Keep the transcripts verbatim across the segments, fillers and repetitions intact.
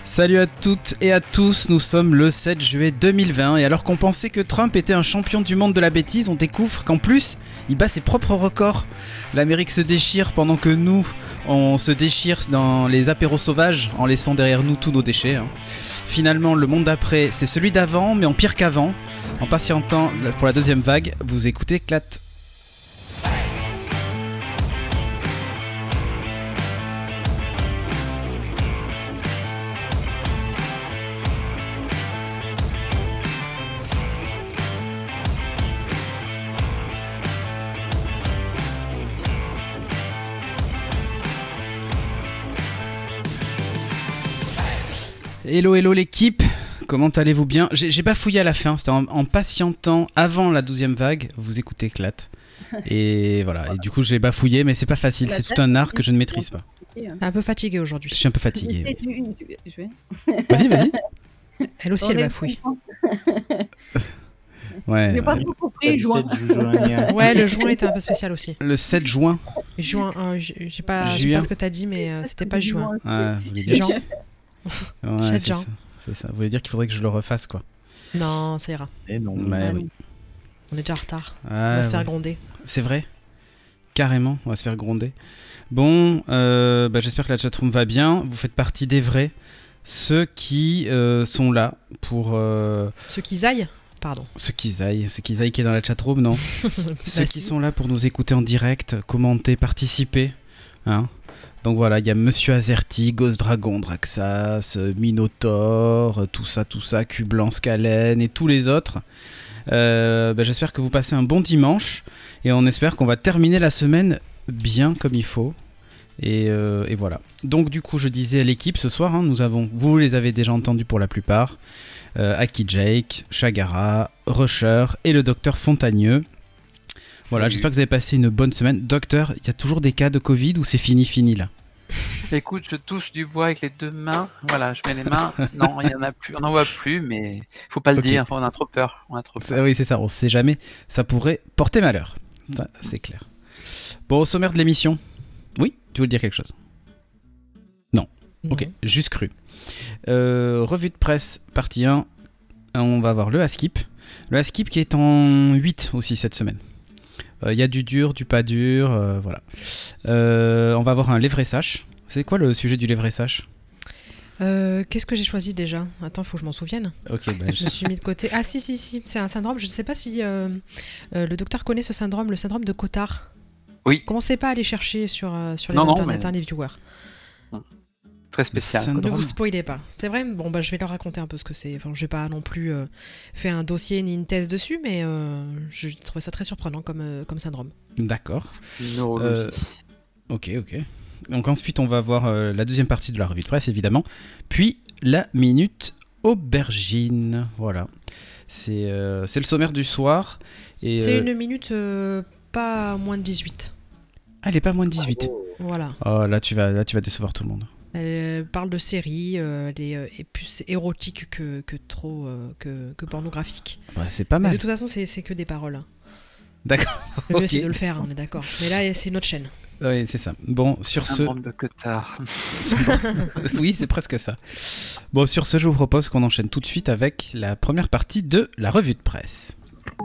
Salut à toutes et à tous, nous sommes le sept juillet deux mille vingt et alors qu'on pensait que Trump était un champion du monde de la bêtise, on découvre qu'en plus, il bat ses propres records. L'Amérique se déchire pendant que nous, on se déchire dans les apéros sauvages en laissant derrière nous tous nos déchets. Hein. Finalement, le monde d'après, c'est celui d'avant, mais en pire qu'avant. En patientant pour la deuxième vague, vous écoutez Éclate. Hello hello l'équipe, comment allez-vous bien? J'ai, j'ai bafouillé à la fin, c'était en, en patientant avant la douzième vague, vous écoutez Éclate. Et voilà, et du coup j'ai bafouillé, mais c'est pas facile, c'est tout un art que je ne maîtrise pas. Un peu fatigué aujourd'hui. Je suis un peu fatigué. Oui. Je vais. Vas-y, vas-y. Elle aussi, elle bafouille. Ouais. J'ai pas trop compris, juin. Ouais, le juin était un peu spécial aussi. Le sept juin. Juin, euh, j'ai pas, je sais pas ce que t'as dit, mais euh, c'était pas juin. Ah, vous voulez dire... Jean. Ouais, c'est ça, c'est ça. Vous voulez dire qu'il faudrait que je le refasse, quoi. Non, ça ira. Et non, mais oui. On est déjà en retard. Ah, on va ouais. se faire gronder. C'est vrai. Carrément, on va se faire gronder. Bon, euh, bah, j'espère que la chatroom va bien. Vous faites partie des vrais. Ceux qui euh, sont là pour... Euh... Ceux qui zaillent. Pardon. Ceux qui zaillent, ceux qui zaillent qui est dans la chatroom, non. Ceux bah qui si. sont là pour nous écouter en direct, commenter, participer. Hein. Donc voilà, il y a Monsieur Azerty, Ghost Dragon, Draxas, Minotaur, tout ça, tout ça, Cublan, Scalen et tous les autres. Euh, bah, j'espère que vous passez un bon dimanche et on espère qu'on va terminer la semaine bien comme il faut. Et, euh, et voilà. Donc du coup, je disais à l'équipe ce soir, hein, nous avons, vous les avez déjà entendus pour la plupart, euh, Aki Jake, Chagara, Rusher et le docteur Fontagneux. Voilà, j'espère que vous avez passé une bonne semaine. Docteur, il y a toujours des cas de Covid ou c'est fini, fini là? Écoute, je touche du bois avec les deux mains. Voilà, je mets les mains. Non, il y en a plus. On n'en voit plus, mais faut pas le Okay. dire. Enfin, on a trop peur. On a trop peur. C'est, oui, c'est ça. On sait jamais. Ça pourrait porter malheur. Ça, c'est clair. Bon, au sommaire de l'émission. Oui, tu veux dire quelque chose? Non. Non. Ok, juste cru. Euh, revue de presse, partie un. On va voir le Askip. Le Askip qui est en huit aussi cette semaine. Il euh, y a du dur, du pas dur, euh, voilà. Euh, on va avoir un Lévressache. C'est quoi le sujet du Lévressache? Euh, qu'est-ce que j'ai choisi déjà? Attends, faut que je m'en souvienne. Ok, bah, Je me suis mis de côté. Ah si, si, si, c'est un syndrome. Je ne sais pas si euh, euh, le docteur connaît ce syndrome, le syndrome de Cotard. Oui. Commencez pas à aller chercher sur, euh, sur les Non, non, internets, mais- hein, les viewers. Très spécial. Le syndrome. Ne vous spoilez pas. C'est vrai. Bon bah je vais leur raconter un peu ce que c'est. Enfin, j'ai pas non plus euh, fait un dossier ni une thèse dessus, mais euh, je trouvais ça très surprenant comme euh, comme syndrome. D'accord. Neurologie. Euh, Ok, ok. Donc ensuite, on va voir euh, la deuxième partie de la revue de presse, évidemment. Puis la minute aubergine. Voilà. C'est, euh, c'est le sommaire du soir. Et, C'est euh, une minute euh, pas moins de dix-huit. Ah, elle est pas moins de dix-huit. Voilà. Oh, là tu vas, là, tu vas décevoir tout le monde. Elle euh, parle de séries, euh, elle est, euh, est plus érotique que, que trop euh, que, que pornographique. Ouais, c'est pas Mais mal. de toute façon, c'est, c'est que des paroles. hein. D'accord. Le mieux, Ok. c'est de le faire, hein, on est d'accord. Mais là, c'est notre chaîne. Oui, c'est ça. Bon, sur ce... Syndrome de Cotard. oui, c'est presque ça. Bon, sur ce, je vous propose qu'on enchaîne tout de suite avec la première partie de la revue de presse.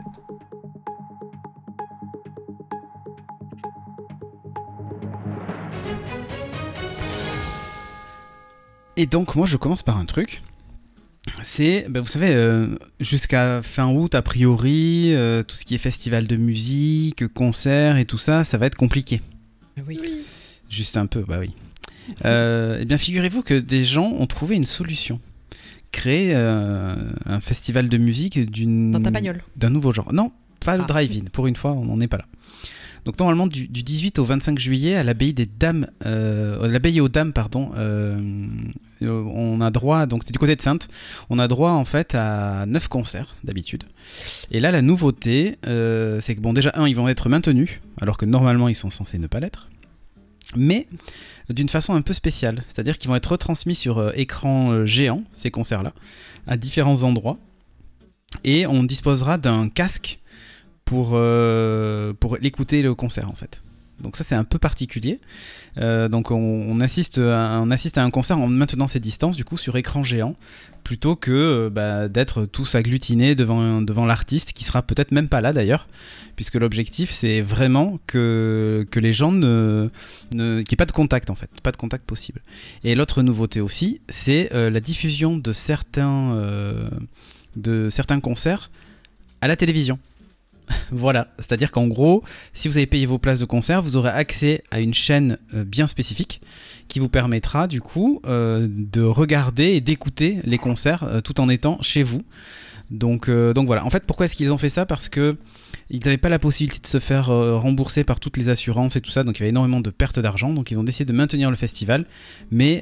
Et donc, moi, je commence par un truc. C'est, ben, vous savez, euh, jusqu'à fin août, a priori, euh, tout ce qui est festival de musique, concert et tout ça, ça va être compliqué. Oui. Juste un peu, bah oui. Euh, eh bien, figurez-vous que des gens ont trouvé une solution. Créer euh, un festival de musique d'une... Dans ta bagnole. d'un nouveau genre. Non, pas le Ah. drive-in. Pour une fois, on n'en est pas là. Donc normalement, du, du dix-huit au vingt-cinq juillet, à l'abbaye des Dames, euh, à l'abbaye aux Dames, pardon, euh, on a droit, donc c'est du côté de Saintes, on a droit en fait à neuf concerts d'habitude. Et là, la nouveauté, euh, c'est que bon, déjà un, ils vont être maintenus, alors que normalement ils sont censés ne pas l'être, mais d'une façon un peu spéciale, c'est-à-dire qu'ils vont être retransmis sur euh, écran euh, géant, ces concerts-là, à différents endroits, et on disposera d'un casque pour, euh, pour l'écouter le concert en fait. Donc ça c'est un peu particulier. Euh, donc on, on, assiste à, on assiste à un concert en maintenant ses distances du coup sur écran géant, plutôt que euh, bah, d'être tous agglutinés devant, devant l'artiste qui sera peut-être même pas là d'ailleurs, puisque l'objectif c'est vraiment que, que les gens ne, ne qu'il n'y ait pas de contact en fait, pas de contact possible. Et l'autre nouveauté aussi, c'est euh, la diffusion de certains, euh, de certains concerts à la télévision. Voilà, c'est-à-dire qu'en gros, si vous avez payé vos places de concert, vous aurez accès à une chaîne euh, bien spécifique qui vous permettra du coup euh, de regarder et d'écouter les concerts euh, tout en étant chez vous. Donc, euh, donc voilà, en fait pourquoi est-ce qu'ils ont fait ça ? Parce que ils n'avaient pas la possibilité de se faire euh, rembourser par toutes les assurances et tout ça, donc il y avait énormément de pertes d'argent, donc ils ont décidé de maintenir le festival, mais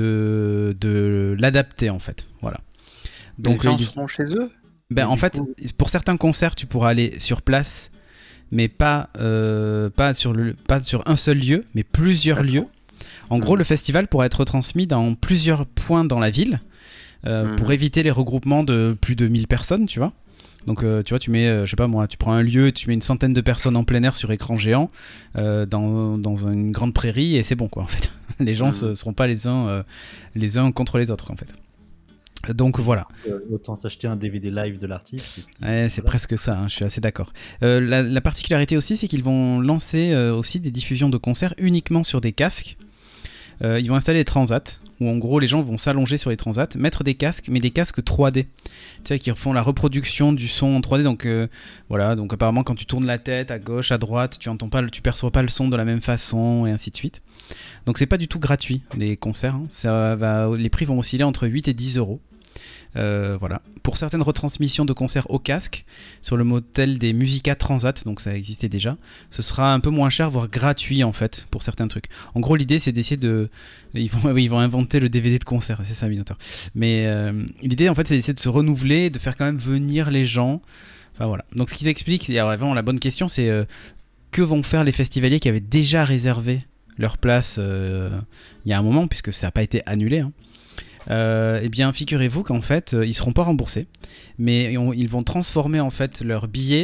de, de l'adapter en fait, voilà. Donc les gens ils... seront chez eux ? Ben, en fait, coup... pour certains concerts, tu pourras aller sur place, mais pas, euh, pas, sur le, pas sur un seul lieu, mais plusieurs D'accord. lieux. En mmh. gros, le festival pourra être retransmis dans plusieurs points dans la ville, euh, mmh. pour éviter les regroupements de plus de mille personnes, tu vois. Donc, euh, tu vois, tu mets, euh, je sais pas moi, tu prends un lieu, tu mets une centaine de personnes en plein air sur écran géant, euh, dans, dans une grande prairie, et c'est bon, quoi, en fait. Les gens ne mmh. seront pas les uns, euh, les uns contre les autres, en fait. Donc voilà. Euh, autant s'acheter un D V D live de l'artiste. Ouais, c'est voilà. presque ça, hein, je suis assez d'accord. Euh, la, la particularité aussi, c'est qu'ils vont lancer euh, aussi des diffusions de concerts uniquement sur des casques. Euh, ils vont installer des transats, où en gros les gens vont s'allonger sur les transats, mettre des casques, mais des casques trois D. Tu sais, qui font la reproduction du son en trois D. Donc euh, voilà, donc apparemment quand tu tournes la tête à gauche, à droite, tu entends pas, tu perçois pas le son de la même façon, et ainsi de suite. Donc c'est pas du tout gratuit les concerts. Hein. Ça va, les prix vont osciller entre huit et dix euros. Euh, voilà. Pour certaines retransmissions de concerts au casque, sur le modèle des Musica Transat, donc ça existait déjà, ce sera un peu moins cher, voire gratuit en fait, pour certains trucs. En gros, l'idée c'est d'essayer de. Ils vont, ils vont inventer le D V D de concert, c'est ça, Minotaur. Mais euh, l'idée en fait c'est d'essayer de se renouveler, de faire quand même venir les gens. Enfin voilà. Donc ce qu'ils expliquent, et alors, vraiment la bonne question, c'est euh, que vont faire les festivaliers qui avaient déjà réservé leur place euh, il y a un moment, puisque ça n'a pas été annulé, hein. Euh, eh bien, figurez-vous qu'en fait, euh, ils seront pas remboursés, mais on, ils vont transformer en fait leur billet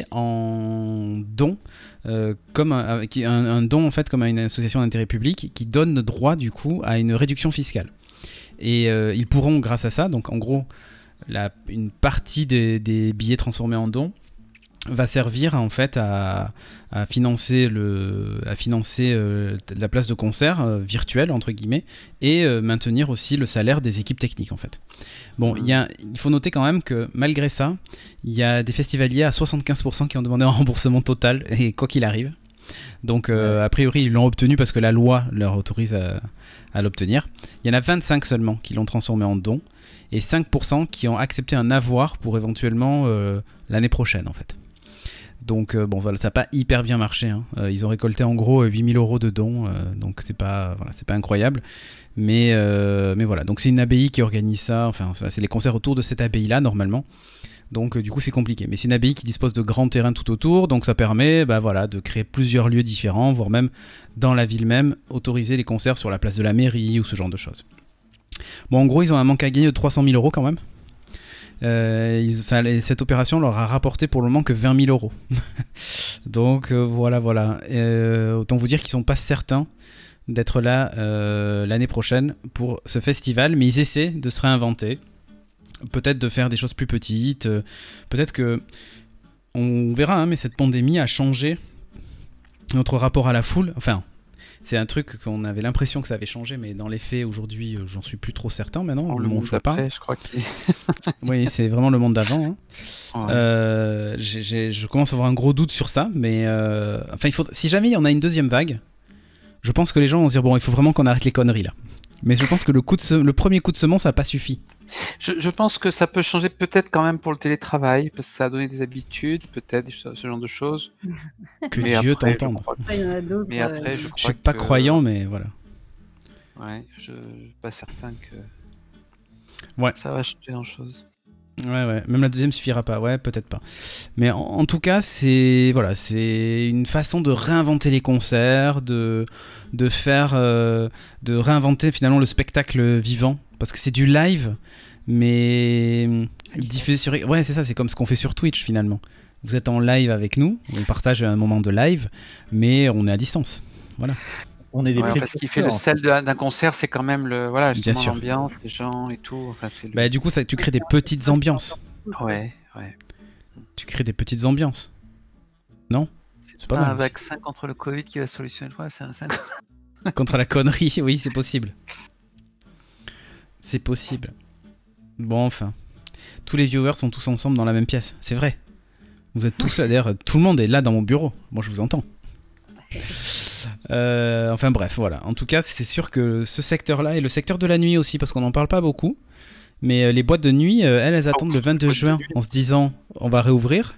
en don, euh, comme un, un, un don en fait comme à une association d'intérêt public qui donne droit du coup à une réduction fiscale. Et euh, ils pourront, grâce à ça, donc en gros, la, une partie des, des billets transformés en dons va servir en fait à, à financer le à financer euh, la place de concert euh, virtuelle entre guillemets et euh, maintenir aussi le salaire des équipes techniques en fait. Bon, il y a il faut noter quand même que malgré ça, il y a des festivaliers à soixante-quinze pour cent qui ont demandé un remboursement total et quoi qu'il arrive. Donc euh, a priori ils l'ont obtenu parce que la loi leur autorise à, à l'obtenir. Il y en a vingt-cinq seulement qui l'ont transformé en don et cinq pour cent qui ont accepté un avoir pour éventuellement euh, l'année prochaine en fait. Donc euh, bon voilà, ça n'a pas hyper bien marché, hein. euh, ils ont récolté en gros huit mille euros de dons, euh, donc c'est pas, voilà, c'est pas incroyable, mais, euh, mais voilà, donc c'est une abbaye qui organise ça, enfin c'est les concerts autour de cette abbaye là normalement, donc euh, du coup c'est compliqué, mais c'est une abbaye qui dispose de grands terrains tout autour, donc ça permet bah, voilà, de créer plusieurs lieux différents, voire même dans la ville même, autoriser les concerts sur la place de la mairie ou ce genre de choses. Bon en gros ils ont un manque à gagner de trois cent mille euros quand même. Euh, ils, ça, cette opération leur a rapporté pour le moment que vingt mille euros. Donc euh, voilà, voilà. Euh, autant vous dire qu'ils sont pas certains d'être là euh, l'année prochaine pour ce festival, mais ils essaient de se réinventer. Peut-être de faire des choses plus petites. Euh, peut-être que on verra, hein, mais cette pandémie a changé notre rapport à la foule. Enfin. C'est un truc qu'on avait l'impression que ça avait changé, mais dans les faits, aujourd'hui, j'en suis plus trop certain maintenant. Oh, le monde d'après, je crois qu'il Oui, c'est vraiment le monde d'avant. Hein. Ouais. Euh, j'ai, j'ai, je commence à avoir un gros doute sur ça, mais euh, enfin, il faut, si jamais il y en a une deuxième vague, je pense que les gens vont se dire bon, il faut vraiment qu'on arrête les conneries là. Mais je pense que le, coup de se... le premier coup de semence, ça n'a pas suffi. Je, je pense que ça peut changer peut-être quand même pour le télétravail, parce que ça a donné des habitudes, peut-être ce genre de choses. Que mais Dieu après, t'entende. Que... Mais après, je, je suis pas que... croyant, mais voilà. Ouais, je suis pas certain que ouais. ça va changer grand-chose. Ouais, ouais, même la deuxième suffira pas, ouais, peut-être pas. Mais en, en tout cas, c'est voilà, c'est une façon de réinventer les concerts, de de faire, euh, de réinventer finalement le spectacle vivant, parce que c'est du live, mais diffusé sur, ouais, c'est ça, c'est comme ce qu'on fait sur Twitch finalement. Vous êtes en live avec nous, on partage un moment de live, mais on est à distance. voilà. On est des Ouais, enfin, ce qui fait le précurseurs, sel de- d'un concert, c'est quand même le, voilà, Bien justement sûr. l'ambiance, les gens et tout. Enfin, c'est le... Bah, du coup, ça, tu crées des petites ambiances. Ouais, ouais. Tu crées des petites ambiances. Non? C'est C'est pas, pas mal un aussi. vaccin contre le Covid qui va solutionner le problème, c'est un vaccin. Contre la connerie, oui, c'est possible. C'est possible. Bon, enfin. Tous les viewers sont tous ensemble dans la même pièce. C'est vrai. Vous êtes tous là. D'ailleurs, tout le monde est là dans mon bureau. Moi, je vous entends. Euh, enfin bref, voilà. En tout cas, c'est sûr que ce secteur-là et le secteur de la nuit aussi, parce qu'on n'en parle pas beaucoup. Mais euh, les boîtes de nuit, euh, elles, elles attendent le vingt-deux juin en se disant on va réouvrir.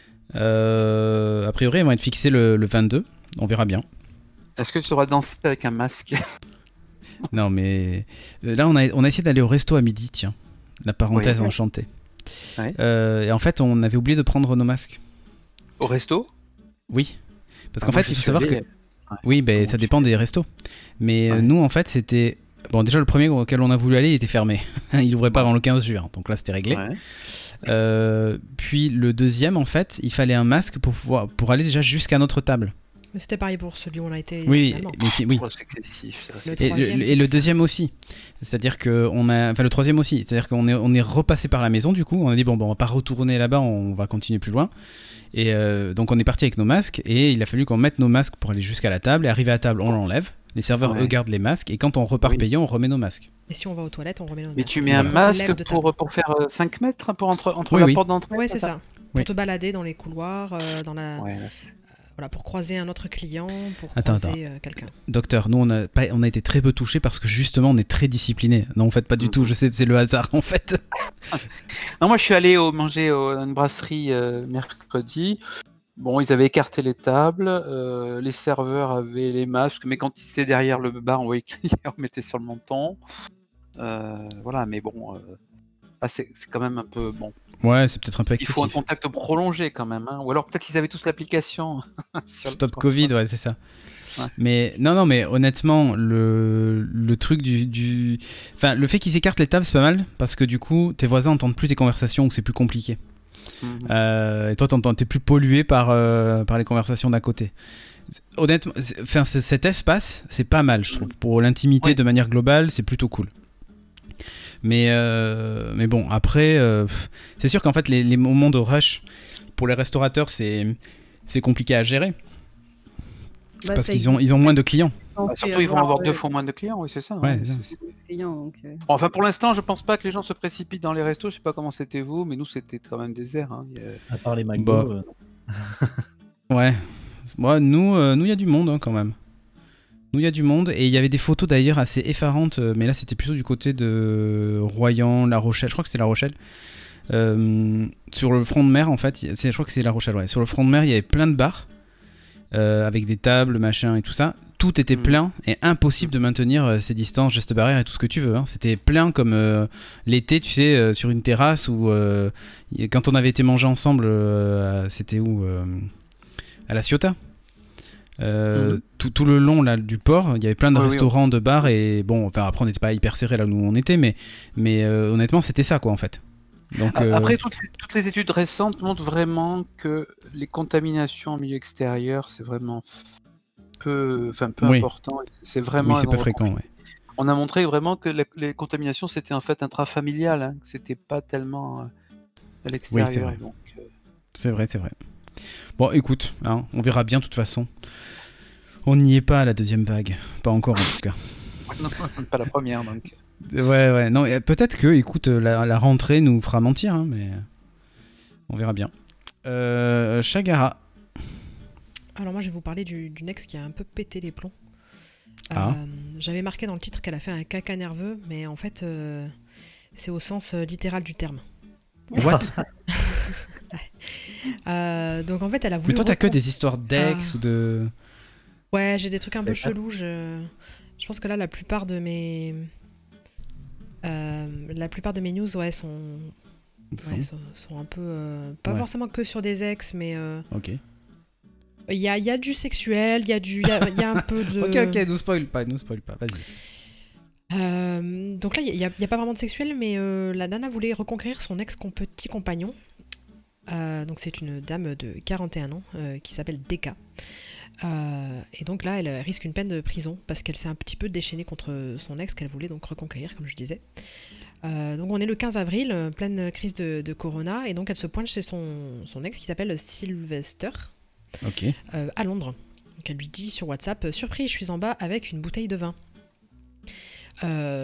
Euh, a priori, elles vont être fixées le, le vingt-deux. On verra bien. Est-ce que tu auras dansé avec un masque? Non, mais euh, là, on a, on a essayé d'aller au resto à midi, tiens. La parenthèse Oui. enchantée. Ouais. Euh, et en fait, on avait oublié de prendre nos masques. Au resto? Oui. Parce Ah, qu'en moi, fait, j'y il faut suis savoir allé, que. Oui, ben, Comment ça tu dépend fais des restos. Mais euh, Ouais. nous, en fait, c'était. Bon, déjà, le premier auquel on a voulu aller, il était fermé. Il ouvrait pas Ouais. avant le quinze juin. Donc là, c'était réglé. Ouais. Euh, puis le deuxième, en fait, il fallait un masque pour, pouvoir, pour aller déjà jusqu'à notre table. Mais c'était pareil pour celui où on a été. Oui, finalement. mais fi- oui. Oh, c'est excessif. ça, Le c'est- Et, troisième, le, et c'était le ça. deuxième aussi. C'est-à-dire que on a, enfin le troisième aussi. C'est-à-dire qu'on est, on est repassé par la maison du coup. On a dit bon, bon on va pas retourner là-bas, on va continuer plus loin. Et euh, donc on est parti avec nos masques et il a fallu qu'on mette nos masques pour aller jusqu'à la table. Et arrivé à table, on l'enlève. Les serveurs Ouais. eux gardent les masques et quand on repart Oui. payer, on remet nos masques. Et si on va aux toilettes, on remet nos Mais masques. tu mets un On se masque lève de table. pour, pour faire euh, cinq mètres hein, pour entre, entre Oui, la oui. porte d'entrée? Ouais, c'est ça. Pour Oui. te balader dans les couloirs, euh, dans la, Ouais, là, c'est- voilà, pour croiser un autre client, pour Attends, croiser euh, quelqu'un. Docteur, nous on a, pas, on a été très peu touchés parce que justement on est très disciplinés. Non, en fait pas du Mhm. tout. Je sais, c'est le hasard en fait. Non, moi, je suis allé au, manger au- à une brasserie euh, mercredi. Bon, ils avaient écarté les tables, euh, les serveurs avaient les masques, mais quand ils étaient derrière le bar, on voyait qu'ils les remettaient sur le menton. Euh, voilà, mais bon, euh, ah, c'est c'est quand même un peu bon. Ouais, c'est peut-être un peu Il faut un excessif. contact prolongé quand même, hein. Ou alors peut-être qu'ils avaient tous l'application sur le Stop smartphone. Covid, ouais, c'est ça. Ouais. Mais non, non, mais honnêtement, le, le truc du, du. Enfin, le fait qu'ils écartent les tables, c'est pas mal parce que du coup, tes voisins entendent plus tes conversations ou c'est plus compliqué. Mhm. Euh, et toi, t'entends, t'es plus pollué par, euh, par les conversations d'à côté. C'est- Honnêtement, c'est- enfin, c'est- cet espace, c'est pas mal, je trouve. Pour l'intimité Ouais. de manière globale, c'est plutôt cool. Mais, euh, mais bon, après, euh, c'est sûr qu'en fait, les, les moments de rush pour les restaurateurs, c'est, c'est compliqué à gérer. Bah, Parce ça qu'ils ont, ils ont moins de clients. Bah, surtout, ils vont avoir deux fois moins de clients, oui, c'est ça. Ouais, hein. c'est ça. C'est- c'est- clients, donc, euh, Bon, enfin, pour l'instant, je pense pas que les gens se précipitent dans les restos. Je sais pas comment c'était vous, mais nous, c'était quand même désert. Hein. Il y a- À part les McDo. Bah. euh, Ouais. Ouais, nous, euh, nous, il y a du monde hein, quand même. Nous, il y a du monde. Et il y avait des photos d'ailleurs assez effarantes. euh, Mais là, c'était plutôt du côté de Royan, La Rochelle. Je crois que c'est La Rochelle. Euh, sur le front de mer, en fait. c'est- Je crois que c'est La Rochelle, ouais. Sur le front de mer, il y avait plein de bars. euh, avec des tables, machin et tout ça. Tout était Mm. plein et impossible de maintenir euh, ces distances, gestes barrières et tout ce que tu veux. hein. C'était plein comme euh, l'été, tu sais, euh, sur une terrasse où euh, y- quand on avait été manger ensemble, euh, à- c'était où euh, à La Ciotat. Euh, Mhm. tout, tout le long là, du port, il y avait plein de Oui, oui, restaurants, de bars et bon, enfin après on n'était pas hyper serré là où on était, mais, mais euh, honnêtement c'était ça quoi en fait. Donc, A- euh, Après, toutes les, toutes les études récentes montrent vraiment que les contaminations en milieu extérieur, c'est vraiment peu, enfin, peu Oui. important. C'est vraiment. oui c'est elles pas vont fréquent. reconfiner. Ouais. On a montré vraiment que la- les contaminations, c'était en fait intrafamilial, hein, que c'était pas tellement euh, à l'extérieur. vrai. donc, euh, C'est vrai, c'est vrai. Bon, écoute, hein, on verra bien de toute façon. On n'y est pas à la deuxième vague, pas encore en tout cas. non, pas la première, donc. Ouais, ouais, non, et peut-être que, écoute, la, la rentrée nous fera mentir, hein, mais on verra bien. Euh, Chagara. Alors moi, je vais vous parler du- d'une ex qui a un peu pété les plombs. Ah. Euh, J'avais marqué dans le titre qu'elle a fait un caca nerveux, mais en fait, euh, c'est au sens euh, littéral du terme. What? Euh, donc en fait, elle a voulu. Mais toi, t'as que recon- des histoires d'ex Ah. ou de. Ouais, j'ai des trucs un peu Et- chelous. Je... je pense que là, la plupart de mes. Euh, la plupart de mes news, ouais, sont. Ouais, sont, sont un peu. euh, pas Ouais. forcément que sur des ex, mais. euh, Ok. Il y a, il y a du sexuel, il y, a du- il y, a, il y a un peu de. Ok, ok, nous spoil pas, nous spoil pas, vas-y. Euh, donc là, il n'y a, il y a pas vraiment de sexuel, mais euh, la nana voulait reconquérir son ex-petit compagnon. Euh, donc c'est une dame de quarante et un ans euh, qui s'appelle Deka. Euh, et donc là, elle risque une peine de prison parce qu'elle s'est un petit peu déchaînée contre son ex qu'elle voulait donc reconquérir, comme je disais. Euh, donc on est le quinze avril, euh, pleine crise de, de Corona, et donc elle se pointe chez son, son ex qui s'appelle Sylvester, Ok. euh, à Londres. Donc elle lui dit sur WhatsApp, « Surprise, je suis en bas avec une bouteille de vin. Euh, »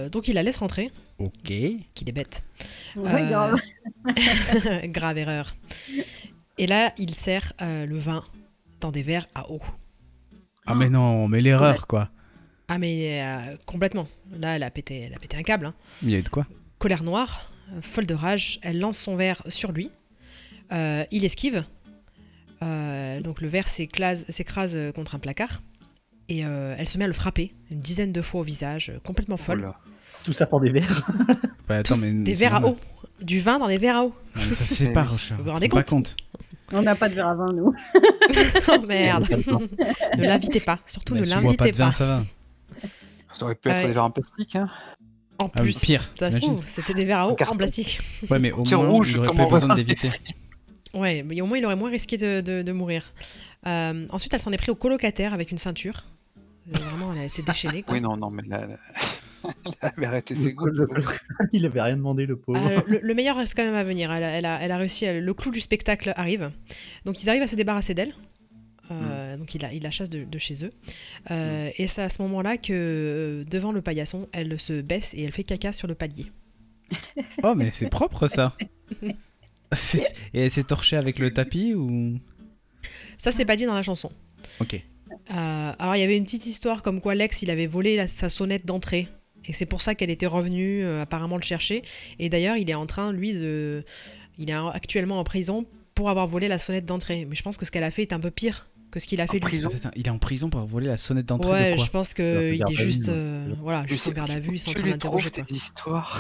Donc il la laisse rentrer, Ok. qu'il est bête. Oui, Euh, grave. Grave erreur. Et là, il sert euh, le vin dans des verres à eau. Ah mais non, mais l'erreur quoi. Ah mais euh, complètement. Là, elle a pété, elle a pété un câble. Hein. Il y a eu de quoi? Colère noire, euh, folle de rage, elle lance son verre sur lui. Euh, il esquive. Euh, donc le verre s'éclase- s'écrase contre un placard. Et euh, elle se met à le frapper une dizaine de fois au visage, euh, complètement folle. Voilà. Tout ça pour des verres. Bah, attends, Tous mais des c'est verres à normal. eau. Du vin dans des verres à eau. Non, mais ça se fait pas, Rocha. Vous vous Tu rendez te rends pas compte compte. On n'a pas de verre à vin, nous. Oh merde. Ne l'invitez pas. Surtout Bah, ne si tu bois l'invitez pas de vin, pas. ça va. Ça aurait pu être Ouais. des verres en plastique, hein. En Ah, plus, pire. ça se t'imagines. trouve, c'était des verres à eau en carton. plastique. Ouais, mais au Tiens, moins, rouge, il aurait comme pas on besoin voit. d'éviter. Ouais, mais au moins il aurait moins risqué de, de- de mourir. Euh, ensuite, elle s'en est pris au colocataire avec une ceinture. Euh, Vraiment, elle, elle s'est déchaînée. Quoi. Oui, non, non, mais là, là... elle avait arrêté ses Le goûts. col- le col- Il avait rien demandé, le pauvre. Euh, le, le meilleur reste quand même à venir. Elle a, elle a, elle a réussi. elle- le clou du spectacle arrive. Donc ils arrivent à se débarrasser d'elle. Euh, Donc il la, il la chasse de, de chez eux. Euh, Et c'est à ce moment-là que, euh, devant le paillasson, elle se baisse et elle fait caca sur le palier. Oh, mais c'est propre ça. C'est- Et elle s'est torchée avec le tapis ou. Ça, c'est pas dit dans la chanson. Ok. Euh, alors il y avait une petite histoire comme quoi l'ex il avait volé la- sa sonnette d'entrée et c'est pour ça qu'elle était revenue euh, apparemment le chercher et d'ailleurs il est en train lui de il est en- actuellement en prison pour avoir volé la sonnette d'entrée mais je pense que ce qu'elle a fait est un peu pire que ce qu'il a fait lui. prison. Attends, il est en prison pour avoir volé la sonnette d'entrée Ouais, de quoi? je pense Il a fait qu'il garde est à vue, juste ouais. euh, voilà, Mais juste en c'est- garde à vue, ils sont en Tu train les trouves, d'interroger quoi. tes histoires.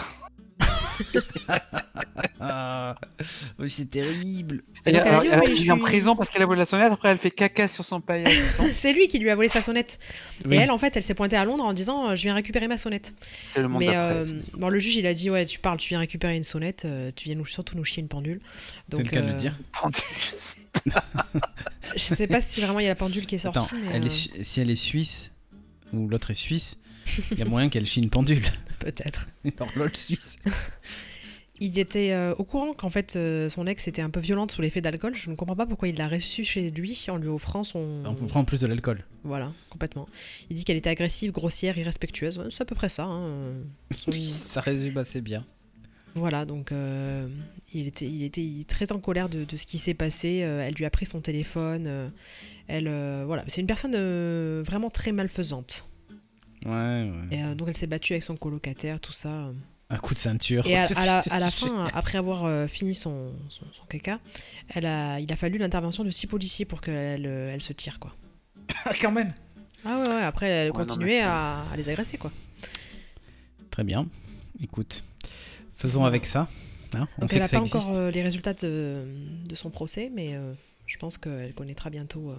Ah, oui, c'est terrible. Et donc, elle a alors, dit, elle ouais, est je en suis- prison parce qu'elle a volé la sonnette, après elle fait caca sur son paillasson. C'est lui qui lui a volé sa sonnette. Oui. Et elle en fait, elle s'est pointée à Londres en disant euh, je viens récupérer ma sonnette. C'est le monde Mais d'après. euh, bon, le juge il a dit ouais, tu parles, tu viens récupérer une sonnette, euh, tu viens nous, surtout nous chier une pendule. C'est Donc le cas de le euh, dire. Pendu, je sais. Je sais pas si vraiment il y a la pendule qui est sortie. Attends, mais, elle est euh, su- si elle est suisse, ou l'autre est suisse, il y a moyen qu'elle chie une pendule. peut-être. Dans l'autre suisse. Il était euh, au courant qu'en fait euh, son ex était un peu violente sous l'effet d'alcool. Je ne comprends pas pourquoi il l'a reçue chez lui en lui offrant son. On prend plus de l'alcool. Voilà, complètement. Il dit qu'elle était agressive, grossière, irrespectueuse. Ouais, c'est à peu près ça. Hein. Son- Ça résume assez bien. Voilà, donc euh, il, était, il était très en colère de, de ce qui s'est passé. Euh, elle lui a pris son téléphone. euh, elle, euh, voilà, c'est une personne euh, vraiment très malfaisante. Ouais, ouais. Et euh, donc elle s'est battue avec son colocataire, tout ça. Un coup de ceinture. Et à, à la, à la fin, après avoir euh, fini son, son, son caca, elle a, il a fallu l'intervention de six policiers pour qu'elle euh, elle se tire, quoi. Ah, quand même. Ah ouais, ouais, après elle Ouais, non, continuait mais- à, à les agresser, quoi. Très bien. Écoute, faisons avec ça. Hein, on Donc sait elle que n'a ça pas existe. encore euh, les résultats de, de son procès, mais euh, je pense qu'elle connaîtra bientôt euh,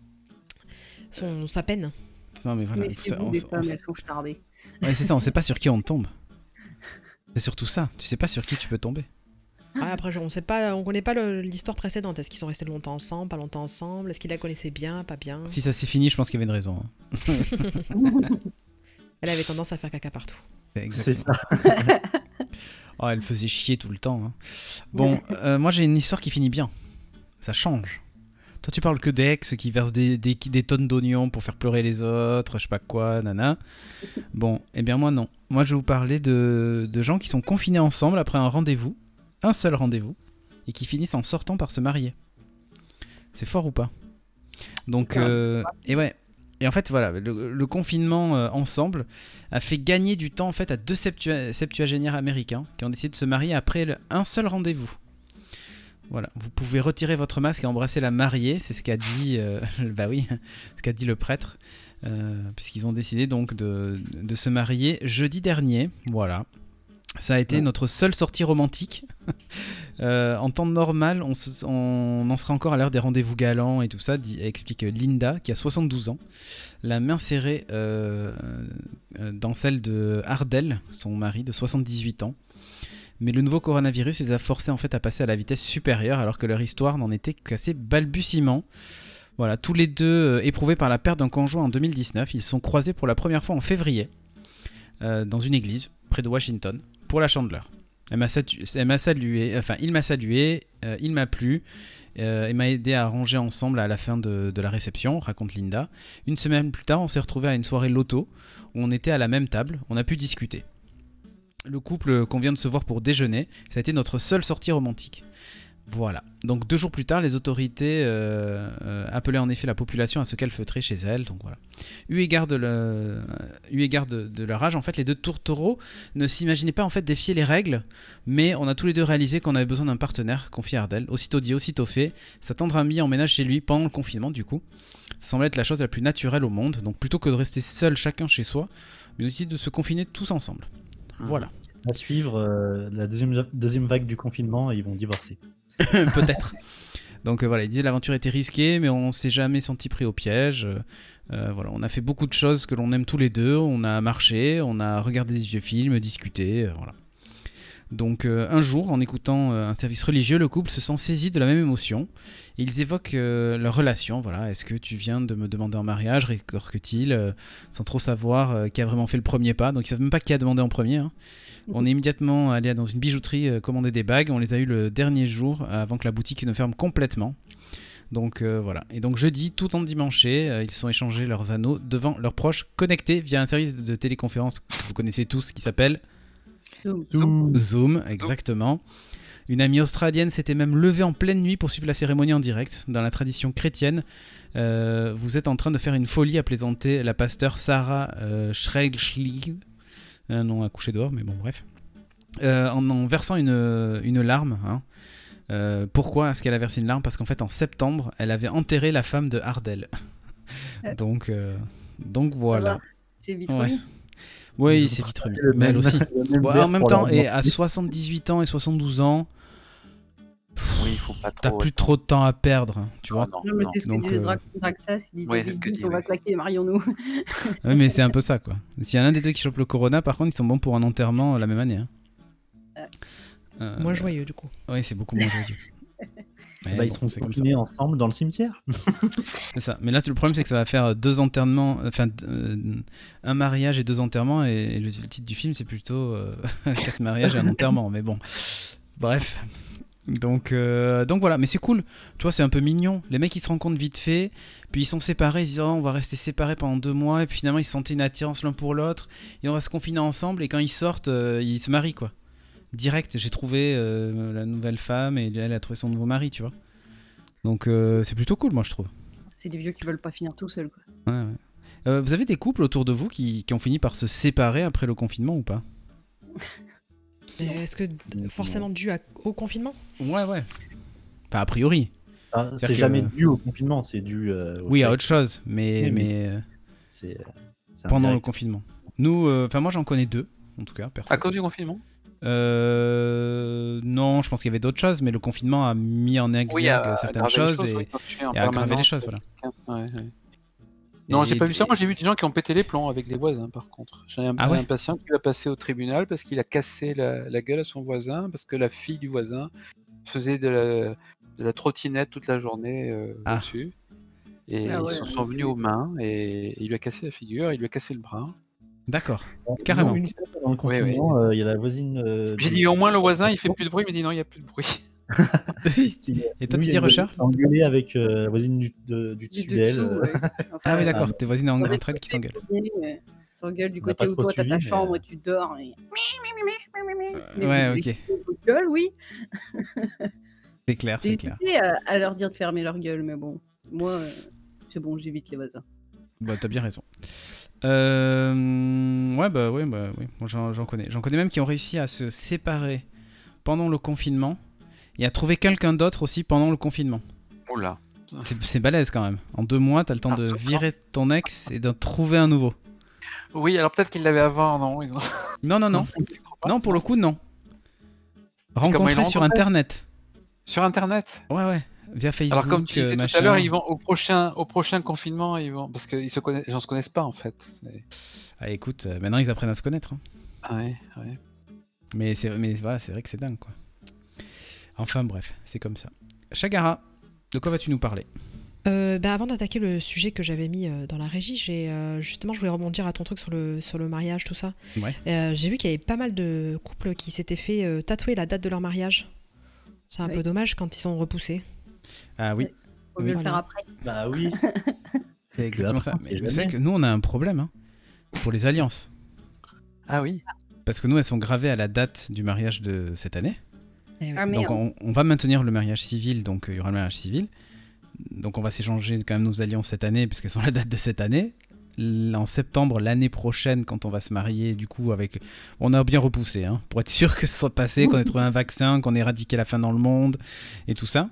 son, sa peine. Non, mais voilà. Mais vous c'est sa- vous, on- des on- femmes, elles sont starbées. Ouais, c'est ça, on sait pas sur qui on tombe. C'est surtout ça. Tu sais pas sur qui tu peux tomber. Ah, après, je- on sait pas, on connaît pas le- l'histoire précédente. Est-ce qu'ils sont restés longtemps ensemble, pas longtemps ensemble? Est-ce qu'ils la connaissaient bien, pas bien? Si ça s'est fini, je pense qu'il y avait une raison. hein. Elle avait tendance à faire caca partout. C'est C'est exactement. ça. Oh, elle faisait chier tout le temps. hein. Bon, euh, moi j'ai une histoire qui finit bien. Ça change. Toi, tu parles que d'ex qui versent des, des, des tonnes d'oignons pour faire pleurer les autres, je sais pas quoi, nana. Bon, eh bien moi non. Moi je vais vous parler de, de gens qui sont confinés ensemble après un rendez-vous, un seul rendez-vous, et qui finissent en sortant par se marier. C'est fort ou pas? Donc, euh, et ouais. Et en fait, voilà, le, le confinement euh, ensemble a fait gagner du temps en fait à deux septua- septuagénaires américains qui ont décidé de se marier après le- un seul rendez-vous. Voilà, vous pouvez retirer votre masque et embrasser la mariée, c'est ce qu'a dit, euh, bah oui, ce qu'a dit le prêtre, euh, puisqu'ils ont décidé donc de, de se marier jeudi dernier. Voilà, ça a été Ouais. notre seule sortie romantique. Euh, en temps normal, on, se- on en sera encore à l'heure des rendez-vous galants et tout ça, dit, explique Linda, qui a soixante-douze ans, la main serrée euh, euh, dans celle de Ardell, son mari de soixante-dix-huit ans. Mais le nouveau coronavirus les a forcés en fait à passer à la vitesse supérieure alors que leur histoire n'en était qu'à ses balbutiements. Voilà, tous les deux euh, éprouvés par la perte d'un conjoint en deux mille dix-neuf, ils se sont croisés pour la première fois en février euh, dans une église près de Washington pour la Chandeleur. Elle m'a satu- elle m'a salué, enfin il m'a salué, euh, il m'a plu, euh, il m'a aidé à ranger ensemble à la fin de, de la réception, raconte Linda. Une semaine plus tard, on s'est retrouvés à une soirée loto où on était à la même table, on a pu discuter. Le couple qu'on vient de se voir pour déjeuner, ça a été notre seule sortie romantique. Voilà. Donc deux jours plus tard, les autorités euh, euh, appelaient en effet la population à se calfeutrer chez elle. Donc voilà. Eu égard de, le, eu égard de, de leur âge, en fait, les deux tourtereaux ne s'imaginaient pas en fait défier les règles, mais on a tous les deux réalisé qu'on avait besoin d'un partenaire, confie Ardel. Aussitôt dit, aussitôt fait. Sa tendre amie emménage chez lui pendant le confinement, du coup. Ça semblait être la chose la plus naturelle au monde. Donc plutôt que de rester seul chacun chez soi, mais aussi de se confiner tous ensemble. Voilà. À suivre euh, la deuxième, deuxième vague du confinement, et ils vont divorcer. Peut-être. Donc euh, voilà, il disait l'aventure était risquée, mais on s'est jamais senti pris au piège. Euh, euh, voilà, on a fait beaucoup de choses que l'on aime tous les deux. On a marché, on a regardé des vieux films, discuté, euh, voilà. Donc euh, un jour, en écoutant euh, un service religieux, le couple se sent saisi de la même émotion. Et ils évoquent euh, leur relation. Voilà, est-ce que tu viens de me demander en mariage, rétorque-t-il, euh, sans trop savoir euh, qui a vraiment fait le premier pas. Donc ils savent même pas qui a demandé en premier. Hein. On est immédiatement allé dans une bijouterie euh, commander des bagues. On les a eu le dernier jour avant que la boutique ne ferme complètement. Donc euh, voilà. Et donc jeudi, tout en dimanché, euh, ils se sont échangés leurs anneaux devant leurs proches connectés via un service de téléconférence que vous connaissez tous qui s'appelle Zoom. Zoom. Zoom, exactement. Une amie australienne s'était même levée en pleine nuit pour suivre la cérémonie en direct. Dans la tradition chrétienne, euh, vous êtes en train de faire une folie, à plaisanter la pasteur Sarah euh, Schreigschlieg. Un nom à coucher dehors, mais bon, bref. Euh, en, en versant une, une larme. Hein. Euh, pourquoi est-ce qu'elle a versé une larme ? Parce qu'en fait, en septembre, elle avait enterré la femme de Ardel. donc, euh, donc voilà. va, c'est vite Ouais. remis. Oui, Ils c'est ont vite remis. le Mais elle même- aussi. le même Bon, verre en même pour temps, leur et à mortier. soixante-dix-huit ans et soixante-douze ans, Oui, il faut pas t'as trop. plus attendre. trop de temps à perdre, hein, tu Non, vois. non, Non, mais non. c'est ce que Donc, disait euh, Dra- Draxas, il disait Ouais, c'est vite, ce que vite, dit, on va oui. claquer, marions-nous. Oui, mais c'est un peu ça, quoi. S'il y en a un des deux qui chope le corona, par contre, ils sont bons pour un enterrement la même année. Hein. Euh, Moins joyeux, du coup. Oui, c'est beaucoup moins joyeux. Mais Bah, bon, ils seront c'est comme ça. confinés ensemble dans le cimetière. C'est ça. Mais là, le problème, c'est que ça va faire deux enterrements, enfin, euh, un mariage et deux enterrements, et, et le, le titre du film, c'est plutôt euh, quatre mariages et un enterrement. Mais bon, bref. Donc, euh, donc voilà, mais c'est cool. Tu vois, c'est un peu mignon. Les mecs, ils se rencontrent vite fait, puis ils sont séparés. Ils se disent, oh, on va rester séparés pendant deux mois, et puis finalement, ils se sentaient une attirance l'un pour l'autre, et on va se confiner ensemble. Et quand ils sortent, euh, ils se marient, quoi. Direct, j'ai trouvé euh, la nouvelle femme, et elle a trouvé son nouveau mari, tu vois. Donc, euh, c'est plutôt cool, moi, je trouve. C'est des vieux qui veulent pas finir tout seuls, quoi. Ouais, ouais. Euh, vous avez des couples autour de vous qui, qui ont fini par se séparer après le confinement ou pas ? Et Est-ce que forcément dû à- au confinement ? Ouais, ouais. Pas a priori. Ah, C'est-à-dire c'est que- jamais dû au confinement, c'est dû. euh, au Oui, à fait autre chose, mais, Oui, mais- mais euh, c'est- c'est pendant le indirect. confinement. Nous, enfin, moi, j'en connais deux, en tout cas, perso. À cause du confinement Euh, non, je pense qu'il y avait d'autres choses, mais le confinement a mis en exergue certaines aggraver les choses et, oui, quand tu es en et a aggravé les permanence choses, voilà. avec quelqu'un. Ouais, ouais. Non, j'ai Et- pas vu ça. et- Moi, j'ai vu des gens qui ont pété les plombs avec des voisins, par contre. J'ai un, Ah ouais un patient qui va passer au tribunal parce qu'il a cassé la, la gueule à son voisin, parce que la fille du voisin faisait de la, de la trottinette toute la journée euh, Ah. dessus. Et Ah ils ouais, se ouais. sont venus aux mains et il lui a cassé la figure, il lui a cassé le bras. D'accord. Bon, Carrément. nous, une fois pendant le Oui, oui. confinement, euh, il y a la voisine. euh, J'ai du- dit au moins le voisin il fait plus de bruit, il m'a dit non, il n'y a plus de bruit. Et toi, Nous, tu il y a dis une Richard voisine engueulée avec euh, la voisine du, de- du Du dessus d'elle. dessous, euh, ouais. Enfin, Ah oui, d'accord, Ah, tes voisines en, on est entre elles qui s'engueulent. euh, S'engueulent du On a côté pas où trop toi t'as ta suivi, mais, chambre euh, et tu dors. Et... Mais Ouais, vous- ok. vous gueule, oui. C'est clair, J'ai c'est clair. hésité à, à leur dire de fermer leur gueule, mais bon, moi, euh, c'est bon, j'évite les voisins. Bah, t'as bien raison. Euh, ouais, bah, ouais, bah, oui. Moi, j'en, j'en connais. J'en connais même qui ont réussi à se séparer pendant le confinement et à trouver quelqu'un d'autre aussi pendant le confinement. Oula. C'est, c'est balèze quand même. En deux mois, t'as le temps de Ah, virer ton ex et d'en trouver un nouveau. Oui, alors peut-être qu'il l'avait avant, non ils ont... Non, non, non. Tu crois pas Non, pour le coup, non. comment ils Rencontré l'ont sur rencontré Internet. Sur Internet. Ouais, ouais. Via Facebook. Alors comme tu disais euh, tout machin. à l'heure, ils vont au prochain, au prochain confinement, ils vont parce qu'ils se connaissent, les gens se connaissent pas en fait. C'est- Ah, écoute, euh, maintenant ils apprennent à se connaître. hein. Ah ouais, ouais. Mais, c'est, mais voilà, c'est vrai que c'est dingue, quoi. Enfin, bref, c'est comme ça. Chagara, de quoi vas-tu nous parler ? Euh, bah, avant d'attaquer le sujet que j'avais mis euh, dans la régie, j'ai euh, justement, je voulais rebondir à ton truc sur le, sur le mariage, tout ça. Ouais. Euh, j'ai vu qu'il y avait pas mal de couples qui s'étaient fait euh, tatouer la date de leur mariage. C'est un Oui. peu dommage quand ils sont repoussés. Ah oui, Faut Oui, mieux le faire voilà. après. Bah oui. c'est exactement ça. après, on Mais sait vous jamais. savez que nous, on a un problème hein, pour les alliances. Ah oui. Parce que nous, elles sont gravées à la date du mariage de cette année. Et ouais. Ah Donc merde. on, on va maintenir le mariage civil, donc euh, il y aura le mariage civil. Donc on va s'échanger quand même nos alliances cette année, puisqu'elles sont la date de cette année. L- En septembre, l'année prochaine, quand on va se marier, du coup, avec... On a bien repoussé, hein, pour être sûr que ce soit passé, qu'on ait trouvé un vaccin, qu'on ait éradiqué la faim dans le monde, et tout ça.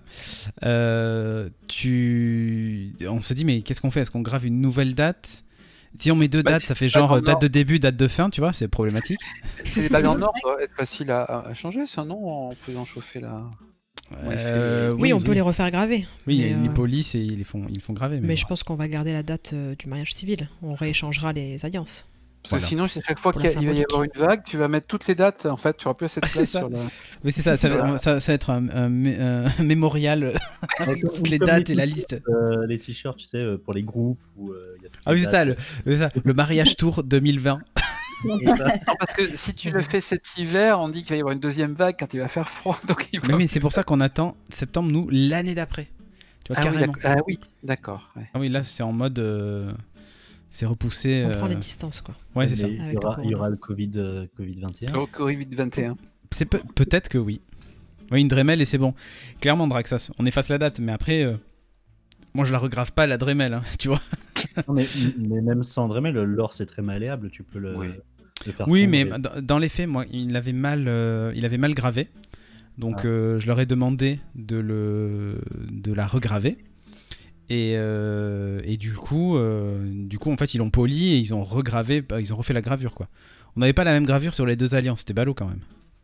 Euh, tu... On se dit, mais qu'est-ce qu'on fait? Est-ce qu'on grave une nouvelle date? Si on met deux Bah, dates, tu- ça fait bah, genre non, euh, date non. de début, date de fin, tu vois, c'est problématique. C'est des bagues en or, ça doit être facile à, à changer, ça, non? En faisant chauffer la. Ouais, Euh, Oui, on peut les refaire graver. Oui, mais, les euh, polices, et ils les font, ils les font graver. Mais, mais bon. je pense qu'on va garder la date euh, du mariage civil. On rééchangera les alliances. Parce Voilà. que sinon, si chaque fois Pour qu'il la y a- il va y symbolique. avoir une vague, tu vas mettre toutes les dates, en fait, tu auras plus assez de Ah, c'est place ça. sur la. Oui, c'est ça, ça va, Voilà. ça, ça va être un, un mé- un mémorial avec Comme- toutes les comme dates et la t-shirts, liste. euh, les t-shirts, tu sais, euh, pour les groupes. Où, euh, y a toutes Ah oui, les c'est ça, dates. le, c'est ça, le mariage tour deux mille vingt. Et ça, Non, parce que si tu le fais cet hiver, on dit qu'il va y avoir une deuxième vague quand il va faire froid. Donc il va... Mais oui, c'est pour ça qu'on attend septembre, nous, l'année d'après. Tu vois, ah, oui, carrément. d'accord. Ah oui, d'accord. Ouais. Ah oui, là, c'est en mode. euh, c'est repoussé. On euh, prend les distances, quoi. Ouais, c'est mais ça. Il y Avec aura, le il y corona. aura le Covid, euh, Covid vingt et un. Au Covid vingt et un. C'est peut- peut-être que oui. Oui, une Dremel et c'est bon. Clairement, Draxas, on efface la date, mais après. euh, Moi, je la regrave pas, la Dremel, hein, tu vois. Non, mais, mais même sans Dremel, l'or c'est très malléable, tu peux le, Oui. le faire Oui, fondre mais et- dans, dans les faits, moi, il avait mal, euh, il avait mal gravé. Donc, Ah. euh, je leur ai demandé de, le, de la regraver. Et, euh, et du coup, euh, du coup, en fait, ils l'ont poli et ils ont regravé, bah, ils ont refait la gravure, quoi. On n'avait pas la même gravure sur les deux alliances, c'était ballot quand même.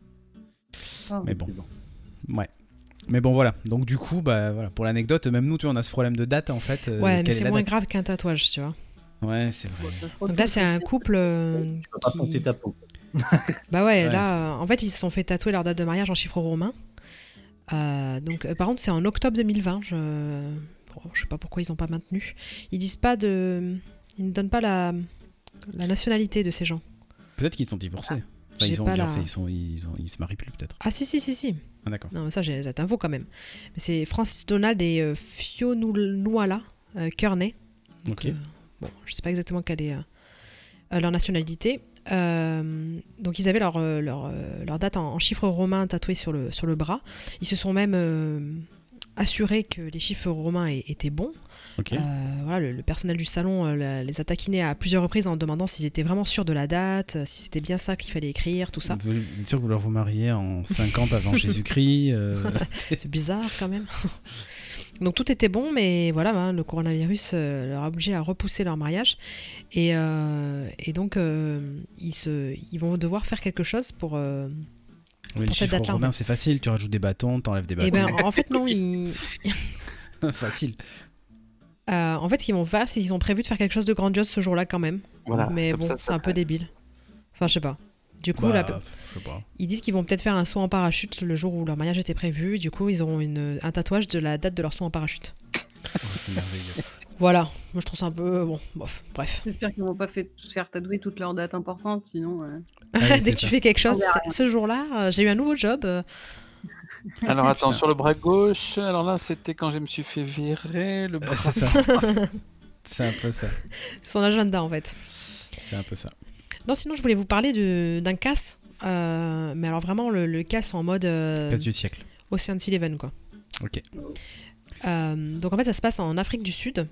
Oh. Mais bon, c'est bon. ouais. Mais bon, voilà. Donc, du coup, bah, voilà. Pour l'anecdote, même nous, tu vois, on a ce problème de date, en fait. euh, Ouais, mais quelle est c'est la moins date. grave qu'un tatouage, tu vois. Ouais, c'est vrai. Donc là, c'est un couple euh, Tu peux pas qui... penser ta peau. Bah ouais, Ouais. là, euh, en fait, ils se sont fait tatouer leur date de mariage en chiffres romains. Euh, donc, euh, par contre, c'est en octobre deux mille vingt. Je... Bon, je sais pas pourquoi ils n'ont pas maintenu. Ils disent pas de... Ils ne donnent pas la... la nationalité de ces gens. Peut-être qu'ils sont divorcés. Enfin, J'ai ils, ont pas divorcé, la- ils, sont, ils, ont- ils se marient plus, peut-être. Ah si, si, si, si. Ah, d'accord. Non, mais ça, j'ai cette info quand même. Mais c'est Francis Donald et euh, Fionnuala euh, Kearney. Donc, Ok. euh, bon, je sais pas exactement quelle est euh, euh, leur nationalité. Euh, donc ils avaient leur, euh, leur, euh, leur date en, en chiffres romains tatoués sur le, sur le bras. Ils se sont même euh, assurés que les chiffres romains é- étaient bons. Ok. Euh, voilà, le, le personnel du salon euh, la- les a taquinés à plusieurs reprises en demandant s'ils étaient vraiment sûrs de la date, euh, si c'était bien ça qu'il fallait écrire, tout ça. Vous, vous êtes sûr que vous leur vous mariez en cinquante avant Jésus-Christ euh, C'est bizarre quand même. Donc tout était bon, mais voilà, hein, le coronavirus euh, leur a obligé à repousser leur mariage. Et, euh, et donc, euh, ils, se, ils vont devoir faire quelque chose pour... euh, Oui, le Pour cette chiffre date-là, en romain, fait. c'est facile. Tu rajoutes des bâtons, t'enlèves des Eh bâtons. ben, en fait, non, ils, Facile. euh, en fait, ce qu'ils vont faire, c'est qu'ils ont prévu de faire quelque chose de grandiose ce jour-là quand même. Voilà. mais Comme bon, ça, c'est ça un peu fait- débile. Enfin, je sais pas. Du coup, Bah, là, je sais pas. ils disent qu'ils vont peut-être faire un saut en parachute le jour où leur mariage était prévu. Du coup, ils auront une, un tatouage de la date de leur saut en parachute. Oh, c'est merveilleux. Voilà. Moi, je trouve ça un peu... Bon, bof, bref. J'espère qu'ils vont pas fait se faire tatouer toutes leurs dates importantes, sinon. euh, Ah oui, Dès c'est que tu ça. fais quelque chose, On verra c'est- ce jour-là, euh, j'ai eu un nouveau job. euh, Alors attends, Putain. sur le bras gauche, alors là c'était quand je me suis fait virer, le Euh, bras. C'est ça. C'est un peu ça. son agenda, en fait. C'est un peu ça. Non, sinon, je voulais vous parler de- d'un casse. euh, mais alors, vraiment, le, le casse en mode euh, Casse du siècle. Ocean's Eleven, quoi. Ok. Euh, donc en fait ça se passe en Afrique du Sud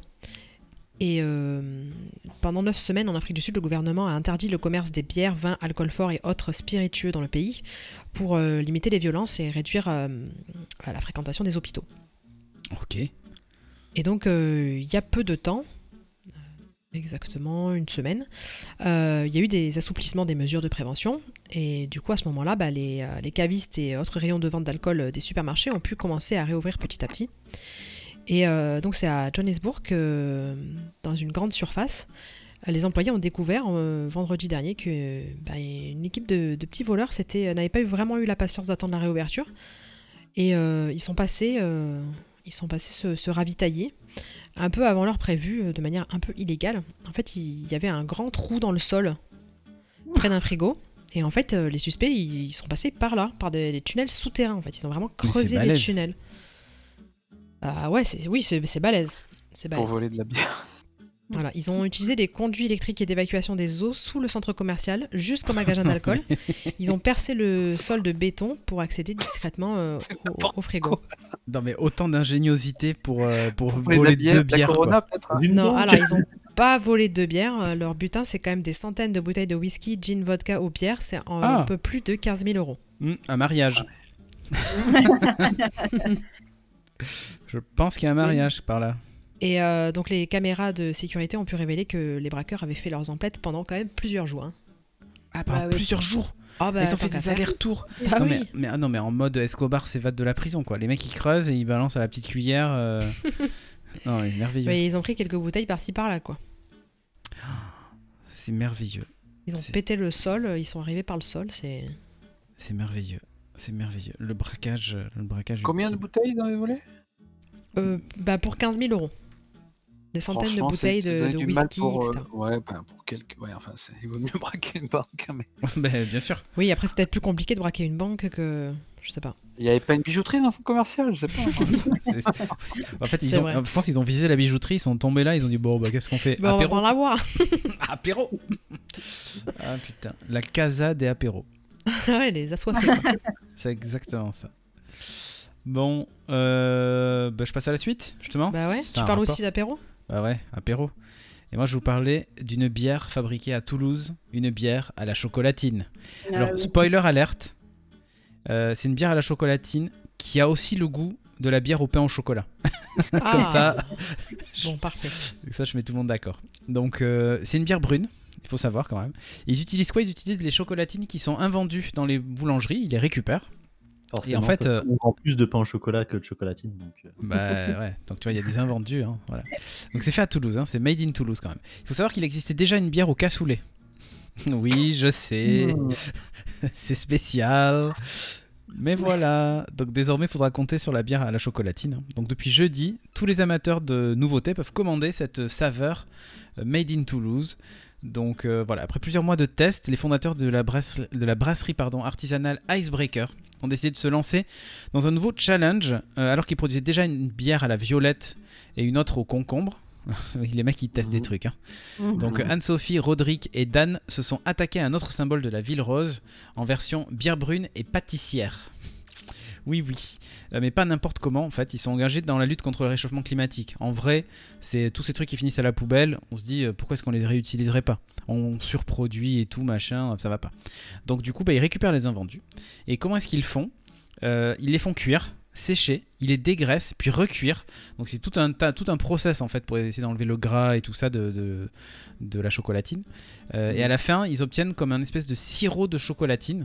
et euh, pendant neuf semaines en Afrique du Sud le gouvernement a interdit le commerce des bières, vins, alcools forts et autres spiritueux dans le pays pour euh, limiter les violences et réduire euh, la fréquentation des hôpitaux. Ok. Et donc euh, il y a peu de temps, euh, exactement une semaine, euh, il y a eu des assouplissements des mesures de prévention et du coup à ce moment-là bah, les, euh, les cavistes et autres rayons de vente d'alcool euh, des supermarchés ont pu commencer à réouvrir petit à petit. Et euh, donc c'est à Johannesburg, euh, dans une grande surface, euh, les employés ont découvert euh, vendredi dernier que bah, une équipe de, de petits voleurs s'était- n'avait pas eu- vraiment eu la patience d'attendre la réouverture et euh, ils sont passés, euh, ils sont passés se, se ravitailler un peu avant l'heure prévue, euh, de manière un peu illégale. En fait, il y avait un grand trou dans le sol, près d'un frigo. Et en fait, euh, les suspects, ils, ils sont passés par là, par des, des tunnels souterrains. En fait, ils ont vraiment Mais c'est creusé des balèze. tunnels. Ah ouais, c'est, oui, c'est, c'est balèze. C'est Pour balèze. voler de la bière. Voilà, ils ont utilisé des conduits électriques et d'évacuation des eaux sous le centre commercial, jusqu'au magasin d'alcool. Ils ont percé le sol de béton pour accéder discrètement euh, au, au frigo. Non mais autant d'ingéniosité pour, euh, pour Voler de la voler bière, deux de la bières. Corona, Quoi. peut-être. hein. D'une Non, banque. alors ils ont pas volé de bière. Euh, Leur butin, c'est quand même des centaines de bouteilles de whisky, gin, vodka ou bière. C'est en Ah. un peu plus de quinze mille euros. Hum, un mariage. Je pense qu'il y a un mariage par là. Et euh, donc les caméras de sécurité ont pu révéler que les braqueurs avaient fait leurs emplettes pendant quand même plusieurs jours. hein. Ah, pendant Bah oui. plusieurs jours. Ah bah, Ils ont tant fait qu'à des faire. allers-retours. Bah non, oui. mais, mais, ah non, mais en mode Escobar s'évade de la prison, quoi. Les mecs, ils creusent et ils balancent à la petite cuillère. euh. Non, mais merveilleux. Mais ils ont pris quelques bouteilles par-ci par-là, quoi. C'est merveilleux. Ils ont C'est- pété le sol, ils sont arrivés par le sol. C'est C'est merveilleux. C'est merveilleux. Le braquage. Le braquage Combien de ultime. bouteilles dans les volets euh, bah, pour quinze mille euros. Des centaines de Franchement, bouteilles c'est- ça de, doit de être du mal whisky, pour, euh, et cetera. Ouais, ben, pour quelques. Ouais, enfin, c'est- il vaut mieux braquer une banque. hein, Mais... Ben, bien sûr. Oui, après c'est peut-être plus compliqué de braquer une banque que... Je sais pas. Il n'y avait pas une bijouterie dans le centre commercial, je sais pas. hein. C'est- c'est- En fait, ils C'est ont, vrai. je pense qu'ils ont visé la bijouterie, ils sont tombés là, ils ont dit bon, bah, qu'est-ce qu'on fait Bah, on va Apéro. prendre la voir. Apéro. Ah putain, la casa des apéros. Ouais, les assoiffés. quoi. C'est exactement ça. Bon, euh, bah, je passe à la suite, justement. Bah ouais, C'est tu un parles rapport. aussi d'apéro. Bah ouais, apéro. Et moi, je vous parlais d'une bière fabriquée à Toulouse, une bière à la chocolatine. Ah Alors, oui. spoiler alerte, euh, c'est une bière à la chocolatine qui a aussi le goût de la bière au pain au chocolat. Comme Ah, ça, Bon, parfait. ça, je mets tout le monde d'accord. Donc, euh, c'est une bière brune, il faut savoir quand même. Ils utilisent quoi? Ils utilisent les chocolatines qui sont invendues dans les boulangeries, ils les récupèrent. Forcément, en fait, parce qu'on vend plus de pain au chocolat que de chocolatine. Donc, euh, Bah ouais, donc tu vois, il y a des invendus. Hein, voilà. Donc c'est fait à Toulouse, hein, c'est made in Toulouse quand même. Il faut savoir qu'il existait déjà une bière au cassoulet. Oui, je sais, c'est spécial. Mais voilà, donc désormais, il faudra compter sur la bière à la chocolatine. hein. Donc depuis jeudi, tous les amateurs de nouveautés peuvent commander cette saveur euh, made in Toulouse. Donc euh, voilà, après plusieurs mois de tests, les fondateurs de la brasserie, de la brasserie pardon, artisanale Icebreaker ont décidé de se lancer dans un nouveau challenge, euh, alors qu'ils produisaient déjà une bière à la violette et une autre au concombre. Les mecs, ils testent des Mhm. trucs. hein. Mhm. Donc euh, Anne-Sophie, Roderick et Dan se sont attaqués à un autre symbole de la ville rose en version bière brune et pâtissière. Oui, oui, Euh, mais pas n'importe comment en fait. Ils sont engagés dans la lutte contre le réchauffement climatique. En vrai, c'est tous ces trucs qui finissent à la poubelle. On se dit euh, pourquoi est-ce qu'on les réutiliserait pas? On surproduit et tout machin, ça va pas. Donc du coup, bah, ils récupèrent les invendus. Et comment est-ce qu'ils font? Euh, Ils les font cuire, sécher, ils les dégraissent, puis recuire. Donc c'est tout un, tas- tout un process en fait pour essayer d'enlever le gras et tout ça de, de, de la chocolatine. Euh, et à la fin, ils obtiennent comme un espèce de sirop de chocolatine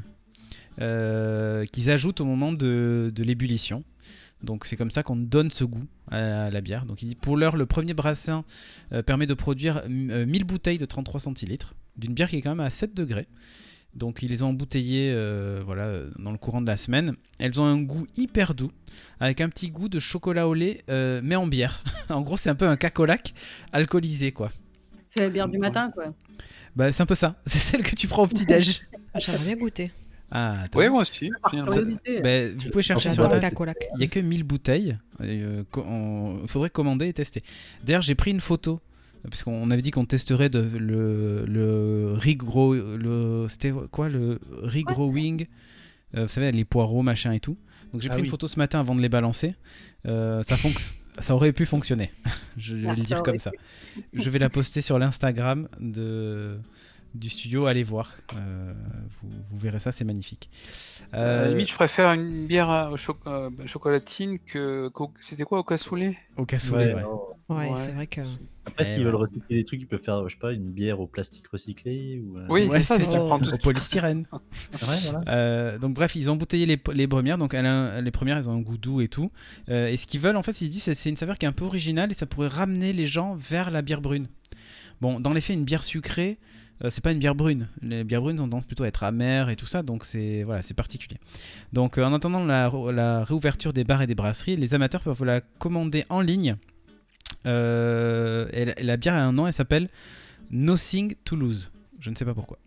euh, qu'ils ajoutent au moment de, de l'ébullition. Donc c'est comme ça qu'on donne ce goût à la bière. Donc il dit pour l'heure, le premier brassin euh, permet de produire euh, mille bouteilles de trente-trois centilitres d'une bière qui est quand même à sept degrés. Donc ils les ont embouteillées euh, voilà, dans le courant de la semaine. Elles ont un goût hyper doux, avec un petit goût de chocolat au lait, euh, mais en bière. En gros, c'est un peu un cacolac alcoolisé, quoi. C'est la bière du matin, quoi. Bah, c'est un peu ça. C'est celle que tu prends au petit-déj. Ah, j'aimerais bien goûter. Ah, t'as Oui, vu moi aussi. finalement. Ça- Curiosité. bah, vous pouvez chercher sur J'adore le internet. cacolac. Il n'y a que mille bouteilles. Il faudrait commander et tester. D'ailleurs, j'ai pris une photo. Parce qu'on avait dit qu'on testerait de, le, le rigro. Le, C'était quoi le regrowing euh, Vous savez, les poireaux, machin et tout. Donc j'ai Ah pris oui. une photo ce matin avant de les balancer. Euh, ça, fonc- ça aurait pu fonctionner. Je vais Ah, le ça dire aurait comme ça. Je vais la poster sur l'Instagram de, du studio. Allez voir. Euh, vous, vous verrez ça, c'est magnifique. À la Euh, limite, je préfère une bière à- au cho- euh, chocolatine que. qu'au- C'était quoi au cassoulet? au cassoulet, ouais. oh. Ouais, Ouais. c'est vrai que. Après, Eh s'ils ouais. veulent recycler des trucs, ils peuvent faire, je sais pas, une bière au plastique recyclé. Ou, euh, Oui, Ouais, c'est ça, c'est ça ça. prend tout Au polystyrène. Ouais, voilà. Euh, donc bref, ils ont embouteillé les, les premières, donc elle a- les premières elles ont un goût doux et tout. Euh, et ce qu'ils veulent en fait, ils disent c'est c'est une saveur qui est un peu originale et ça pourrait ramener les gens vers la bière brune. Bon, dans les faits, une bière sucrée, euh, c'est pas une bière brune. Les bières brunes ont tendance plutôt à être amères et tout ça, donc c'est voilà, c'est particulier. Donc euh, en attendant la, la réouverture des bars et des brasseries, les amateurs peuvent la commander en ligne Euh, et la, la bière a un nom, elle s'appelle Nothing to Lose. Je ne sais pas pourquoi.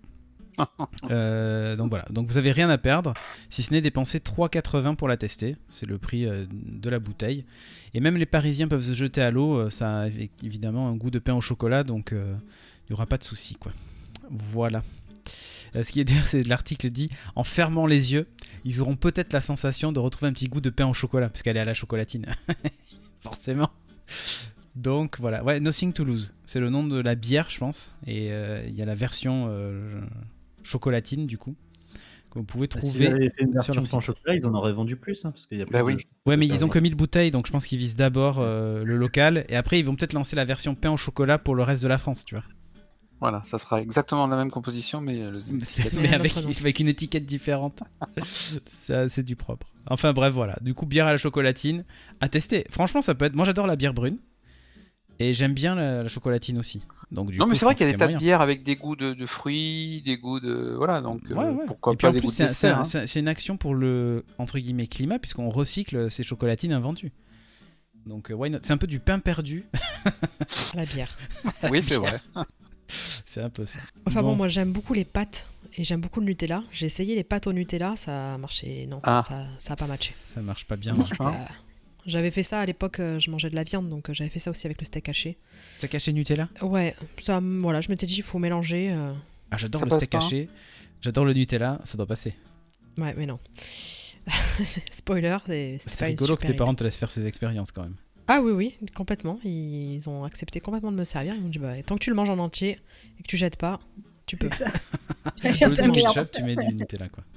euh, donc voilà, donc vous avez rien à perdre si ce n'est dépenser trois euros quatre-vingts pour la tester. C'est le prix euh, de la bouteille. Et même les Parisiens peuvent se jeter à l'eau. euh, Ça a évidemment un goût de pain au chocolat, donc il euh, n'y aura pas de souci, quoi. Voilà. Euh, ce qui est dire, c'est l'article dit en fermant les yeux, ils auront peut-être la sensation de retrouver un petit goût de pain au chocolat, parce qu'elle est à la chocolatine. Forcément. Donc voilà, ouais, Nothing to Lose, c'est le nom de la bière, je pense. Et il euh, y a la version euh, chocolatine, du coup, que vous pouvez Bah, trouver S'ils avaient fait une sur version leur sans site. chocolat, ils en auraient vendu plus, hein, parce qu'il y a plus Bah de- oui. Ouais, mais de ils ont que mille bouteilles, donc je pense qu'ils visent d'abord euh, le local, et après ils vont peut-être lancer la version pain au chocolat pour le reste de la France, tu vois. Voilà, ça sera exactement la même composition, mais euh, le... C'est- Ouais, mais un avec, autre nom. avec une étiquette différente. Ça, c'est du propre. Enfin bref, voilà. Du coup, bière à la chocolatine à tester. Franchement, ça peut être. Moi, j'adore la bière brune. Et j'aime bien la, la chocolatine aussi. Donc, du non, coup, mais je c'est vrai pense qu'il y a des tas de moyen. bières avec des goûts de, de fruits, des goûts de. Voilà, donc euh, Ouais, ouais. pourquoi Et puis pas en des plus, goûts de c'est un- c'est dessert. un- hein. c'est un- c'est une action pour le entre guillemets climat, puisqu'on recycle ces chocolatines invendues. Donc, euh, why not ? C'est un peu du pain perdu. La bière. Oui, c'est vrai. C'est un peu ça. Enfin bon, moi j'aime beaucoup les pâtes et j'aime beaucoup le Nutella. J'ai essayé les pâtes au Nutella, ça a marché. Non, Ah. ça, ça a pas matché. Ça marche pas bien. Ça marche pas. Euh, J'avais fait ça à l'époque, euh, je mangeais de la viande, donc euh, j'avais fait ça aussi avec le steak haché. Steak haché Nutella ? Ouais, ça, mm, voilà, je m'étais dit, il faut mélanger. euh, Ah, j'adore Ça le passe steak pas, hein. haché. J'adore le Nutella. Ça doit passer. Ouais, mais non. Spoiler, c'est- c'était C'est pas une rigolo que super tes idée. parents te laissent faire ces expériences quand même. Ah oui, oui, complètement. Ils ont accepté complètement de me servir. Ils m'ont dit, bah, tant que tu le manges en entier et que tu jettes pas, tu peux. C'est ça. Au lieu C'est du la meilleure. ketchup, tu mets du Nutella, quoi.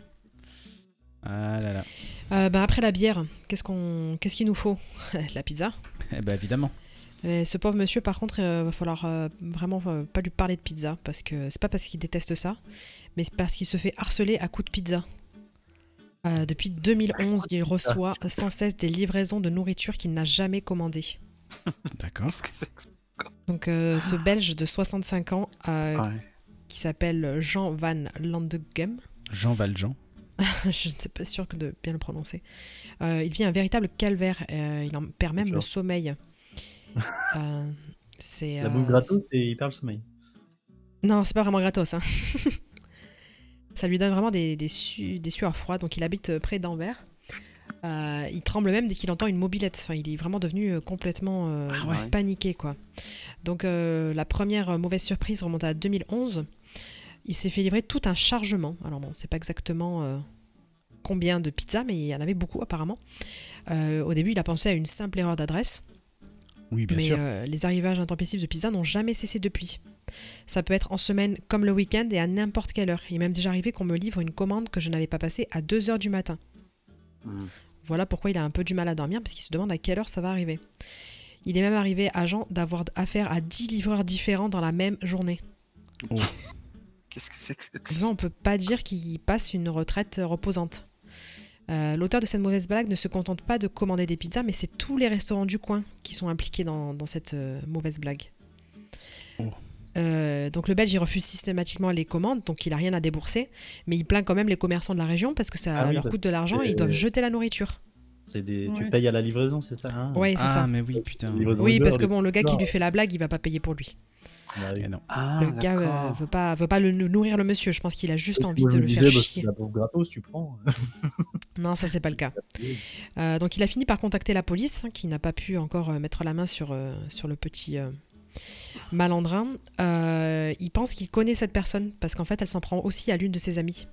Ah là là. Euh, ben après la bière, qu'est-ce qu'on, qu'est-ce qu'il nous faut? La pizza. Eh ben évidemment. Et ce pauvre monsieur, par contre, il va falloir euh, vraiment euh, pas lui parler de pizza, parce que c'est pas parce qu'il déteste ça, mais c'est parce qu'il se fait harceler à coups de pizza. Euh, depuis deux mille onze, il reçoit sans cesse des livraisons de nourriture qu'il n'a jamais commandées. D'accord. Qu'est-ce que c'est que Donc euh, ce Belge de soixante-cinq ans, euh, ça Ouais. qui s'appelle Jean Van Landegem, Jean Valjean. je ne sais pas sûr que de bien le prononcer, euh, il vit un véritable calvaire, euh, il en perd même Genre. le sommeil. Euh, c'est, La euh, bouffe gratos, et il perd le sommeil. Non, c'est pas vraiment gratos. Hein. Ça lui donne vraiment des, des, su- des sueurs froides. Donc il habite près d'Anvers. Euh, il tremble même dès qu'il entend une mobilette. Enfin, il est vraiment devenu euh, complètement euh, Ah ouais. paniqué, quoi. Donc euh, la première mauvaise surprise remonte à deux mille onze. Il s'est fait livrer tout un chargement. Alors bon, c'est pas exactement euh, combien de pizzas, mais il y en avait beaucoup apparemment. Euh, au début, il a pensé à une simple erreur d'adresse. Oui, bien mais sûr. euh, les arrivages intempestifs de pizza n'ont jamais cessé depuis. Ça peut être en semaine comme le week-end et à n'importe quelle heure. Il est même déjà arrivé qu'on me livre une commande que je n'avais pas passée à deux heures du matin. Mm. Voilà pourquoi il a un peu du mal à dormir, parce qu'il se demande à quelle heure ça va arriver. Il est même arrivé à Jean d'avoir affaire à dix livreurs différents dans la même journée. Qu'est-ce que c'est que cette Jean, on peut pas dire qu'il passe une retraite reposante. Euh, L'auteur de cette mauvaise blague ne se contente pas de commander des pizzas, mais c'est tous les restaurants du coin qui sont impliqués dans, dans cette euh, mauvaise blague. Oh. Euh, donc le Belge il refuse systématiquement les commandes, donc il a rien à débourser, mais il plaint quand même les commerçants de la région parce que ça Ah oui, leur parce coûte de l'argent que- et ils doivent jeter la nourriture. C'est des... Tu Ouais. payes à la livraison, c'est ça hein Ouais, c'est Ah, ça. mais oui, putain. Livraison Oui, Uber, parce que les bon, le gars qui pizzas. lui fait la blague, il va pas payer pour lui. Bah oui. Eh non. Ah, Le gars euh, d'accord. veut pas, veut pas le nourrir le monsieur. Je pense qu'il a juste Tu envie me de le disais, faire bah, chier. c'est la bouffe gratos, tu prends. Non, ça c'est pas le cas. Euh, donc il a fini par contacter la police, hein, qui n'a pas pu encore euh, mettre la main sur, euh, sur le petit euh, malandrin. Euh, il pense qu'il connaît cette personne parce qu'en fait elle s'en prend aussi à l'une de ses amies.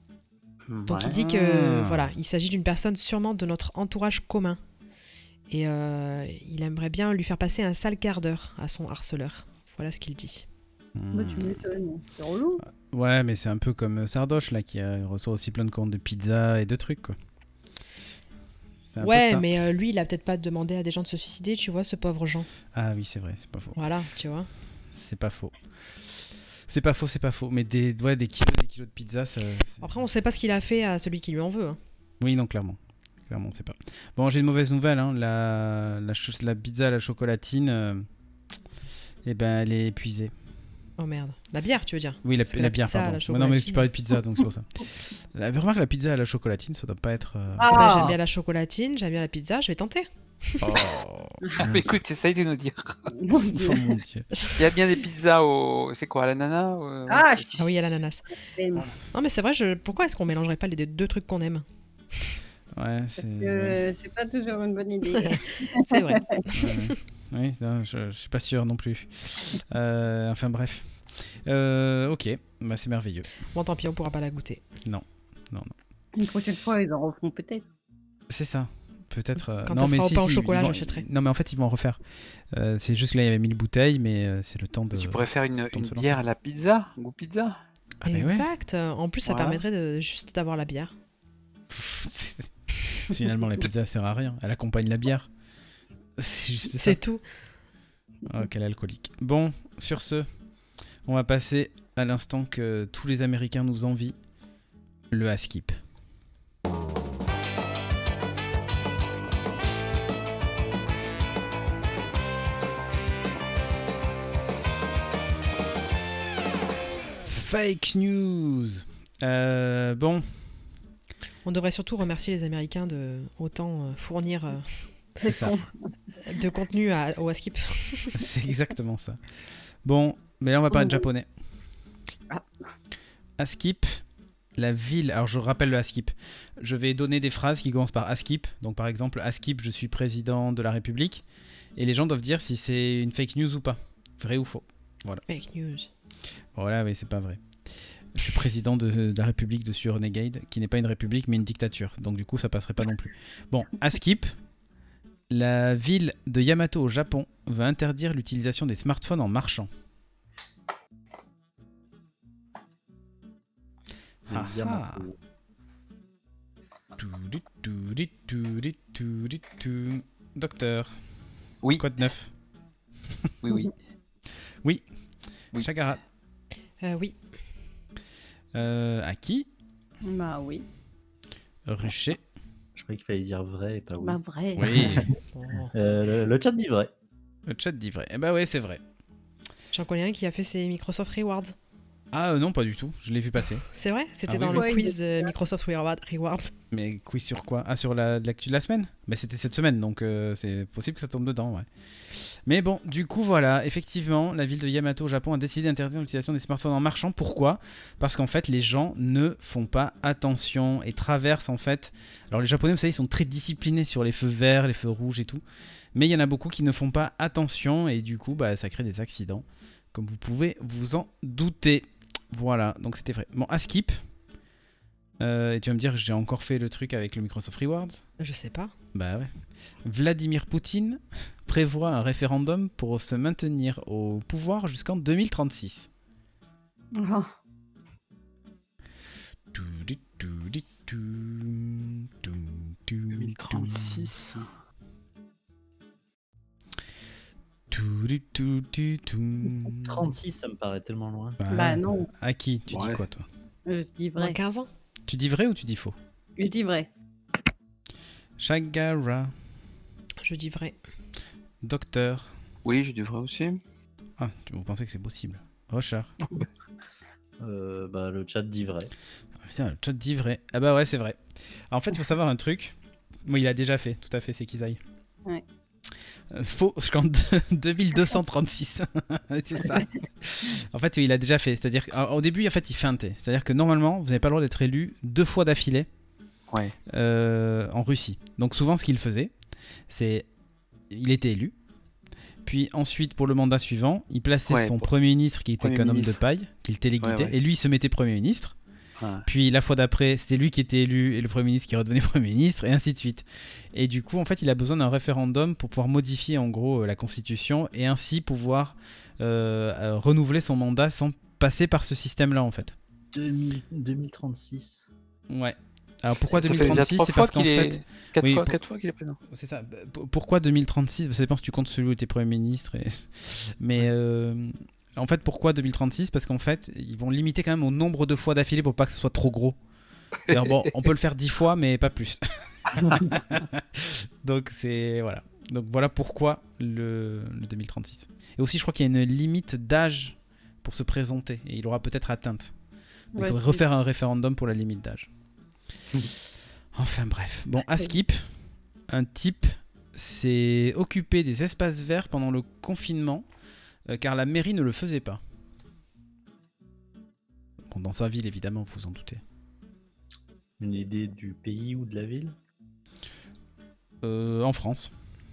Donc il Ouais. dit que Ah. voilà, il s'agit d'une personne sûrement de notre entourage commun. Et euh, il aimerait bien lui faire passer un sale quart d'heure à son harceleur. Voilà ce qu'il dit. Bah, tu m'étonnes. C'est relou. Ouais, mais c'est un peu comme euh, Sardoche, là, qui euh, reçoit aussi plein de commandes de pizza et de trucs, quoi. C'est un peu Ouais, ça. mais euh, lui, il a peut-être pas demandé à des gens de se suicider, tu vois, ce pauvre Jean. Ah oui, c'est vrai, c'est pas faux. Voilà, tu vois. C'est pas faux. C'est pas faux, c'est pas faux. Mais des, ouais, des kilos des kilos de pizza, ça... c'est- Après, on sait pas ce qu'il a fait à celui qui lui en veut. Hein. Oui, non, clairement. Clairement, on sait pas. Bon, j'ai une mauvaise nouvelle. Hein. La, la, cho- la pizza à la chocolatine, euh, eh ben, elle est épuisée. Oh merde. La bière, tu veux dire? Oui, la, Parce que la la bière, pizza à pardon. la Ouais, non, mais tu chocolatine. parlais de pizza, donc c'est pour ça. La, remarque, la pizza à la chocolatine, ça doit pas être... euh, Ah. Bah, j'aime bien la chocolatine, j'aime bien la pizza, je vais tenter. Oh, Ah, mais écoute, essaye de nous dire. Mon Dieu. oh mon dieu. Il y a bien des pizzas au. C'est quoi, à l'ananas ou- Ah, Ah oui, il y a l'ananas. Non, mais c'est vrai, je... pourquoi est-ce qu'on mélangerait pas les deux- deux trucs qu'on aime? Ouais, c'est. ouais. Euh, c'est pas toujours une bonne idée. C'est vrai. Ouais. Oui, non, je, je suis pas sûr non plus. Euh, enfin bref. Euh, ok, bah, c'est merveilleux. Bon, tant pis, on pourra pas la goûter. Une prochaine fois, ils en refont peut-être. C'est ça. Peut-être. euh, Quand non, elle mais sera au si, pain au si, chocolat, ils vont- j'achèterai. Non, mais en fait, ils vont en refaire. Euh, c'est juste que là, il y avait mille bouteilles, mais euh, c'est le temps de. Tu pourrais faire une, Temps de une se lancer. bière à la pizza, goût pizza. Ah, mais ouais. Exact. En plus, ça Voilà. permettrait de juste d'avoir la bière. Finalement, la pizza sert à rien. Elle accompagne la bière. C'est juste ça. C'est tout. Oh, quel alcoolique. Bon, sur ce, on va passer à l'instant que tous les Américains nous envient, le Askip. Fake news. Euh, bon, On devrait surtout remercier les Américains de autant euh, fournir euh, c'est ça. de contenu à, au Askip. C'est exactement ça. Bon, mais là on va parler de japonais. Ah. Askip, la ville. Alors je rappelle le Askip. Je vais donner des phrases qui commencent par Askip. Donc par exemple, Askip, je suis président de la République. Et les gens doivent dire si c'est une fake news ou pas. Vrai ou faux. Fake news. Voilà, mais c'est pas vrai. Je suis président de, de la République de Renegade, qui n'est pas une république mais une dictature. Donc du coup, ça passerait pas non plus. Bon, Askip, la ville de Yamato au Japon va interdire l'utilisation des smartphones en marchant. Ah ah. Toudi, toudi, toudi, toudi, toudi. Docteur, Oui, quoi de neuf? oui, oui. Oui. Oui. Chagara. Euh, oui. Euh, Aki, Bah oui. Rucher. Je croyais qu'il fallait dire vrai et pas oui. Bah vrai. Oui. Bon. Euh, le, le chat dit vrai. Le chat dit vrai. Eh bah ouais, c'est vrai. J'en connais un qui a fait ses Microsoft Rewards. Ah euh, non, pas du tout. Je l'ai vu passer. C'est vrai? C'était Ah dans oui, le oui. quiz euh, Microsoft Reward- Rewards. Mais quiz sur quoi? Ah, sur la- l'actu de la semaine? Bah c'était cette semaine, donc euh, c'est possible que ça tombe dedans, ouais. Mais bon, du coup, voilà. Effectivement, la ville de Yamato au Japon a décidé d'interdire l'utilisation des smartphones en marchant. Pourquoi? Parce qu'en fait, les gens ne font pas attention et traversent, en fait... Alors les Japonais, vous savez, ils sont très disciplinés sur les feux verts, les feux rouges et tout. Mais il y en a beaucoup qui ne font pas attention et du coup, bah, ça crée des accidents. Comme vous pouvez vous en douter. Voilà, donc c'était vrai. Bon, Askip. Euh, et tu vas me dire que j'ai encore fait le truc avec le Microsoft Rewards. Je sais pas. Bah ouais. Vladimir Poutine prévoit un référendum pour se maintenir au pouvoir jusqu'en deux mille trente-six. Oh. Toudi, toudi, tou, tou, tou, deux mille trente-six. toudi, toudi, tou. trente-six, ça me paraît tellement loin. Bah, Bah non. À qui? Tu dis Ouais. quoi toi? Euh, Je dis Dans vrai. quinze ans? Tu dis vrai ou tu dis faux? Je dis vrai. Chagara. Je dis vrai. Docteur. Oui, je dis vrai aussi. Ah, tu- vous pensez que c'est possible? Rocher. Euh, bah, le chat dit vrai. Ah, putain, le chat dit vrai. Ah bah ouais, c'est vrai. Alors, en fait, il faut savoir un truc. Moi, il a déjà fait, tout à fait, c'est Kizaï. Ouais. Euh, Faux, jusqu'en deux mille deux cent trente-six. C'est ça. En fait, il a déjà fait. C'est-à-dire qu'au début, en fait, il feintait. C'est-à-dire que normalement, vous n'avez pas le droit d'être élu deux fois d'affilée Ouais. euh, en Russie. Donc, souvent, ce qu'il faisait, c'est. Il était élu. Puis ensuite, pour le mandat suivant, il plaçait Ouais, son pour- premier ministre qui était Premier qu'un homme de ministre. paille, qu'il téléguidait, Ouais, ouais. et lui, il se mettait premier ministre. Ouais. Puis la fois d'après, c'était lui qui était élu et le Premier ministre qui redevenait Premier ministre, et ainsi de suite. Et du coup, en fait, il a besoin d'un référendum pour pouvoir modifier en gros euh, la Constitution et ainsi pouvoir euh, euh, renouveler son mandat sans passer par ce système-là, en fait. deux mille, deux mille trente-six. Ouais. Alors pourquoi Ça fait deux mille trente-six? déjà trois C'est fois parce qu'en qu'il fait... est- Quatre oui, fois, pour- quatre fois qu'il est présent. C'est ça. Bah, p- Pourquoi deux mille trente-six? Ça dépend si tu comptes celui où tu es Premier ministre. Et... Mais euh, en fait, pourquoi deux mille trente-six? Parce qu'en fait, ils vont limiter quand même au nombre de fois d'affilée pour pas que ce soit trop gros. C'est-à-dire, bon, on peut le faire dix fois, mais pas plus. Donc c'est voilà. Donc voilà pourquoi le, le deux mille trente-six. Et aussi, je crois qu'il y a une limite d'âge pour se présenter et il aura peut-être atteinte. Donc, Ouais, il faudrait c'est- refaire un référendum pour la limite d'âge. Enfin bref. Bon, à skip, un type s'est occupé des espaces verts pendant le confinement, euh, car la mairie ne le faisait pas. Bon, dans sa ville, évidemment, vous vous en doutez. Une idée du pays ou de la ville? Euh, en France.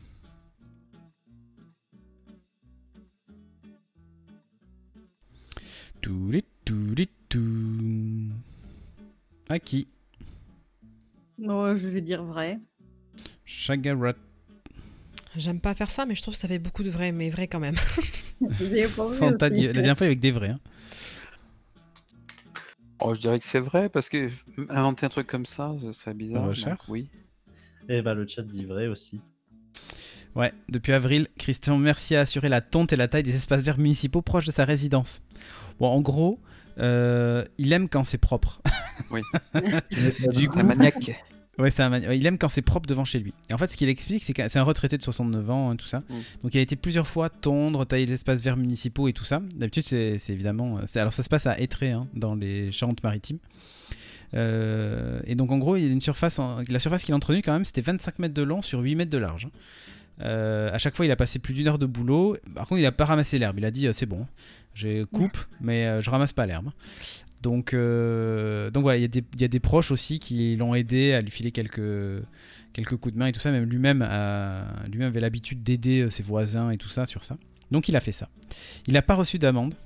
Toulit, toulit, tout. À qui? Non, je vais dire vrai. Chagarat. J'aime pas faire ça, mais je trouve que ça fait beaucoup de vrai, mais vrai quand même. J'ai pas vu Fanta- aussi. La dernière fois avec des vrais. Hein. Oh, je dirais que c'est vrai, parce que inventer un truc comme ça, ce serait bizarre. Recherche. donc oui. Eh ben, le chat dit vrai aussi. Ouais, depuis avril, Christian Mercier a assuré la tonte et la taille des espaces verts municipaux proches de sa résidence. Bon, en gros, euh, il aime quand c'est propre. Du coup, Un maniaque. ouais, c'est un mani- ouais, il aime quand c'est propre devant chez lui. Et en fait, ce qu'il explique, c'est que c'est un retraité de soixante-neuf ans, hein, tout ça. Mm. Donc, il a été plusieurs fois tondre, tailler les espaces verts municipaux et tout ça. D'habitude, c'est c'est évidemment. c'est- Alors, ça se passe à Étré, hein, dans les Charentes-Maritimes. Euh, et donc, en gros, il y a une surface. en- La surface qu'il a entretenue, quand même, c'était vingt-cinq mètres de long sur huit mètres de large. hein. Euh, à chaque fois, il a passé plus d'une heure de boulot. Par contre, il a pas ramassé l'herbe. Il a dit euh, c'est bon, je coupe, mais euh, je ramasse pas l'herbe. Donc, euh, donc voilà, il y, a des- il y a des proches aussi qui l'ont aidé à lui filer quelques, quelques coups de main et tout ça. Même lui-même, a- lui-même avait l'habitude d'aider euh, ses voisins et tout ça sur ça. Donc il a fait ça. Il n'a pas reçu d'amende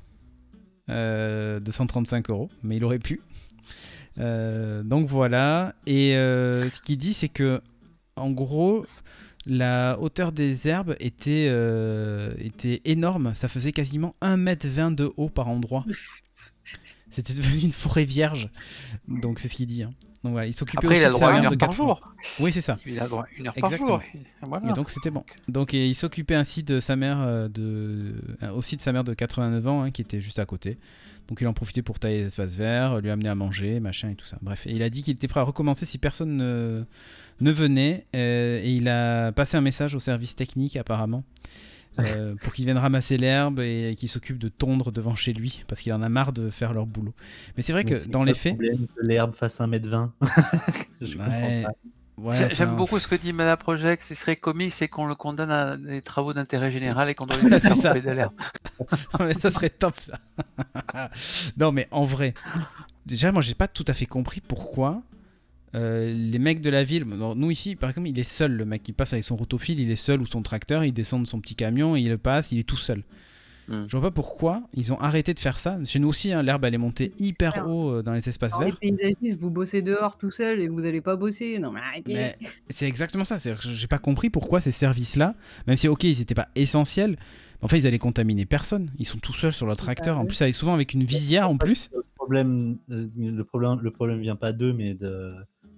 euh, de cent trente-cinq euros, mais il aurait pu. Euh, donc voilà. Et euh, ce qu'il dit, c'est que en gros, la hauteur des herbes était, euh, était énorme. Ça faisait quasiment un mètre vingt de haut par endroit. C'était devenu une forêt vierge. Donc c'est ce qu'il dit. hein. Donc voilà, il s'occupait Après, aussi il a de le sa droit à mère une heure de par quatre ans. jour. Oui, c'est ça. Il a le droit à une heure par Exactement. jour. Et voilà. Et donc c'était bon. Donc et il s'occupait ainsi de sa mère euh, de euh, aussi de sa mère de quatre-vingt-neuf ans hein, qui était juste à côté. Donc il en profitait pour tailler les espaces verts, lui amener à manger, machin et tout ça. Bref, et il a dit qu'il était prêt à recommencer si personne ne, ne venait euh, et il a passé un message au service technique apparemment. euh, pour qu'ils viennent ramasser l'herbe et qu'ils s'occupent de tondre devant chez lui parce qu'il en a marre de faire leur boulot. Mais c'est vrai Mais que c'est dans quoi les le faits, problème que l'herbe fasse un mètre vingt? Je Ouais, comprends pas. ouais, J'ai- enfin, J'aime beaucoup ce que dit Mana Project. Ce serait comique, c'est qu'on le condamne à des travaux d'intérêt général et qu'on doit lui C'est faire ça. couper de l'herbe. mais ça serait top ça. Non mais en vrai, déjà moi j'ai pas tout à fait compris pourquoi euh, les mecs de la ville, bon, nous ici par exemple il est seul le mec qui passe avec son rotophile, il est seul ou son tracteur, il descend de son petit camion, il le passe, il est tout seul. Mm. Je vois pas pourquoi ils ont arrêté de faire ça. Chez nous aussi hein, l'herbe elle est montée hyper Clair. haut euh, dans les espaces Alors, les verts. paysagistes, vous bossez dehors tout seul et vous allez pas bosser. Non mais arrêtez. Mais c'est exactement ça, c'est-à-dire que j'ai pas compris pourquoi ces services-là, même si ok ils étaient pas essentiels, mais en fait ils allaient contaminer personne, ils sont tout seuls sur leur tracteur, en ouais. plus avec- souvent avec une visière en plus. Le problème, euh, le problème, le problème vient pas d'eux, mais de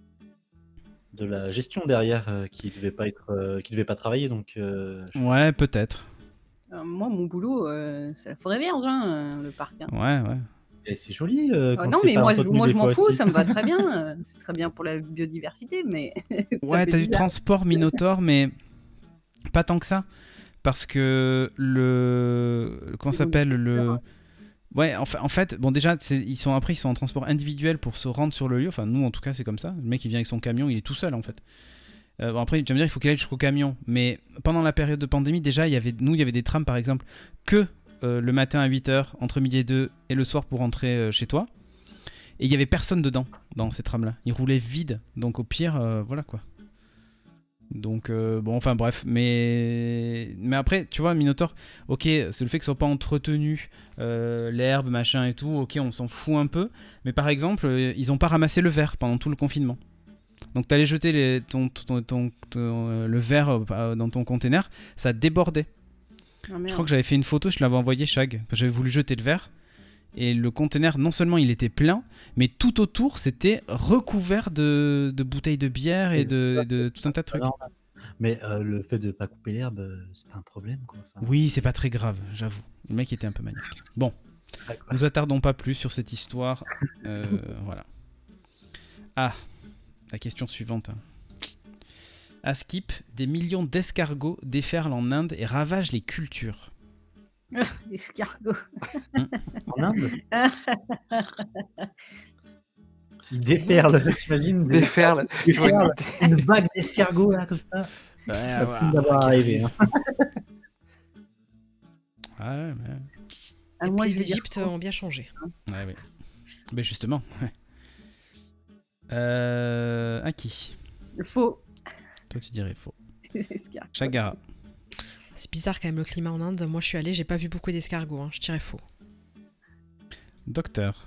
de la gestion derrière euh, qui devait pas être, euh, qui devait pas travailler. Donc, euh, je- Ouais peut-être, Euh, moi, mon boulot, euh, c'est la forêt vierge, hein, euh, le parc. hein. ouais ouais. Et c'est joli. euh, Ah quand non, c'est mais pas moi, je, entretenu moi, des je m'en fois fous, aussi. ça me va très bien. euh, C'est très bien pour la biodiversité, mais. ça Ouais, fait t'as du bizarre. transport Minotaur, mais pas tant que ça. Parce que le. Comment ça Oui, s'appelle c'est le. Ouais, en fait, en fait bon, déjà, c'est- ils sont, après, ils sont en transport individuel pour se rendre sur le lieu. Enfin, nous, en tout cas, c'est comme ça. Le mec, il vient avec son camion, il est tout seul, en fait. Euh, bon, après, tu vas me dire, il faut qu'il aille jusqu'au camion. Mais pendant la période de pandémie, déjà, il y avait, nous, il y avait des trams, par exemple, que euh, le matin à huit heures, entre midi et deux, et le soir pour rentrer euh, chez toi. Et il y avait personne dedans, dans ces trams-là. Ils roulaient vides. Donc, au pire, euh, voilà, quoi. Donc, euh, bon, enfin bref, mais mais après, tu vois, Minotaur, ok, c'est le fait que ce soit pas entretenu, euh, l'herbe, machin et tout, ok, on s'en fout un peu, mais par exemple, euh, ils ont pas ramassé le verre pendant tout le confinement. Donc, t'allais jeter les, ton, ton, ton- ton- euh, le verre euh, dans ton container, ça débordait. Ah, merde. Je crois que j'avais fait une photo, je te l'avais envoyé, Chag, que j'avais voulu jeter le verre. Et le conteneur, non seulement il était plein, mais tout autour, c'était recouvert de, de bouteilles de bière et de, de tout un tas de trucs. Alors, mais euh, le fait de pas couper l'herbe, euh, c'est pas un problème, quoi. Enfin, Oui, c'est pas très grave, j'avoue. Le mec était un peu maniaque. Bon, d'accord. nous attardons pas plus sur cette histoire. Euh, voilà. Ah, la question suivante. À Skip, des millions d'escargots déferlent en Inde et ravagent les cultures. Escargot. En Inde, il déferle, t'imagines des- Déferle. Je vois déferle une vague d'escargots là comme ça. Ouais, Ça voilà, finit d'avoir qui arrivé. arrive. Hein. Ouais, mais... Ah, Les moi, prix je vais dire d'Égypte faux. ont bien changé. Ouais, oui. Mais justement. Ouais. Euh... À qui? Faux. Toi, tu dirais faux. C'est ce qu'il y a. Chagara. C'est bizarre quand même le climat en Inde. Moi, je suis allée, j'ai pas vu beaucoup d'escargots. Hein. Je dirais faux. Docteur.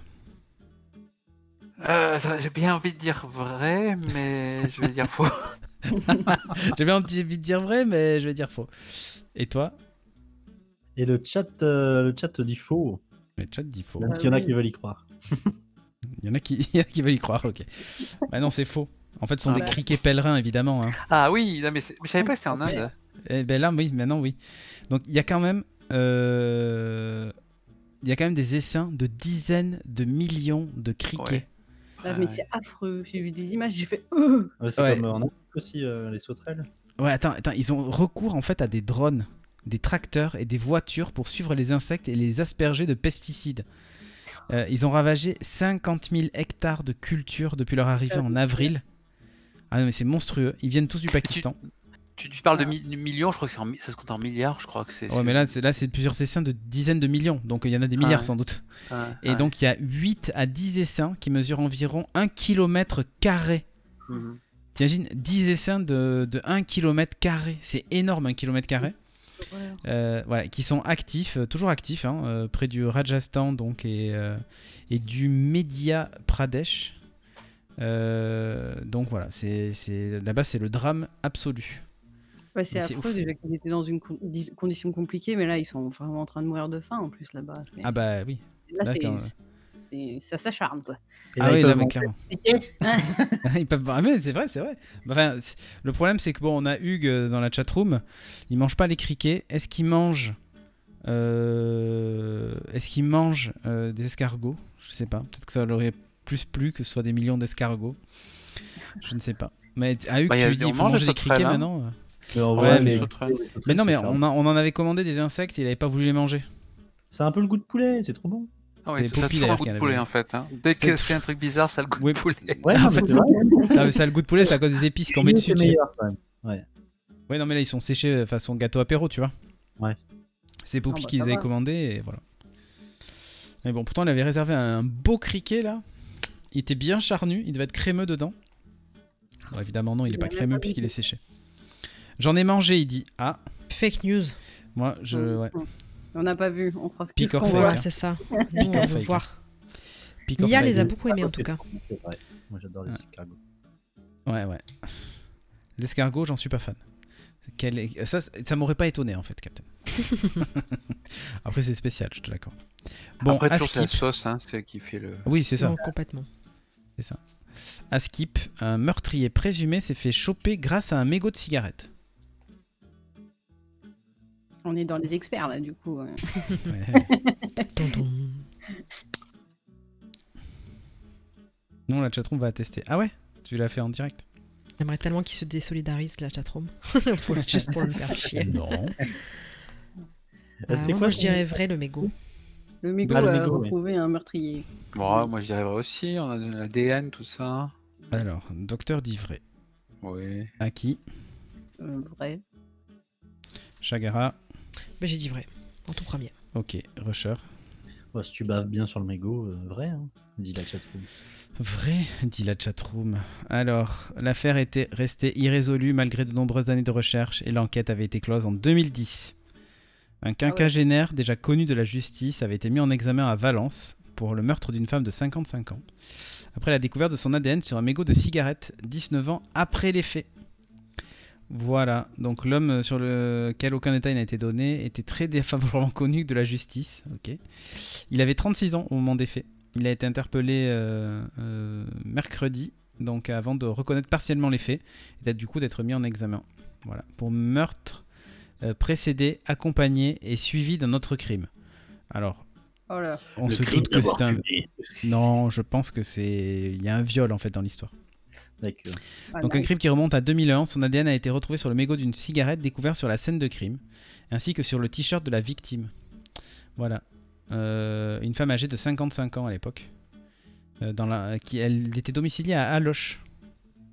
Euh, ça, j'ai bien envie de dire vrai, mais je vais dire faux. J'ai bien envie de dire vrai, mais je vais dire faux. Et toi? Et le chat, euh, le chat te dit faux, Le chat dit faux. même Ah s'il y en a oui. qui veulent y croire. Il y en a qui, il y en a qui veulent y croire, ok. Bah non, c'est faux. En fait, ce sont Ah des bah. criquets pèlerins, évidemment. Hein. Ah oui, non, mais, c'est- mais je savais pas que c'était en Inde. Et ben là, oui, maintenant, oui. Donc, il y a quand même... euh, Il y a quand même des essaims de dizaines de millions de criquets. Ouais. Ah, mais c'est affreux. J'ai vu des images, j'ai fait. Euh Ouais, c'est Ouais. comme euh, en Afrique aussi, euh, les sauterelles. Ouais, attends, attends, ils ont recours en fait à des drones, des tracteurs et des voitures pour suivre les insectes et les asperger de pesticides. Euh, ils ont ravagé cinquante mille hectares de culture depuis leur arrivée en avril. Ah non, mais c'est monstrueux. Ils viennent tous du Pakistan. Tu, tu parles de mi- de millions, je crois que c'est en mi- ça se compte en milliards, je crois que c'est. Ouais, mais là, c'est là, c'est plusieurs essaims de dizaines de millions. Donc, il y en a des milliards Ouais. sans doute. Ouais, Et ouais. donc, il y a huit à dix essaims qui mesurent environ un kilomètre carré. Mhm. T'imagines dix essaims de, de un kilomètre carré. C'est énorme, un kilomètre carré. horreur. Euh, voilà, qui sont actifs, euh, toujours actifs, hein, euh, près du Rajasthan donc, et, euh, et du Madhya Pradesh. Euh, donc voilà, c'est, c'est, là-bas c'est le drame absolu. Ouais, c'est Mais c'est affreux ouf. déjà qu'ils étaient dans une con- dis- condition compliquée, mais là, ils sont vraiment en train de mourir de faim en plus là-bas. Mais Ah bah oui. là, c'est, d'accord. c'est- ça s'acharne quoi. Et Ah là, oui, ils là, peuvent mais manger clairement. des criquets. Ils peuvent... Ah mais c'est vrai, c'est vrai. Enfin, c'est- le problème c'est que bon, on a Hugues euh, dans la chatroom, il mange pas les criquets. Est-ce qu'il mange euh, Est-ce qu'il mange euh, des escargots? Je sais pas. Peut-être que ça leur aurait plus plu que ce soit des millions d'escargots. Je ne sais pas. Mais à Hugues, Bah, y tu a- lui dis on il faut mange manger des des criquets sauterelles, hein. maintenant. Mais en Ouais, vrai, mais- les sauterelles. sauterelles, Mais non, mais c'est faire- on, a- on en avait commandé des insectes et il avait pas voulu les manger. C'est un peu le goût de poulet, c'est trop bon. Ah ouais, C'est tout ça a toujours populaire un goût qu'il y de en poulet avait. en fait. Hein. Dès que C'est- c'est un truc bizarre, ça a le goût Oui. de poulet. Ouais, En non, fait, mais c'est vrai. Non, mais ça a le goût de poulet, c'est à cause des épices qu'on met Mais dessus. c'est tu sais. meilleur quand même. Ouais, non, mais là ils sont séchés euh, façon gâteau apéro, tu vois. Ouais. C'est Poppy Ah bah, qui les ça avait va. commandés et voilà. Mais bon, pourtant, il avait réservé un beau criquet là. Il était bien charnu, il devait être crémeux dedans. Bon, évidemment, non, il est Il pas a même crémeux pas puisqu'il goûté. est séché. J'en ai mangé, il dit. Ah, Fake news. moi, je. Ouais. On n'a pas vu, on croise Pick plus or qu'on fake, voit. Voilà, hein. c'est ça. Nous, on or veut fake, voir. Pick or Mia fake. les a fake. beaucoup aimés en tout cas. C'est vrai. Moi j'adore les Ouais. escargots. Ouais, ouais. L'escargot, j'en suis pas fan. Quel est- Ça, ça m'aurait pas étonné en fait, Captain. Après, c'est spécial, je te l'accorde. Bon, Après, à toujours c'est la skip. sauce hein, c'est qui fait le. Oui, c'est ça. Non, complètement. C'est ça. À skip, un meurtrier présumé s'est fait choper grâce à un mégot de cigarette. On est dans les experts là, du coup. euh. Ouais. Tonton. Non, la chatroom va attester. Ah ouais? Tu l'as fait en direct? J'aimerais tellement qu'ils se désolidarisent la chatroom. Pour- Juste pour le faire chier. Non. Euh, C'était moi, quoi je ton- dirais vrai le mégot. Le mégot Ah, le a mégot, oui. retrouvé un meurtrier. Bon, moi je dirais vrai aussi, on a de l'A D N, tout ça. Alors, docteur dit vrai. Oui. À qui? Euh, vrai. Chagara. Bah, j'ai dit vrai. En tout premier. Ok. Rusher. Ouais, si tu baves bien sur le mégot, euh, vrai, hein, dit la chatroom. Vrai, dit la chatroom. Alors, l'affaire était restée irrésolue malgré de nombreuses années de recherche et l'enquête avait été close en deux mille dix. Un quinquagénaire déjà connu de la justice avait été mis en examen à Valence pour le meurtre d'une femme de cinquante-cinq ans, après la découverte de son A D N sur un mégot de cigarette dix-neuf ans après les faits. Voilà, donc l'homme sur lequel aucun détail n'a été donné était très défavorablement connu de la justice. Ok. Il avait trente-six ans au moment des faits. Il a été interpellé euh, euh, mercredi, donc avant de reconnaître partiellement les faits et d'être du coup d'être mis en examen. Voilà, pour meurtre euh, précédé, accompagné et suivi d'un autre crime. Alors, Oh là. on Le se crime doute que d'avoir c'est un. tué. Non, je pense que c'est. Il y a un viol en fait dans l'histoire. D'accord. Ah, Donc non. un crime qui remonte à deux mille un, son A D N a été retrouvé sur le mégot d'une cigarette découvert sur la scène de crime, ainsi que sur le t-shirt de la victime. Voilà. Euh, une femme âgée de cinquante-cinq ans à l'époque, euh, dans la, qui elle était domiciliée à Aloche.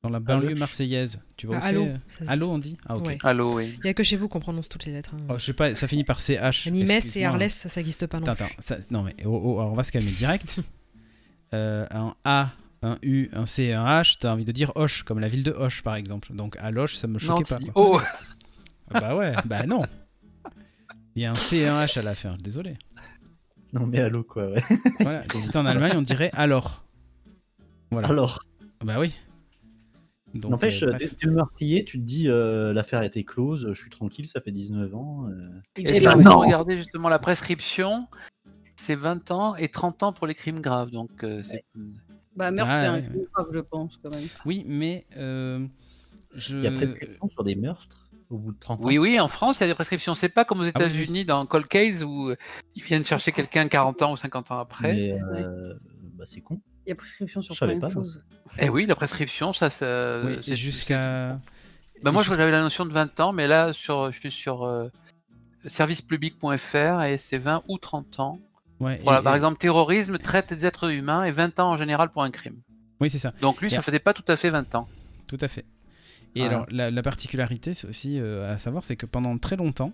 Dans la banlieue Alloche. marseillaise. Tu vois Ah, où c'est Allo, euh, ça se dit. Allo, on dit Ah, ok. Ouais. Allô, oui. Il n'y a que chez vous qu'on prononce toutes les lettres. hein. Oh, je sais pas, ça finit par C H. Nîmes et excuse-moi. Arles, ça n'existe pas non Attends, attends, ça- non mais oh, oh, alors on va se calmer direct. Euh, un A, un U, un C et un H, t'as envie de dire Hoche, comme la ville de Hoche par exemple. Donc à Loche, ça me Non, choquait tu pas. dis quoi. oh. Ah bah ouais, bah non. Il y a un C et un H à la fin, désolé. Non, mais allô, quoi, ouais. Voilà, si c'était en Allemagne, on dirait alors. Voilà. Alors, Bah oui. Donc, n'empêche, euh, t'es bref. t'es le meurtrier, tu te dis euh, l'affaire a été close, je suis tranquille, ça fait dix-neuf ans. euh. Il Et faisait si pas on non. regardait justement la prescription, c'est vingt ans et trente ans pour les crimes graves. Donc, euh, c'est. Bah, meurtre, Ah, c'est un ouais, crime grave, je pense, quand même. Oui, mais euh, je. Il y a prescription sur des meurtres au bout de trente ans. Oui, oui, en France, il y a des prescriptions. C'est pas comme aux Ah oui, oui. États-Unis dans Cold Case où euh, ils viennent chercher quelqu'un quarante ans ou cinquante ans après. Mais euh, bah, c'est con. Il y a prescription sur Je savais plein de pas, moi. choses. Et oui, la prescription, ça, ça Oui, c'est jusqu'à. Bah moi, je jusqu'à- j'avais la notion de vingt ans, mais là, sur, je suis sur euh, service public point F R et c'est vingt ou trente ans. Ouais, Voilà, et- par et- exemple, terrorisme traite des êtres humains et vingt ans en général pour un crime. Oui, c'est ça. Donc lui, Et ça a- faisait pas tout à fait vingt ans. Tout à fait. Et Voilà. alors, la, la particularité c'est aussi euh, à savoir, c'est que pendant très longtemps,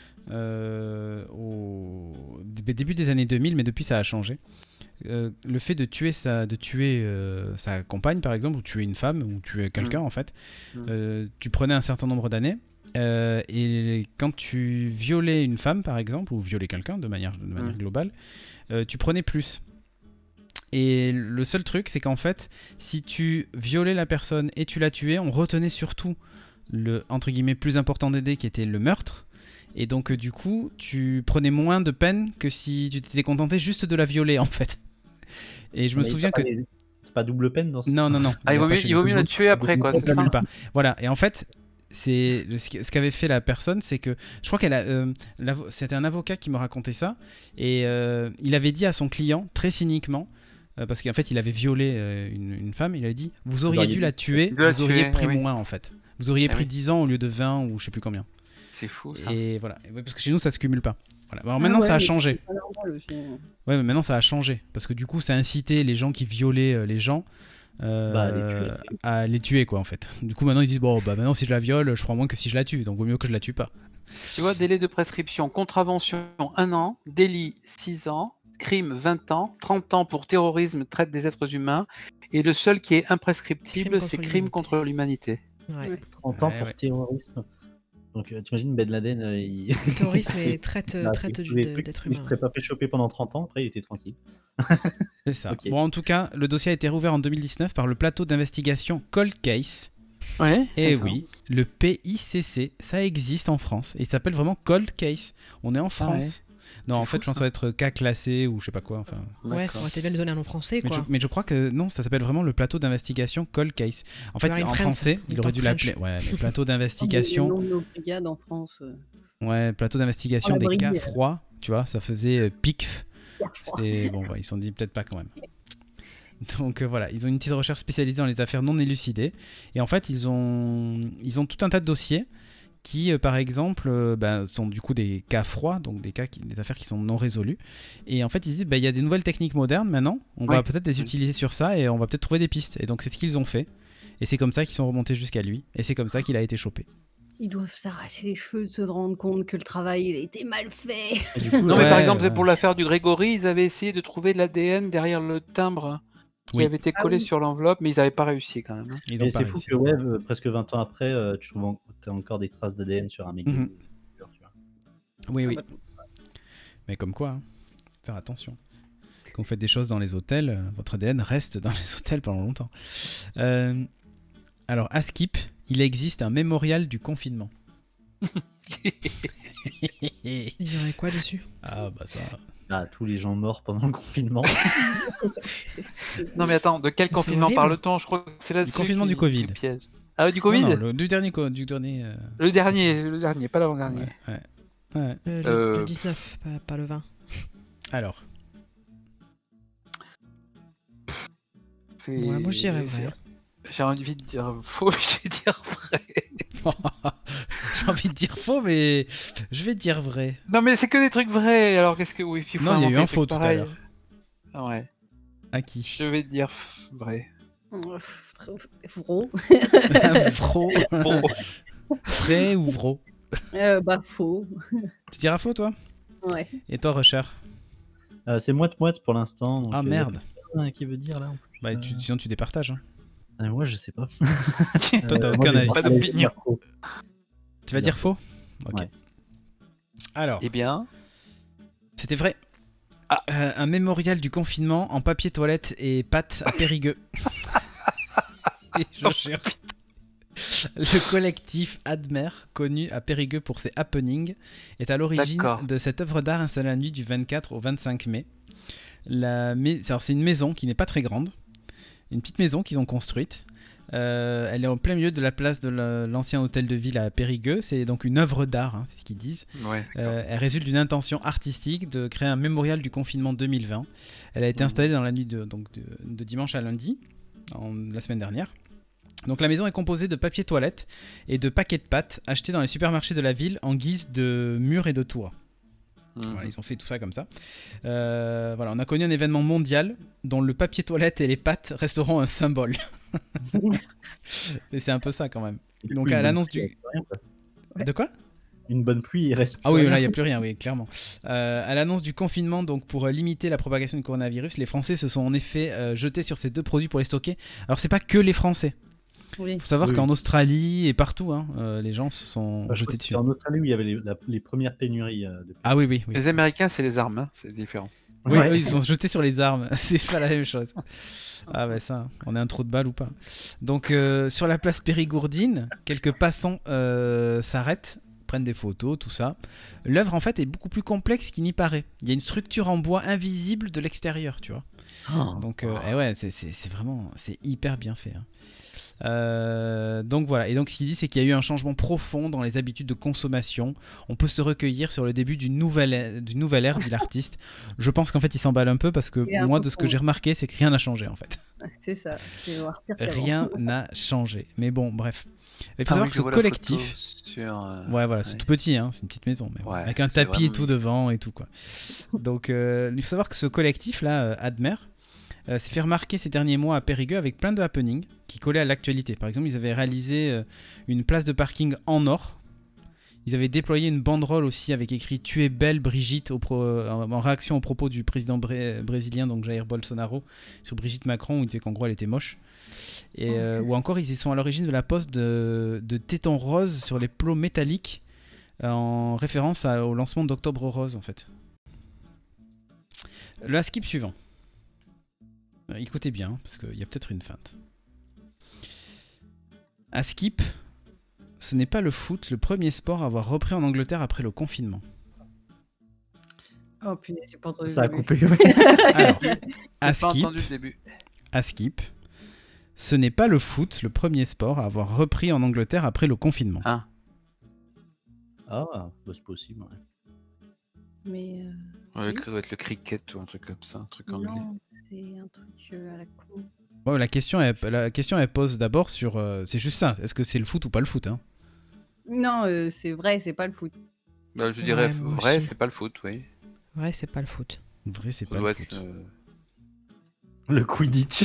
euh, au dé- début des années deux mille, mais depuis ça a changé, euh, le fait de tuer sa, de tuer euh, sa compagne, par exemple, ou tuer une femme, ou tuer quelqu'un, en fait, Mm. euh, tu prenais un certain nombre d'années, euh, et quand tu violais une femme, par exemple, ou violais quelqu'un de manière, de manière Mm. globale, euh, tu prenais plus. Et le seul truc, c'est qu'en fait, si tu violais la personne et tu la tuais, on retenait surtout le entre guillemets plus important des dés qui était le meurtre. Et donc, euh, du coup, tu prenais moins de peine que si tu t'étais contenté juste de la violer, en fait. Et je me Mais souviens t'as que. pas les- C'est pas double peine dans ce Non, non, non. Ah, il y a vaut pas mieux, chez il nous. vaut mieux la tuer après, quoi. On C'est ça t'annule pas. Voilà, et en fait, c'est ce qui- ce qu'avait fait la personne, c'est que je crois qu'elle a, euh, l'avo- c'était un avocat qui me racontait ça, et euh, il avait dit à son client très cyniquement, euh, parce qu'en fait il avait violé euh, une, une femme, il avait dit vous auriez auriez dû dû- la tuer, de la vous auriez tuer, pris eh oui. moins en fait, vous auriez Eh pris oui. dix ans au lieu de vingt ou je sais plus combien. C'est fou, ça. Et voilà, Et ouais, parce que chez nous ça se cumule pas. Voilà. Alors Ah maintenant ouais, ça a mais changé. c'est pas normal aussi, hein. Ouais, mais maintenant ça a changé parce que du coup ça a incité les gens qui violaient euh, les gens euh, Bah, les tuer, à les tuer quoi en fait. Du coup maintenant ils disent bon bah maintenant si je la viole je crois moins que si je la tue donc vaut mieux que je la tue pas. Tu vois, délai de prescription, contravention un an, délit six ans, crime vingt ans, trente ans pour terrorisme, traite des êtres humains, et le seul qui est Crime imprescriptible, contre c'est crime l'humanité. contre l'humanité. Ouais. Ouais. trente ans Ouais, pour ouais. terrorisme. Donc euh, t'imagines Ben Laden, euh, il... Le terrorisme et traite, Ah, traite il du- pouvait de- plus- d'êtres Il se humains. serait pas fait choper pendant trente ans, après il était tranquille. C'est ça. Ok. Bon en tout cas le dossier a été rouvert en deux mille dix-neuf par le plateau d'investigation Cold Case. Ouais. Et d'accord. oui, le P I C C, ça existe en France. Et il s'appelle vraiment Cold Case. On est en France. Non, C'est en fait, fou, je pense que ça. ça va être cas classé ou je sais pas quoi. Enfin, Ouais, ça D'accord. aurait été bien de donner un nom français, mais, je, quoi. mais je crois que non, ça s'appelle vraiment le plateau d'investigation Cold Case. En fait, Barry en Friends, français, il il est aurait en dû French. l'appeler. Ouais, le plateau Le d'investigation. nom de nos brigades en France. euh, Ouais, plateau d'investigation Oh, la des cas brille. froids. Tu vois, ça faisait euh, P I C F. C'était bon, ouais, ils se sont dit peut-être pas quand même. Donc euh, voilà, ils ont une petite recherche spécialisée dans les affaires non élucidées. Et en fait, ils ont, ils ont tout un tas de dossiers qui, euh, par exemple, euh, ben, sont du coup des cas froids, donc des cas, qui, des affaires qui sont non résolues. Et en fait, ils se disent, ben, il y a des nouvelles techniques modernes maintenant. On Oui. va peut-être les Oui. utiliser sur ça et on va peut-être trouver des pistes. Et donc c'est ce qu'ils ont fait. Et c'est comme ça qu'ils sont remontés jusqu'à lui. Et c'est comme ça qu'il a été chopé. Ils doivent s'arracher les cheveux de se rendre compte que le travail il a été mal fait. Et du coup, Non, Ouais, mais par exemple, ouais. pour l'affaire du Grégory, ils avaient essayé de trouver de l'A D N derrière le timbre qui Oui. avait été Ah collé oui. sur l'enveloppe, mais ils n'avaient pas réussi quand même. hein. Ils ont Et pas c'est fou réussi. que ouais, euh, presque vingt ans après, euh, tu trouves en- t'as encore des traces d'A D N sur un mégot. Mhm. C'est dur, tu vois. Oui, oui. Ah bah, Mais comme quoi, hein, faire attention. Quand vous faites des choses dans les hôtels, euh, votre A D N reste dans les hôtels pendant longtemps. Euh, alors, à Skip, il existe un mémorial du confinement. Il y aurait quoi dessus? Ah, bah ça. Ah, tous les gens morts pendant le confinement. Non, mais attends, de quel C'est confinement horrible. parle-t-on? Je crois que c'est là-dessus. confinement qui- du Covid. qui piège. Ah, ouais, du Covid Non, non, le, du dernier. co- Du dernier euh, Le dernier, le dernier, pas l'avant-dernier. ouais, ouais. Ouais. Euh, le, Euh, le dix-neuf, pas, pas le vingt. Alors, C'est- Ouais, moi je dirais vrai. J'ai envie de dire faux, je vais dire vrai. j'ai envie de dire faux, mais je vais dire vrai. Non, mais c'est que des trucs vrais, alors qu'est-ce que. Oui, puis faut Non, il y a eu inventer un des faux trucs tout à pareils. l'heure. Ah ouais, À qui? je vais te dire f- vrai. Vro. Vro. Bon, Vrai ou vro? Euh, bah, faux. Tu diras faux, toi? Ouais. Et toi, Rocher? Euh, c'est moite-moite pour l'instant. donc, Ah euh, merde. y a personne qui veut dire là en plus. Bah, tu, Euh, sinon, tu départages. Hein. euh, moi, je sais pas. Toi, t'as Euh, aucun moi, avis. je- Pas d'opinion. Tu vas dire faux? Ok. Ouais. Alors, eh bien, c'était vrai. Ah. Euh, un mémorial du confinement en papier toilette et pâte à Périgueux. Et je jure. Le collectif Admer, connu à Périgueux pour ses happenings, est à l'origine D'accord. de cette œuvre d'art installée la nuit du vingt-quatre au vingt-cinq mai. La mais... Alors, c'est une maison qui n'est pas très grande, une petite maison qu'ils ont construite. Euh, elle est en plein milieu de la place de la- l'ancien hôtel de ville à Périgueux. C'est donc une œuvre d'art, hein, c'est ce qu'ils disent. ouais. Euh, elle résulte d'une intention artistique de créer un mémorial du confinement deux mille vingt. Elle a été installée dans la nuit de, donc de, de dimanche à lundi, en, la semaine dernière. Donc la maison est composée de papier toilette et de paquets de pâtes achetés dans les supermarchés de la ville en guise de murs et de toits. Mhm. Voilà, ils ont fait tout ça comme ça. Euh, voilà, on a connu un événement mondial dont le papier toilette et les pâtes resteront un symbole. Et c'est un peu ça quand même. Du Donc coup, à une l'annonce bonne du... pluie, il reste rien, quoi. De quoi ? Une bonne pluie, il reste. Ah plus oui, rien. là, il n'y a plus rien, oui, clairement. Euh, à l'annonce du confinement, donc pour euh, limiter la propagation du coronavirus, les Français se sont en effet euh, jetés sur ces deux produits pour les stocker. Alors, c'est pas que les Français. Oui. Il faut savoir Oui. qu'en Australie et partout, hein, euh, les gens se sont Enfin, je crois jetés que dessus. c'était en Australie où il y avait les, la- les premières pénuries. euh, de- Ah oui, oui, oui. Les Américains, c'est les armes, hein, c'est différent. Oui, Ouais. eux, ils se sont jetés sur les armes. C'est pas la même chose. Ah bah ça, on est un trou de balle ou pas. Donc euh, sur la place Périgourdine, quelques passants euh, s'arrêtent, prennent des photos, tout ça. L'œuvre en fait est beaucoup plus complexe qu'il n'y paraît. Il y a une structure en bois invisible de l'extérieur, tu vois. Oh. Donc euh, eh ouais, c'est, c'est, c'est vraiment, c'est hyper bien fait. Hein. Euh, donc voilà, et donc ce qu'il dit, c'est qu'il y a eu un changement profond dans les habitudes de consommation. On peut se recueillir sur le début d'une nouvelle ère, d'une nouvelle ère, dit l'artiste. Je pense qu'en fait il s'emballe un peu parce que Il est un moi peu de ce que con. j'ai remarqué, c'est que rien n'a changé en fait. C'est ça. C'est voir pire qu'avant. Rien n'a changé. Mais bon, bref. Il faut Ah savoir oui, que je ce vois la photo collectif, sur, euh, ouais voilà, c'est ouais. tout petit, hein, c'est une petite maison, mais bon, Ouais, avec un c'est tapis et vraiment- tout devant et tout quoi. Donc euh, il faut savoir que ce collectif là, euh, Admer, euh, s'est fait remarquer ces derniers mois à Périgueux avec plein de happenings qui collaient à l'actualité. Par exemple, ils avaient réalisé euh, une place de parking en or. Ils avaient déployé une banderole aussi avec écrit « Tu es belle Brigitte » au pro- euh, en réaction aux propos du président bré- brésilien, donc Jair Bolsonaro, sur Brigitte Macron, où il disait qu'en gros elle était moche. Et, euh, ou encore, ils y sont à l'origine de la pose de, de tétons roses sur les plots métalliques, euh, en référence à- au lancement d'Octobre Rose, en fait. Le skip suivant. Euh, Écoutez bien, parce qu'il y a peut-être une feinte. À skip, ce n'est pas le foot, le premier sport à avoir repris en Angleterre après le confinement. Oh punaise, j'ai pas entendu. Ça a le début. coupé. ouais. Alors, J'ai à pas skip, entendu le début. à skip, ce n'est pas le foot, le premier sport à avoir repris en Angleterre après le confinement. Ah, Ah, bah, c'est possible. ouais. Mais euh, ouais, ça doit être le cricket ou un truc comme ça, un truc anglais. non, c'est un truc euh, à la con. Bon, la question, elle, la question, elle pose d'abord sur... euh, c'est juste ça, est-ce que c'est le foot ou pas le foot, hein? Non, euh, c'est vrai, c'est pas le foot. Bah, je dirais Ouais, moi vrai, aussi. c'est pas le foot, oui. Ouais, c'est pas le foot. Vrai, c'est Ça pas doit le être. foot. euh, Le Quidditch.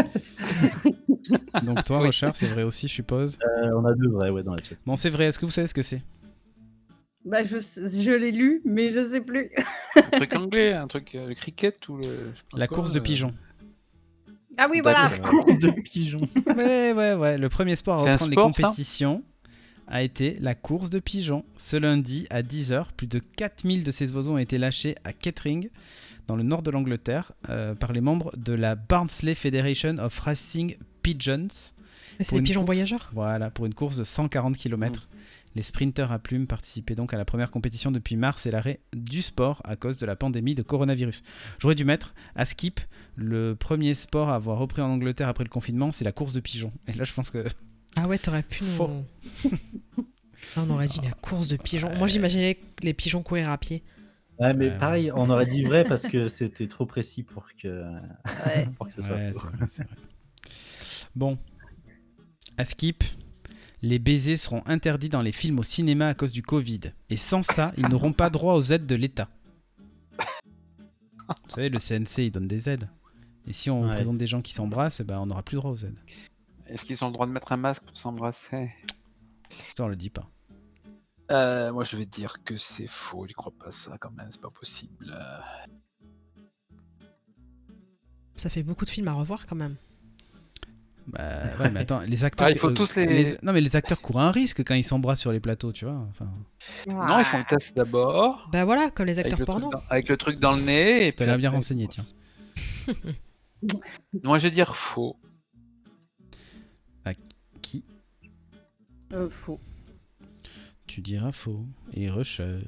Donc toi, Oui. Rochard, c'est vrai aussi, je suppose. Euh, on a deux vrais ouais, dans la chat. Bon, c'est vrai, est-ce que vous savez ce que c'est? Bah, je, je l'ai lu, mais je sais plus. un truc anglais, un truc. euh, le cricket ou le. je sais pas La quoi, course de euh, pigeons. Ah oui, voilà. d'accord. Course de pigeons. Ouais, ouais, ouais. Le premier sport à C'est un reprendre les sport, ça compétitions a été la course de pigeons. Ce lundi, à dix heures, plus de quatre mille de ces oiseaux ont été lâchés à Kettering, dans le nord de l'Angleterre, euh, par les membres de la Barnsley Federation of Racing Pigeons. Mais c'est Pour des une pigeons course- voyageurs. Voilà, pour une course de cent quarante kilomètres. Les sprinteurs à plumes participaient donc à la première compétition depuis mars et l'arrêt du sport à cause de la pandémie de coronavirus. J'aurais dû mettre à skip, le premier sport à avoir repris en Angleterre après le confinement, c'est la course de pigeons. Et là, je pense que... Ah ouais, t'aurais pu Faux. nous... Ah, on aurait dit la course de pigeons. Moi, j'imaginais les pigeons courir à pied. Ouais, mais Ouais, pareil, on aurait dit vrai parce que c'était trop précis pour que, Ouais. pour que ce soit Ouais, faux. c'est vrai, c'est vrai. Bon, à skip, les baisers seront interdits dans les films au cinéma à cause du Covid. Et sans ça, ils n'auront pas droit aux aides de l'État. Vous savez, le C N C, il donne des aides. Et si on Ouais. présente des gens qui s'embrassent, eh ben, on n'aura plus droit aux aides. Est-ce qu'ils ont le droit de mettre un masque pour s'embrasser? Ça, on le dit pas. Euh, moi, je vais dire que c'est faux. Je crois pas ça quand même. C'est pas possible. Euh, Ça fait beaucoup de films à revoir quand même. Bah ouais, mais attends, les acteurs. Ah, il faut tous les- Non, mais les acteurs courent un risque quand ils s'embrassent sur les plateaux, tu vois. Enfin, Non, ils font le test d'abord. Bah voilà, comme les Avec acteurs le, porno. truc dans, avec le truc dans le nez. Et T'as puis l'air bien après, renseigné, ils tiens. s'embrassent. Moi, je vais dire faux. qui Euh, faux. Tu diras faux. Et Rusher.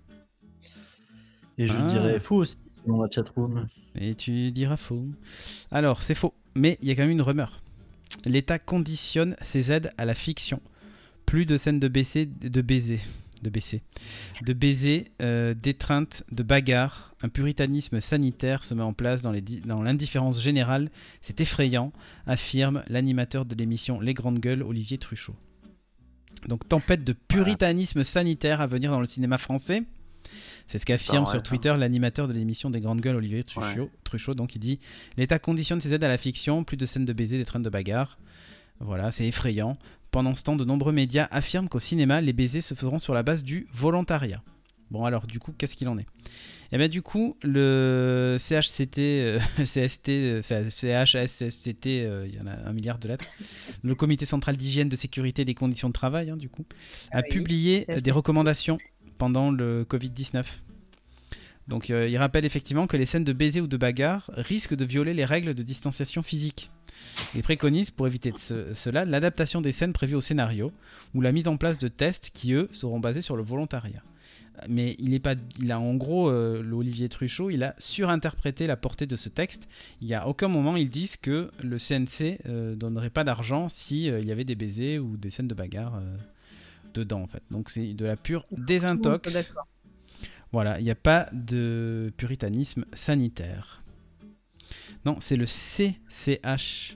Et je Ah. dirais faux aussi, selon la chatroom. Et tu diras faux. Alors, c'est faux. Mais il y a quand même une rumeur. L'État conditionne ses aides à la fiction. Plus de scènes de baisser, de baiser, de baisser, de baisers, euh, d'étreintes, de bagarres. Un puritanisme sanitaire se met en place dans, les di- dans l'indifférence générale. C'est effrayant, affirme l'animateur de l'émission Les Grandes Gueules, Olivier Truchot. Donc, tempête de puritanisme sanitaire à venir dans le cinéma français. C'est ce qu'affirme ouais, sur ça. Twitter l'animateur de l'émission des Grandes Gueules, Olivier Truchot. Ouais. Truchot. Donc il dit « L'État conditionne ses aides à la fiction, plus de scènes de baisers, d'étreintes de bagarres. » Voilà, c'est effrayant. Pendant ce temps, de nombreux médias affirment qu'au cinéma, les baisers se feront sur la base du volontariat. Bon alors, du coup, qu'est-ce qu'il en est? Eh bien du coup, le C H C T, euh, C S T, euh, enfin, C H S S C T, euh, il y en a un milliard de lettres, le Comité Central d'Hygiène, de Sécurité et des Conditions de Travail, hein, du coup, a Oui, publié C H S T. des recommandations pendant le covid dix-neuf. Donc euh, il rappelle effectivement que les scènes de baiser ou de bagarre risquent de violer les règles de distanciation physique. Il préconise, pour éviter ce- cela, l'adaptation des scènes prévues au scénario ou la mise en place de tests qui, eux, seront basés sur le volontariat. Mais il, est pas, il a en gros, euh, l'Olivier Truchot, il a surinterprété la portée de ce texte. Il n'y a aucun moment ils disent que le C N C euh, donnerait pas d'argent si euh, il y avait des baisers ou des scènes de bagarre euh, dedans en fait. Donc c'est de la pure désintox. D'accord. Voilà, il n'y a pas de puritanisme sanitaire. Non, c'est le C C H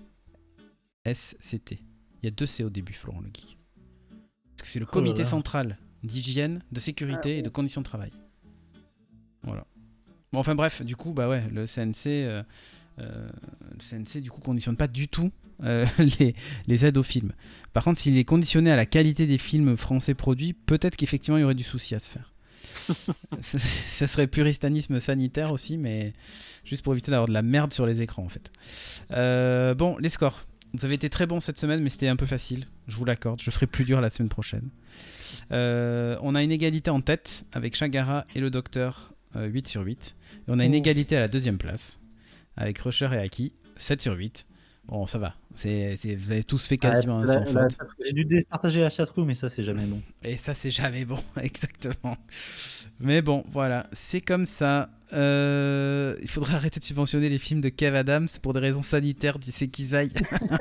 S C T. Il y a deux C au début, Florent le Geek. Parce que c'est le Oh là comité là. central d'hygiène, de sécurité et de conditions de travail. Voilà. Bon, enfin bref, du coup, bah ouais, le C N C, euh, euh, le C N C du coup conditionne pas du tout euh, les, les aides aux films. Par contre, s'il est conditionné à la qualité des films français produits, peut-être qu'effectivement il y aurait du souci à se faire. ça, ça serait puritanisme sanitaire aussi, mais juste pour éviter d'avoir de la merde sur les écrans en fait. Euh, bon, les scores. Vous avez été très bons cette semaine, mais c'était un peu facile. Je vous l'accorde. Je ferai plus dur la semaine prochaine. Euh, on a une égalité en tête avec Chagara et le Docteur, euh, huit sur huit. Et on a une Oh. égalité à la deuxième place avec Rusher et Aki, sept sur huit. Bon, ça va. C'est, c'est- vous avez tous fait quasiment Ah, un la- sans la- faute. J'ai dû départager la chatroom, mais ça, c'est jamais bon. Et ça, c'est jamais bon, exactement. Mais bon, voilà, c'est comme ça. Euh, il faudrait arrêter de subventionner les films de Kev Adams pour des raisons sanitaires, dit c'est qu'ils aillent.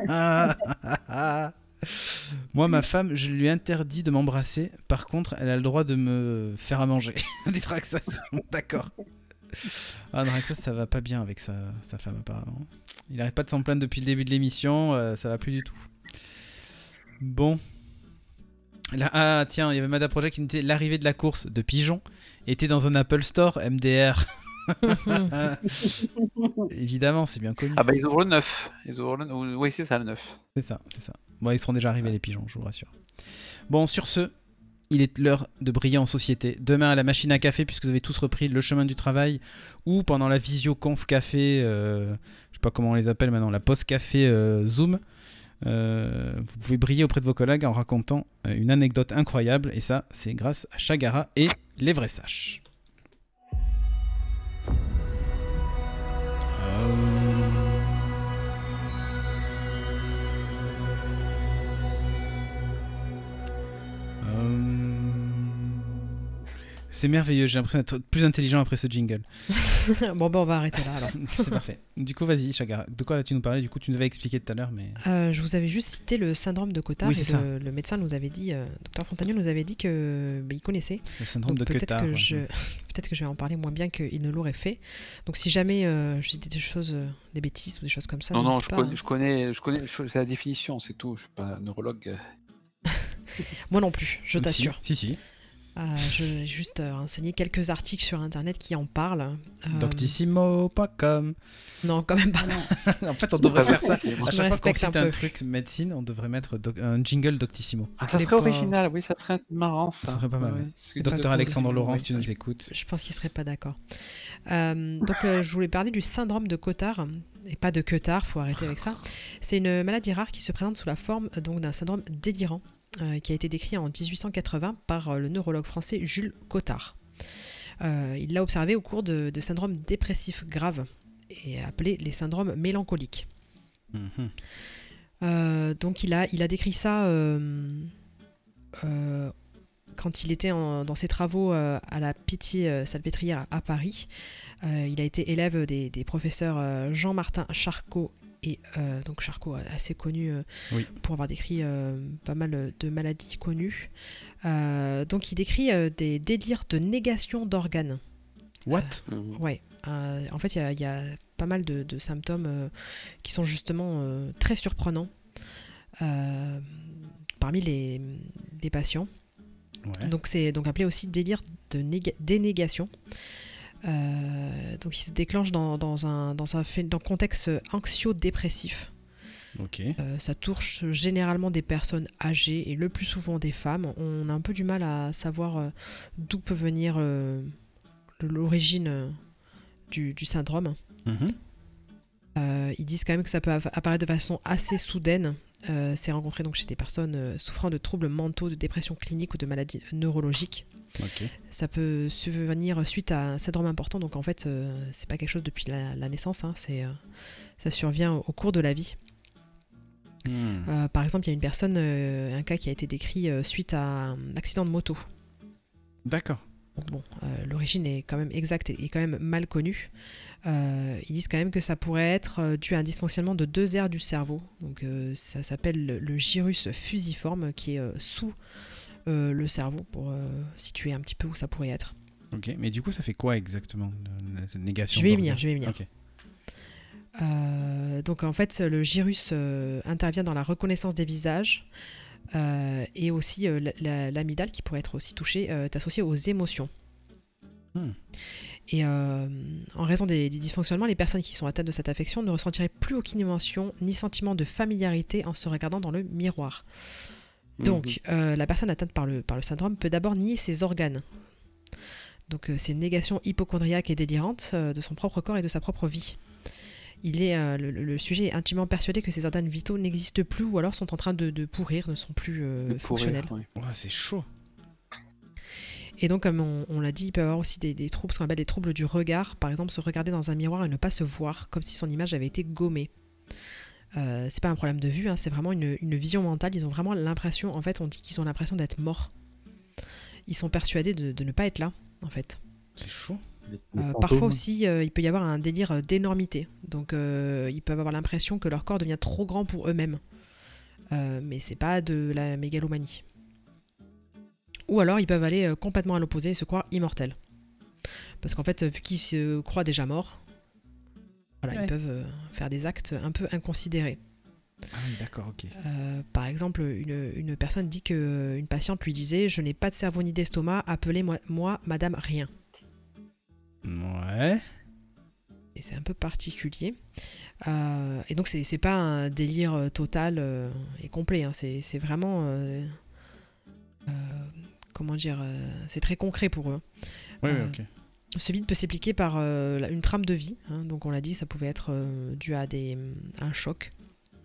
Moi, ma femme, je lui interdis de m'embrasser. Par contre, elle a le droit de me faire à manger. Dit Draxas, d'accord. Ah, Draxas, ça va pas bien avec sa, sa femme, apparemment. Il arrête pas de s'en plaindre depuis le début de l'émission, euh, ça va plus du tout. Bon. Là, ah tiens, il y avait Mada Project qui nous disait l'arrivée de la course de Pigeon était dans un Apple Store M D R. Évidemment, c'est bien connu. Ah bah ils ouvrent le neuf. Ils ouvrent le... Oui, c'est ça le neuf. C'est ça, c'est ça. Bon, ils seront déjà arrivés les pigeons, je vous rassure. Bon, sur ce, il est l'heure de briller en société. Demain à la machine à café, puisque vous avez tous repris le chemin du travail, ou pendant la visio-conf café, euh, je sais pas comment on les appelle maintenant, la pause café euh, Zoom. Euh, vous pouvez briller auprès de vos collègues en racontant euh, une anecdote incroyable, et ça, c'est grâce à Chagara et les vrais saches. Euh, C'est merveilleux, j'ai l'impression d'être plus intelligent après ce jingle. Bon, ben on va arrêter là alors. C'est parfait. Du coup, vas-y, Chagara. De quoi vas-tu nous parler? Du coup, tu nous avais expliqué tout à l'heure, mais. Euh, je vous avais juste cité le syndrome de Cotard. Oui, et c'est ça. le, le médecin nous avait dit, euh, docteur Fontanier nous avait dit que bah, il connaissait. Le syndrome Donc de peut-être Cotard. que ouais. je peut-être que je vais en parler moins bien qu'il ne l'aurait fait. Donc si jamais euh, je dis des choses, euh, des bêtises ou des choses comme ça, Non, non, n'hésite je, pas, connais, hein. je connais, je connais, je- c'est la définition, c'est tout. Je suis pas neurologue. Moi non plus, je Si, t'assure. Si, si. Euh, je vais juste euh, renseigner quelques articles sur internet qui en parlent. Euh, Doctissimo point com. Non, quand même pas. Ah non. En fait, on devrait faire ça. Je À me chaque fois qu'on respecte un cite un, peu. truc médecine, on devrait mettre doc- un jingle Doctissimo. Ah, ça Les serait pauvres. original, oui, ça serait marrant ça. Ça serait pas mal. Ouais, ouais. ouais. Parce que Pas Docteur de- Alexandre ouais. Laurent, si tu nous écoutes. Je pense qu'il serait pas d'accord. Euh, donc, euh, je voulais parler du syndrome de Cotard, et pas de Cotard, faut arrêter avec ça. C'est une maladie rare qui se présente sous la forme euh, donc d'un syndrome délirant, euh, qui a été décrit en dix-huit cent quatre-vingts par euh, le neurologue français Jules Cotard. Euh, il l'a observé au cours de, de syndromes dépressifs graves, et appelés les syndromes mélancoliques. Mhm. Euh, donc, il a, il a décrit ça. Euh, euh, quand il était en- dans ses travaux euh, à la Pitié-Salpêtrière à Paris. Euh, il a été élève des, des professeurs euh, Jean-Martin Charcot, et euh, donc Charcot assez connu euh, Oui. pour avoir décrit euh, pas mal de maladies connues. Euh, donc il décrit euh, des délires de négation d'organes. What? Mhm. Ouais. Euh, en fait, il y a, il y a pas mal de, de symptômes euh, qui sont justement euh, très surprenants euh, parmi les, les patients. Ouais. Donc c'est donc appelé aussi délire de néga- dénégation. Euh, donc il se déclenche dans, dans un dans un fait- dans un contexte anxio-dépressif. Ok. Euh, ça touche généralement des personnes âgées et le plus souvent des femmes. On a un peu du mal à savoir euh, d'où peut venir euh, l'origine euh, du, du syndrome. Mhm. Euh, ils disent quand même que ça peut av- apparaître de façon assez soudaine. Euh, c'est rencontré donc chez des personnes euh, souffrant de troubles mentaux, de dépression clinique ou de maladies neurologiques. Ok. Ça peut survenir suite à un syndrome important, donc en fait, euh, c'est pas quelque chose depuis la, la naissance, hein, c'est, euh, ça survient au cours de la vie. Hmm. Euh, par exemple, il y a une personne, euh, un cas qui a été décrit euh, suite à un accident de moto. D'accord. Donc bon, euh, l'origine est quand même exacte et, et quand même mal connue. Euh, ils disent quand même que ça pourrait être euh, dû à un dysfonctionnement de deux aires du cerveau. Donc euh, ça s'appelle le, le gyrus fusiforme qui est euh, sous euh, le cerveau pour euh, situer un petit peu où ça pourrait être. Ok. Mais du coup, ça fait quoi exactement, la- cette négation Je vais y d'organes? venir, je vais y venir. Ok. Euh, donc en fait, le gyrus euh, intervient dans la reconnaissance des visages euh, et aussi euh, la- la- l'amygdale qui pourrait être aussi touchée euh, est associée aux émotions. Hmm. Et euh, en raison des, des dysfonctionnements, les personnes qui sont atteintes de cette affection ne ressentiraient plus aucune émotion ni sentiment de familiarité en se regardant dans le miroir. Donc, euh, la personne atteinte par le, par le syndrome peut d'abord nier ses organes. Donc, euh, c'est une négation hypochondriaque et délirante euh, de son propre corps et de sa propre vie. Il est, euh, le, le sujet est intimement persuadé que ses organes vitaux n'existent plus ou alors sont en train de, de pourrir, ne sont plus euh, De pourrir, fonctionnels. oui. Ouais, c'est chaud. Et donc, comme on, on l'a dit, il peut y avoir aussi des, des troubles, ce qu'on appelle des troubles du regard. Par exemple, se regarder dans un miroir et ne pas se voir, comme si son image avait été gommée. Euh, c'est pas un problème de vue, hein, c'est vraiment une, une vision mentale. Ils ont vraiment l'impression, en fait, on dit qu'ils ont l'impression d'être morts. Ils sont persuadés de, de ne pas être là, en fait. C'est chaud. Les- les Euh, fantômes. parfois aussi, euh, il peut y avoir un délire d'énormité. Donc, euh, ils peuvent avoir l'impression que leur corps devient trop grand pour eux-mêmes. Euh, mais c'est pas de la mégalomanie. Ou alors, ils peuvent aller euh, complètement à l'opposé et se croire immortels. Parce qu'en fait, euh, vu qu'ils se croient déjà morts, voilà, Ouais. ils peuvent euh, faire des actes un peu inconsidérés. Ah oui, d'accord, ok. Euh, par exemple, une, une personne dit que une patiente lui disait « Je n'ai pas de cerveau ni d'estomac, appelez-moi moi, Madame Rien ». Ouais. Et c'est un peu particulier. Euh, et donc, c'est, c'est pas un délire euh, total euh, et complet. Hein. C'est, c'est vraiment. euh, euh, comment dire euh, C'est très concret pour eux. Oui, Euh, oui, ok. Ce vide peut s'expliquer par euh, la- une trame de vie. Hein. Donc, on l'a dit, ça pouvait être euh, dû à, des, à un choc.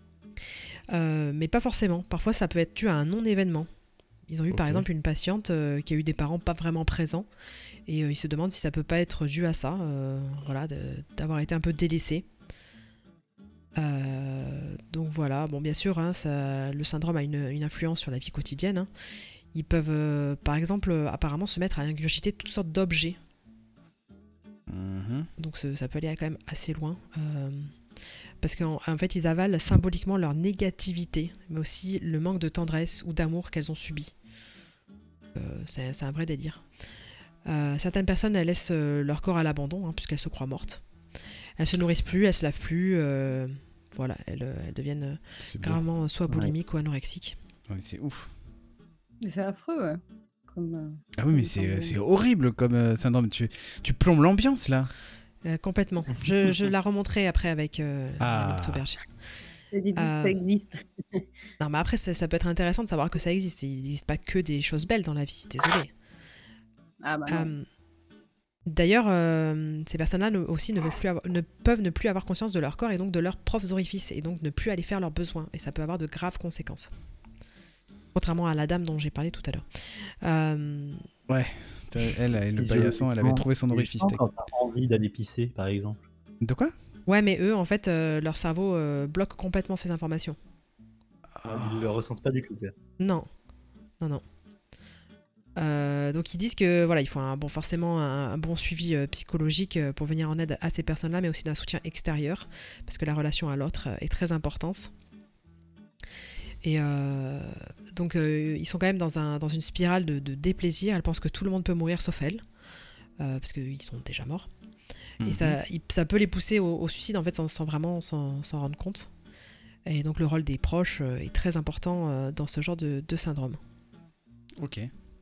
Euh, mais pas forcément. Parfois, ça peut être dû à un non-événement. Ils ont eu par Ok. exemple une patiente euh, qui a eu des parents pas vraiment présents et euh, ils se demandent si ça peut pas être dû à ça, euh, voilà, de- d'avoir été un peu délaissé. Euh, donc voilà, bon bien sûr, hein, ça, le syndrome a une, une influence sur la vie quotidienne. Hein. Ils peuvent euh, par exemple euh, apparemment se mettre à ingurgiter toutes sortes d'objets. Mhm. Donc ce- ça peut aller quand même assez loin. euh, parce qu'en en fait, ils avalent symboliquement leur négativité, mais aussi le manque de tendresse ou d'amour qu'elles ont subi. Euh, c'est, c'est un vrai délire. Euh, certaines personnes elles laissent euh, leur corps à l'abandon, hein, puisqu'elles se croient mortes. Elles se nourrissent plus, elles se lavent plus. euh, voilà, elles, euh, elles deviennent euh, C'est bien. gravement soit boulimiques ou anorexiques. Ouais, c'est ouf. Mais c'est affreux, ouais. comme. euh, Ah oui, mais comme c'est syndrome. c'est horrible comme euh, syndrome. Tu, tu plombes l'ambiance là. Euh, complètement. Je, je la remonterai après avec euh, Ah. la Octoberge. J'ai dit que Euh, ça existe. Non, mais après, ça, ça peut être intéressant de savoir que ça existe. Il n'existe pas que des choses belles dans la vie, désolé. Ah bah non. Euh, D'ailleurs, euh, ces personnes-là ne- aussi ne, veulent plus avoir- ne peuvent ne plus avoir conscience de leur corps et donc de leurs propres orifices et donc ne plus aller faire leurs besoins. Et ça peut avoir de graves conséquences. Contrairement à la dame dont j'ai parlé tout à l'heure. Euh, T'as- Elle, elle, le Ils paillasson, elle avait trouvé son orifice. orifice. Quand t'as envie d'aller pisser, par exemple. De quoi? ouais, mais eux, en fait, euh, leur cerveau euh, bloque complètement ces informations. Ouais, Ils le ressentent pas du tout. quoi. Non, non, non. Euh, donc ils disent que voilà, il faut un, bon, forcément un, un bon suivi euh, psychologique euh, pour venir en aide à ces personnes-là, mais aussi d'un soutien extérieur, parce que la relation à l'autre euh, est très importante. Et euh, donc euh, ils sont quand même dans, un, dans une spirale de, de déplaisir. Elles pensent que tout le monde peut mourir sauf elles, euh, parce qu'ils sont déjà morts. Mhm. Et ça, il- ça peut les pousser au, au suicide en fait sans, sans vraiment s'en s'en rendre compte. Et donc le rôle des proches euh, est très important euh, dans ce genre de, de syndrome. Ok.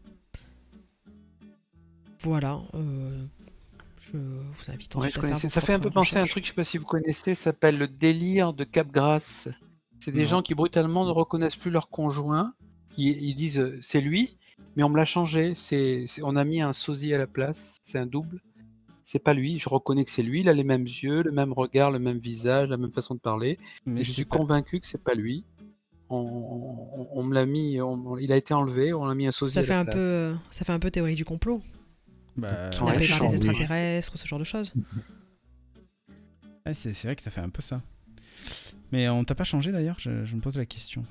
Voilà. euh, je vous invite Ouais, ensuite je à faire connaissais. vos Ça fait un peu propres penser à un recherches. truc, je sais pas si vous connaissez, ça s'appelle le délire de Capgras. C'est des Non. gens qui brutalement ne reconnaissent plus leur conjoint. Ils, ils disent euh, c'est lui, mais on me l'a changé. C'est, c'est- on a mis un sosie à la place. C'est un double. C'est pas lui. Je reconnais que c'est lui. Il a les mêmes yeux, le même regard, le même visage, la même façon de parler. Mais Et je c'est suis pas- convaincu que c'est pas lui. On, on- on me l'a mis, on- il a été enlevé. On a mis un sosie Ça à fait la un place. peu, euh, ça fait un peu théorie du complot, Bah, kidnappé Ouais, par changé. des extraterrestres, ce genre de choses. ouais, c'est c'est vrai que ça fait un peu ça. Mais on t'a pas changé d'ailleurs, je, je me pose la question.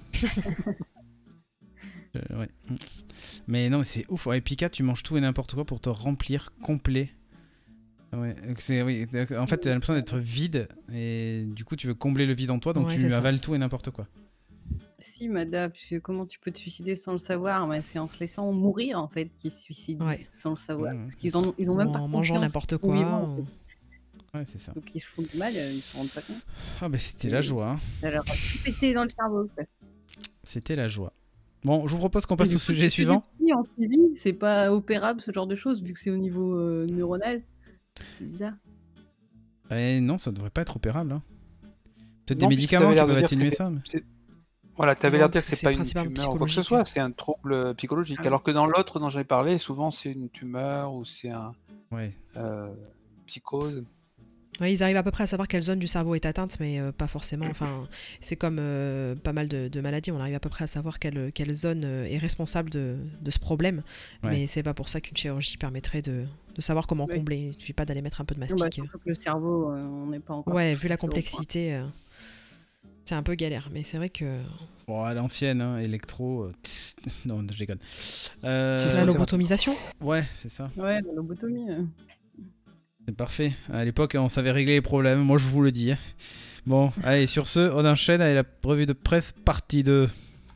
Euh, ouais. Mm. Mais non, mais c'est ouf. Ouais, Pika, tu manges tout et n'importe quoi pour te remplir complet. Ouais, donc c'est, oui, en fait, t'as l'impression d'être vide et du coup, tu veux combler le vide en toi, donc Ouais, tu c'est ça. avales tout et n'importe quoi. Si, madame, puisque comment tu peux te suicider sans le savoir? Mais c'est en se laissant mourir, en fait, qu'ils se suicident Ouais. sans le savoir. Ouais, Parce qu'ils ont, ils ont Ou même en pas mangeant conscience n'importe qu'ils sont quoi. vivants, en ou- fait. Ouais, c'est ça. Donc ils se font du mal, euh, ils se rendent pas compte. Ah, bah c'était la joie. Hein. Ça leur a tout pété dans le cerveau. quoi. C'était la joie. Bon, je vous propose qu'on passe Et au du coup, sujet c'est suivant. que des petits en suivi, c'est pas opérable ce genre de choses, vu que c'est au niveau euh, neuronal. C'est bizarre. Eh non, ça devrait pas être opérable. Hein. Peut-être des Non, puisque médicaments t'avais qui l'air de peuvent dire que atténuer c'était- ça. mais- c'est- Voilà, tu avais Non, l'air de dire parce que que c'est c'est pas une principalement tumeur ou quoi que ce psychologique. soit, c'est un trouble euh, psychologique. Ah. Alors que dans l'autre dont j'avais parlé, souvent c'est une tumeur ou c'est un Ouais. euh, psychose. Ouais, ils arrivent à peu près à savoir quelle zone du cerveau est atteinte, mais euh, pas forcément. Enfin, c'est comme euh, pas mal de, de maladies, on arrive à peu près à savoir quelle, quelle zone euh, est responsable de, de ce problème. Ouais. Mais c'est pas pour ça qu'une chirurgie permettrait de, de savoir comment Oui. combler. Il suffit pas d'aller mettre un peu de Non, bah, mastic. surtout que le cerveau, euh, on n'est pas encore. Ouais, vu la tout à fait au point. complexité, euh, c'est un peu galère. Mais c'est vrai que Bon, à l'ancienne, hein, électro. euh, tss, non, je déconne. Euh, C'est la sûr. lobotomisation. Ouais, c'est ça. Ouais, la lobotomie. euh. C'est parfait. À l'époque, on savait régler les problèmes. Moi, je vous le dis. hein. Bon, allez, sur ce, on enchaîne avec la revue de presse partie deux.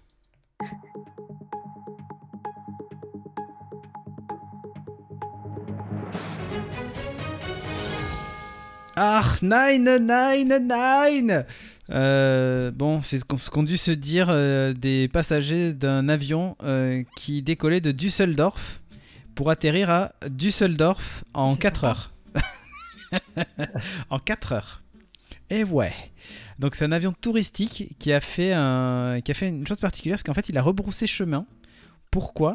Ah, nine, nine, nine. Euh, bon, c'est ce qu'on ce qu'ont dû se dire euh, des passagers d'un avion euh, qui décollait de Düsseldorf pour atterrir à Düsseldorf en C'est quatre sympa. heures. En quatre heures. Et ouais. Donc c'est un avion touristique qui a fait un, qui a fait une chose particulière, c'est qu'en fait il a rebroussé chemin. Pourquoi ?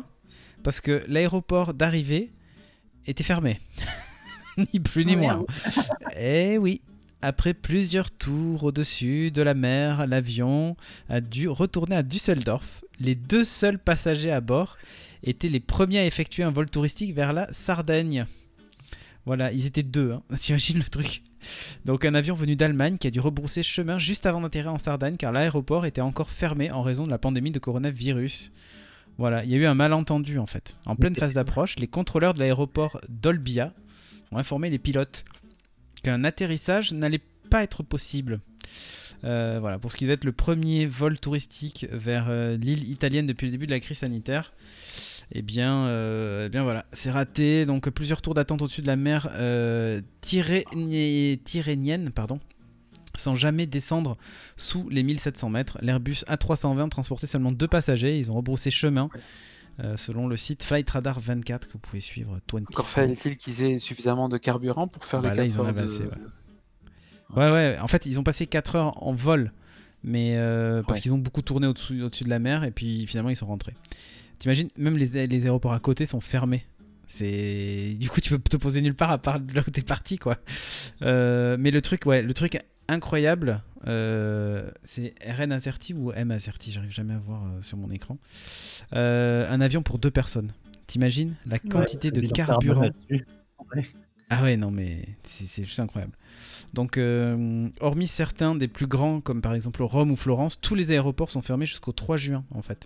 Parce que l'aéroport d'arrivée était fermé. Ni plus ni Oh, moins. merde. Et oui. Après plusieurs tours au-dessus de la mer, l'avion a dû retourner à Düsseldorf. Les deux seuls passagers à bord étaient les premiers à effectuer un vol touristique vers la Sardaigne. Voilà, ils étaient deux, hein. T'imagines le truc ? Donc un avion venu d'Allemagne qui a dû rebrousser chemin juste avant d'atterrir en Sardaigne car l'aéroport était encore fermé en raison de la pandémie de coronavirus. Voilà, il y a eu un malentendu en fait. En pleine phase d'approche, les contrôleurs de l'aéroport d'Olbia ont informé les pilotes qu'un atterrissage n'allait pas être possible. Euh, voilà, pour ce qui devait être le premier vol touristique vers euh, l'île italienne depuis le début de la crise sanitaire. Eh bien, euh, eh bien voilà, c'est raté. Donc plusieurs tours d'attente au-dessus de la mer euh, Tyréni- Tyrrhénienne, pardon, sans jamais descendre sous les mille sept cents mètres. L'Airbus A trois cent vingt transportait seulement deux passagers. Ils ont rebroussé chemin euh, selon le site Flight Radar vingt-quatre que vous pouvez suivre. Encore fallait-il qu'ils aient suffisamment de carburant pour faire bah, les là, quatre ils en heures avaient de... assez, ouais. ouais, ouais. En fait, ils ont passé quatre heures en vol, mais euh, parce Ouais. qu'ils ont beaucoup tourné au-dessus, au-dessus de la mer et puis finalement ils sont rentrés. T'imagines, même les, les aéroports à côté sont fermés. C'est du coup tu peux te poser nulle part à part de là où t'es parti quoi. Euh, mais le truc, ouais, le truc incroyable, euh, c'est R N Azerty ou M Azerty, j'arrive jamais à voir euh, sur mon écran. Euh, un avion pour deux personnes. T'imagines la quantité Ouais, de bilan carburant. carbone là-dessus. Ouais. Ah ouais, non mais c'est, c'est juste incroyable. Donc, euh, hormis certains des plus grands, comme par exemple Rome ou Florence, tous les aéroports sont fermés jusqu'au trois juin en fait.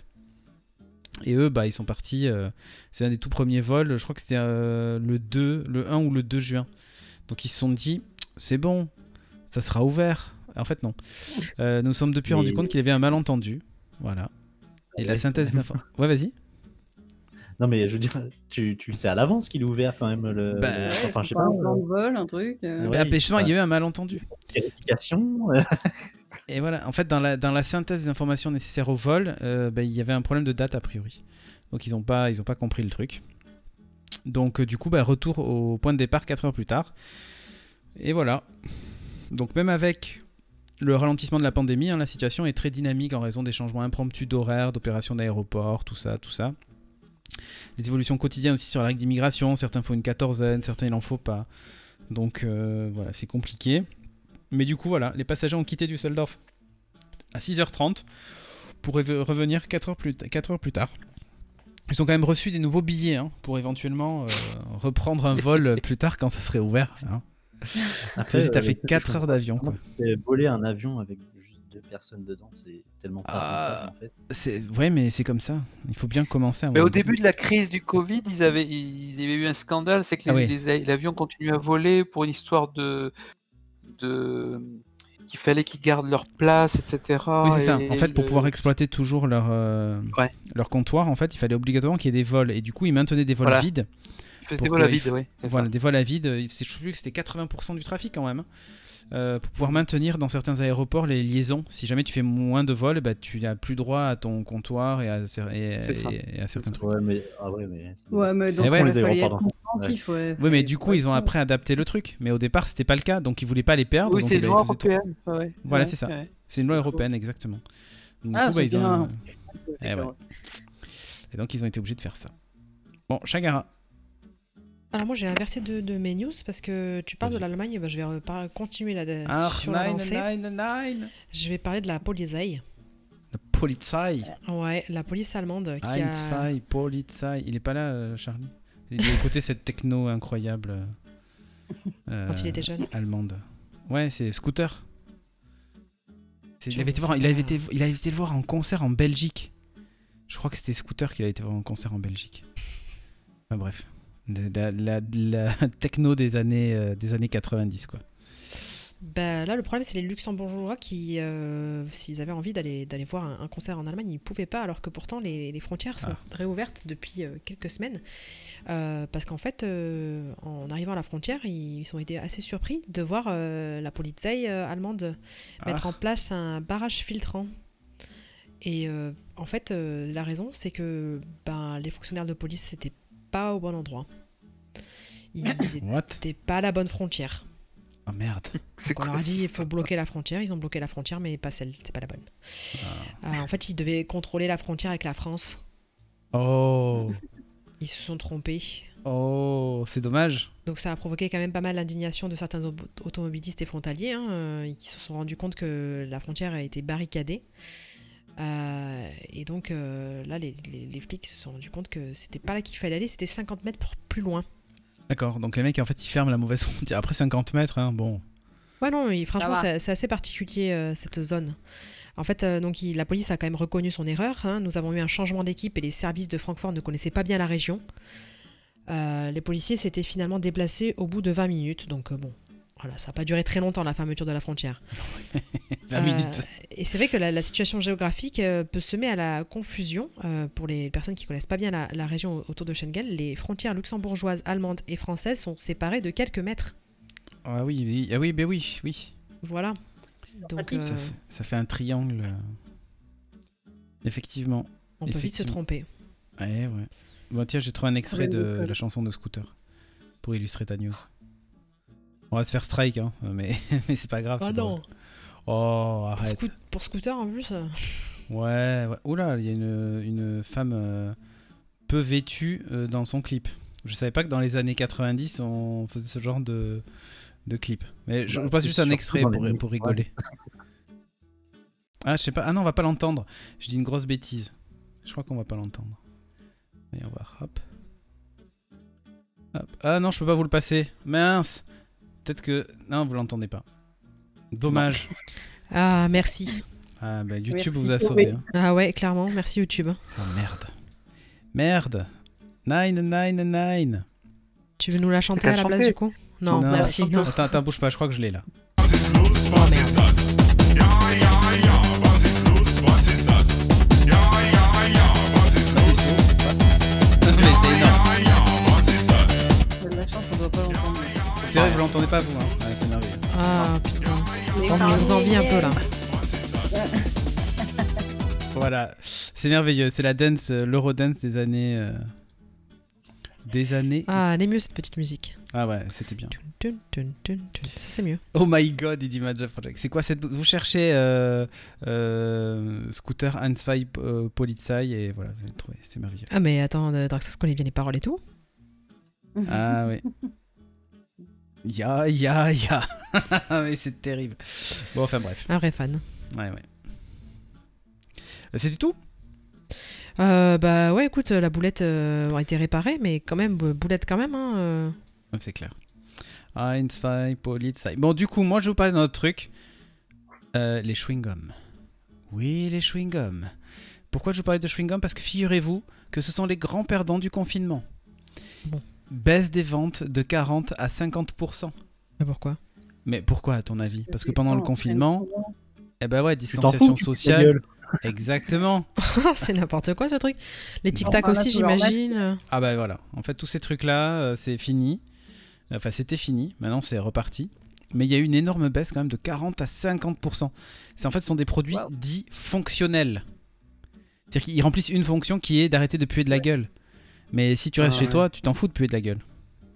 Et eux, bah, ils sont partis. Euh, c'est un des tout premiers vols. Je crois que c'était euh, le deux, le un ou le deux juin. Donc ils se sont dit, c'est bon, ça sera ouvert. En fait, non. Euh, nous sommes depuis Mais- rendu compte qu'il y avait un malentendu. Voilà. Et la Ouais. synthèse des infos. Ouais, vas-y. Non, mais je veux dire, tu, tu le sais à l'avance qu'il est ouvert quand même. Le, Bah, le- ouais, enfin, je sais Pas pas. un plan de vol, un truc. euh. Ouais. Bah, il- justement, bah, il y a eu un malentendu. Vérification. euh, Et voilà, en fait, dans la, dans la synthèse des informations nécessaires au vol, euh, bah, il y avait un problème de date a priori. Donc ils n'ont pas, ils ont pas compris le truc. Donc euh, du coup, bah, retour au point de départ quatre heures plus tard. Et voilà. Donc même avec le ralentissement de la pandémie, hein, la situation est très dynamique en raison des changements impromptus d'horaire, d'opérations d'aéroport, tout ça, tout ça. Les évolutions quotidiennes aussi sur la règle d'immigration, certains font une quatorzaine, certains il n'en faut pas. Donc euh, voilà, c'est compliqué. Mais du coup, voilà, les passagers ont quitté Düsseldorf à six heures trente pour rev- revenir quatre heures plus, t- quatre heures plus tard. Ils ont quand même reçu des nouveaux billets hein, pour éventuellement euh, reprendre un vol plus tard quand ça serait ouvert. Hein. Après, T'as euh, fait je quatre comprends heures d'avion. Quoi. Et voler un avion avec juste deux personnes dedans, c'est tellement pas Ah. rentable en fait. C'est... Ouais, mais c'est comme ça. Il faut bien commencer à un Mais au moment donné. début de la crise du Covid, ils avaient, ils avaient eu un scandale, c'est que les, Ah oui. les- l'avion continuait à voler pour une histoire de, de qu'il fallait qu'ils gardent leur place, et cetera. Oui, c'est ça. et En fait, pour le- pouvoir exploiter toujours leur, euh, Ouais. leur comptoir, en fait, il fallait obligatoirement qu'il y ait des vols. Et du coup, ils maintenaient des vols Voilà. vides. ils faisaient pour des vols à que- vide, il f- oui. c'est Voilà, ça. des vols à vide. C'est- Je sais plus que c'était quatre-vingts pour cent du trafic quand même. hein. Euh, pour pouvoir maintenir dans certains aéroports les liaisons. Si jamais tu fais moins de vols, bah, tu n'as plus droit à ton comptoir et à, cer- et- C'est ça. et- et à certains trucs. Ouais, mais, ah ouais, mais c'est- Ouais, mais dans C'est ce vrai, cas, les il fallait être aéroports, compréhensif. Ouais. Oui, mais Fallait- du coup, ils ont ouais. après adapté le truc. Mais au départ, c'était pas le cas. Donc, ils voulaient pas les perdre. Oui, donc, c'est eh une ben, loi ils faisaient tout- européenne. ouais, Voilà, ouais, c'est ça. ouais. C'est une loi européenne, exactement. Donc, du Ah, coup, bah, c'est ils ont... bien. Eh ouais. Et donc, ils ont été obligés de faire ça. Bon, Chagara. Alors moi j'ai inversé de, de mes news parce que tu parles de Vas-y. l'Allemagne, bah, je vais repar- continuer là, de- Ah, sur la nine, lancée. nine, nine. Je vais parler de la Polizei. La Polizei. Ouais, la police allemande qui Ein, a... zwei, Polizei. Il est pas là, euh, Charlie. Il a écouté cette techno incroyable. euh, Quand il était jeune. Allemande. Ouais, c'est Scooter. C'est- il, Je avait été sais voir, il, avait pas. été, il avait été le voir en concert en Belgique. Je crois que c'était Scooter qu'il a été voir en concert en Belgique. Enfin bref. La, la, la techno des années, euh, des années quatre-vingt-dix, quoi. Bah, là, le problème, c'est les Luxembourgeois qui, euh, s'ils avaient envie d'aller, d'aller voir un, un concert en Allemagne, ils ne pouvaient pas, alors que pourtant les, les frontières sont Ah. réouvertes depuis euh, quelques semaines. Euh, parce qu'en fait, euh, en arrivant à la frontière, ils, ils ont été assez surpris de voir euh, la Polizei euh, allemande mettre Ah. en place un barrage filtrant. Et euh, en fait, euh, la raison, c'est que ben, les fonctionnaires de police n'étaient pas au bon endroit. Ils What? n'étaient pas à la bonne frontière. Oh merde. C'est Donc on quoi leur a cette dit il histoire faut bloquer la frontière, ils ont bloqué la frontière mais pas celle, c'est pas la bonne. Euh, en fait ils devaient contrôler la frontière avec la France. Oh. Ils se sont trompés. Oh, c'est dommage. Donc ça a provoqué quand même pas mal d'indignation de certains au- automobilistes et frontaliers hein, euh, qui se sont rendus compte que la frontière a été barricadée. Euh, et donc euh, là les, les, les flics se sont rendus compte que c'était pas là qu'il fallait aller, c'était cinquante mètres pour plus loin. D'accord, donc les mecs en fait ils ferment la mauvaise frontière. Après cinquante mètres, hein, bon. Ouais non, il- franchement va. c'est c'est assez particulier euh, cette zone. En fait, euh, donc il- la police a quand même reconnu son erreur. hein. Nous avons eu un changement d'équipe et les services de Francfort ne connaissaient pas bien la région. Euh, les policiers s'étaient finalement déplacés au bout de vingt minutes. Donc euh, bon, voilà, ça n'a pas duré très longtemps la fermeture de la frontière. vingt Euh, minutes. Et c'est vrai que la, la situation géographique euh, peut semer à la confusion euh, pour les personnes qui connaissent pas bien la, la région autour de Schengen. Les frontières luxembourgeoises, allemandes et françaises sont séparées de quelques mètres. Ah oui, oui, ah oui, ben oui, oui. Voilà. Donc Ça, euh, fait, ça fait un triangle. euh. Effectivement. on peut vite se effectivement. tromper. Ouais, ouais. Bon, tiens, j'ai trouvé un extrait Ouais, de l'école. la chanson de Scooter pour illustrer ta news. On va se faire strike, hein, mais, mais c'est pas grave. Ah c'est non. drôle. Oh, Pour, arrête. scoot- pour scooter en plus. euh. Ouais, ouais. Oula, il y a une, une femme euh, peu vêtue euh, dans son clip. Je savais pas que dans les années quatre-vingt-dix, on faisait ce genre de, de clip. Mais je Bah, passe c'est juste un surtout extrait dans pour, les- pour rigoler. Ah, je sais pas. Ah non, on va pas l'entendre. Je dis une grosse bêtise. Je crois qu'on va pas l'entendre. Et on va, hop. Hop. Ah non, je peux pas vous le passer. Mince. Peut-être que... Non, vous l'entendez pas. Dommage. Ah, merci. Ah bah YouTube Merci, vous a Chloé. sauvé. Hein. Ah ouais, clairement, merci YouTube. Oh merde. Merde. Nine, nine, nine. Tu veux nous la chanter T'as à la place chanté du coup? Non, Non. merci. Non. Attends, attends, bouge pas, je crois que je l'ai là. Oh merde. Mais c'est énorme. De la chance, on doit pas l'entendre. C'est vrai, vous l'entendez pas vous, hein. Ouais, c'est merveilleux. Ah putain. Mais Je vous envie un peu là. Voilà, c'est merveilleux. C'est la dance, euh, l'Eurodance des années... euh, Des années... Ah, elle est mieux cette petite musique. Ah ouais, c'était bien. Tun, tun, tun, tun. Ça c'est mieux. Oh my god, il dit Major Project. C'est quoi cette... Vous cherchez euh, euh, Scooter Hansfei euh, Polizei et voilà, vous allez le trouver. C'est merveilleux. Ah mais attends, euh, Draxas connaît bien les paroles et tout. Ah oui. Ya, ya, ya. Mais c'est terrible. Bon, enfin bref. Un vrai fan. Ouais, ouais. Euh, C'était tout? Euh, bah ouais, écoute, la boulette euh, a été réparée, mais quand même, euh, boulette quand même. Hein, euh. Ouais, c'est clair. Hansfei Polizei. Bon, du coup, moi je vais vous parler d'un autre truc. Euh, les chewing-gums. Oui, les chewing-gums. Pourquoi je vous parlais de chewing-gums? Parce que figurez-vous que ce sont les grands perdants du confinement. Bon. Baisse des ventes de quarante à cinquante pour cent. Mais pourquoi? Mais pourquoi à ton avis? Parce que pendant le confinement, eh ben ouais, Tu t'en distanciation fous, tu fous ta sociale. gueule. Exactement. C'est n'importe quoi ce truc. Les On tic-tac parle aussi, à tout leur j'imagine. Ah bah voilà. En fait, tous ces trucs-là, euh, c'est fini. Enfin, c'était fini. Maintenant, c'est reparti. Mais il y a eu une énorme baisse quand même de quarante à cinquante pour cent. C'est en fait, ce sont des produits Wow. dits fonctionnels. C'est-à-dire qu'ils remplissent une fonction qui est d'arrêter de puer de la Ouais. gueule. Mais si tu restes Ah chez ouais. toi, tu t'en fous de puer de la gueule.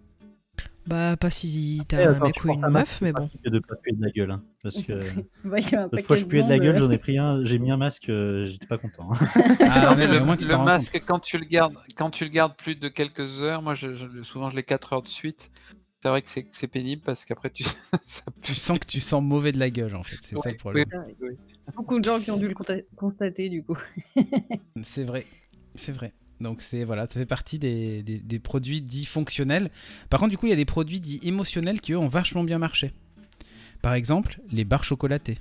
Bah pas si Eh, t'as un attends, mec tu ou portes une un meuf, masque, mais c'est bon. pratique de pas puer de la gueule. Hein, parce que Bah, il y a un l'autre fois, je paquet puais de la gueule, monde, j'en ai pris un, j'ai mis un masque, euh, j'étais pas content. hein. Ah, mais mais le, au moins, tu le t'en rends masque, quand tu le gardes, quand tu le gardes plus de quelques heures, moi je, je- souvent je l'ai quatre heures de suite. C'est vrai que c'est, que c'est pénible parce qu'après tu ça compte. Tu sens que tu sens mauvais de la gueule, en fait. C'est ça le Oui, problème. oui, oui. Beaucoup de gens qui ont dû le conta- constater du coup. C'est vrai. C'est vrai. Donc c'est voilà, ça fait partie des, des, des produits dits fonctionnels. Par contre, du coup, il y a des produits dits émotionnels qui eux ont vachement bien marché. Par exemple, les barres chocolatées.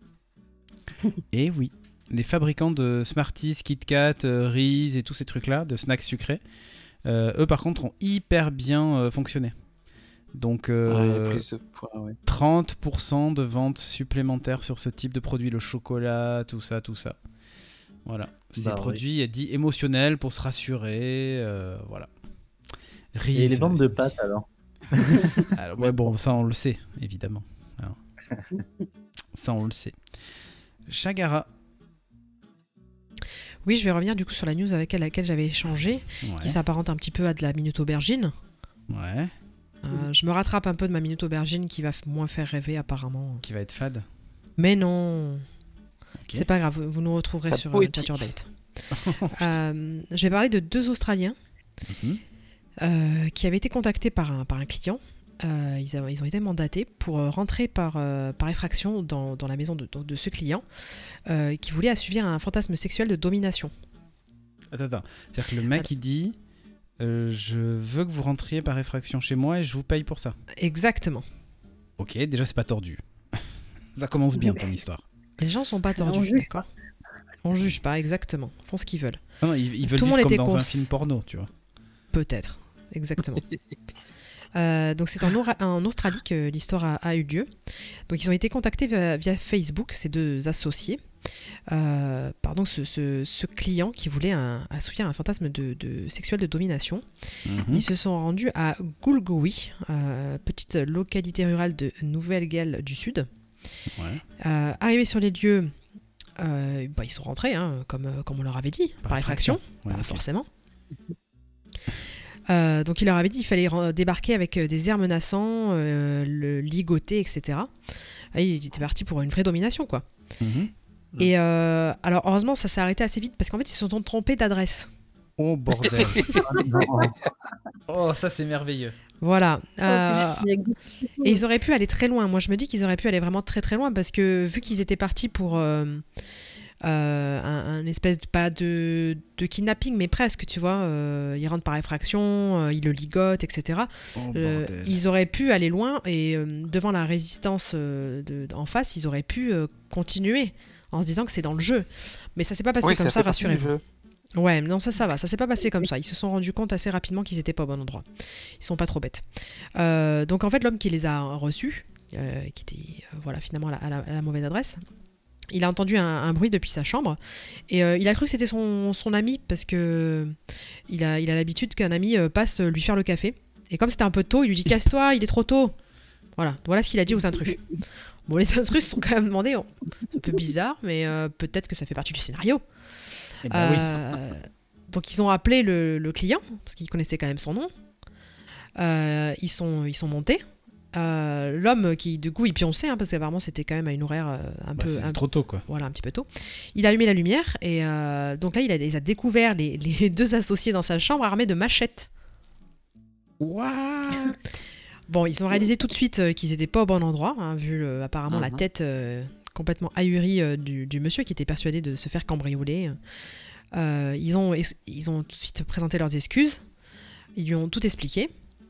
Et oui, les fabricants de Smarties, Kit Kat, euh, Reese et tous ces trucs-là, de snacks sucrés, euh, eux par contre ont hyper bien euh, fonctionné. Donc euh, Ouais, prise de poids, ouais. trente pour cent de ventes supplémentaires sur ce type de produit, le chocolat, tout ça, tout ça. Voilà, c'est Bah des oui. produits dits émotionnels pour se rassurer, euh, voilà. Et Reese, les ventes de pâtes alors? alors, ouais, bon, ça on le sait, évidemment. Alors, ça on le sait. Chagara. Oui, je vais revenir du coup sur la news avec laquelle j'avais échangé, qui Ouais. s'apparente un petit peu à de la minute aubergine. Ouais. Euh, je me rattrape un peu de ma minute aubergine qui va f- moins faire rêver apparemment. Qui va être fade. Mais non, Ok. c'est pas grave, vous- vous nous retrouverez Pas sur euh, poétique. Chaturbate. Euh, je vais parler de deux Australiens Mhm. euh, qui avaient été contactés par un, par un client. Euh, ils, a- ils ont été mandatés pour euh, rentrer par, euh, par effraction dans, dans la maison de, de ce client euh, qui voulait assouvir un fantasme sexuel de domination. Attends, attends. C'est-à-dire que le mec il dit euh, je veux que vous rentriez par effraction chez moi et je vous paye pour ça. Exactement. Ok, déjà c'est pas tordu. Ça commence bien ton histoire. Les gens sont pas On tordus, juge d'accord? On juge pas, exactement. Ils font ce qu'ils veulent. Non, non, ils, ils veulent Tout le vivre monde comme était dans un cons- film porno, tu vois. Peut-être, exactement. Euh, donc c'est en, Aura- en Australie que l'histoire a, a eu lieu. Donc ils ont été contactés via, via Facebook, ces deux associés, euh, pardon, ce, ce- ce client qui voulait un, assouvir un fantasme de, de sexuel de domination. Mhm. Ils se sont rendus à Goolgowi, euh, petite localité rurale de Nouvelle-Galles du Sud. Ouais. Euh, arrivés sur les lieux, euh, bah, ils sont rentrés, hein, comme, comme on leur avait dit, par, Par effraction, Ouais, bah, ok. forcément. Euh, donc il leur avait dit qu'il fallait re- débarquer avec euh, des airs menaçants, euh, le ligoter, et cetera. Et il était parti pour une vraie domination, quoi. Mhm. Et euh, alors heureusement, ça s'est arrêté assez vite parce qu'en fait, ils se sont trompés d'adresse. Oh bordel. Oh, ça c'est merveilleux. Voilà. Oh, Euh, il y a que des- et ils auraient pu aller très loin. Moi, je me dis qu'ils auraient pu aller vraiment très très loin parce que vu qu'ils étaient partis pour euh, euh, un, un espèce de, pas de, de kidnapping, mais presque, tu vois, euh, ils rentrent par effraction, euh, ils le ligotent, et cetera. Oh Euh, bordel. ils auraient pu aller loin et euh, devant la résistance euh, de, en face, ils auraient pu euh, continuer en se disant que c'est dans le jeu. Mais ça s'est pas passé Oui, comme ça, fait partie du rassurez-vous. jeu. Ouais, non, ça, ça va. Ça s'est pas passé comme ça. Ils se sont rendus compte assez rapidement qu'ils étaient pas au bon endroit. Ils sont pas trop bêtes. Euh, donc en fait, l'homme qui les a reçus, euh, qui était euh, voilà finalement à la, à la- à la mauvaise adresse, il a entendu un, un bruit depuis sa chambre et euh, il a cru que c'était son, son ami parce que il a il a l'habitude qu'un ami euh, passe lui faire le café. Et comme c'était un peu tôt, il lui dit casse-toi, il est trop tôt. Voilà, voilà ce qu'il a dit aux intrus. Bon, les intrus se sont quand même demandé, oh, c'est un peu bizarre, mais euh, peut-être que ça fait partie du scénario. Eh ben oui. Euh, donc ils ont appelé le, le client, parce qu'ils connaissaient quand même son nom. Euh, ils, sont, ils sont montés. Euh, L'homme qui, du coup, il pionçait, hein, parce qu'apparemment c'était quand même à une horaire euh, un Bah, peu... c'est un- trop tôt quoi. Voilà, un petit peu tôt. Il a allumé la lumière, et euh, donc là, il a, il a découvert les, les deux associés dans sa chambre armés de machettes. What? Bon, ils ont réalisé tout de suite euh, qu'ils étaient pas au bon endroit, hein, vu le- apparemment la Mhm. tête euh, complètement ahurie euh, du, du monsieur qui était persuadé de se faire cambrioler. Euh, ils, ont, ils ont tout de suite présenté leurs excuses, ils lui ont tout expliqué.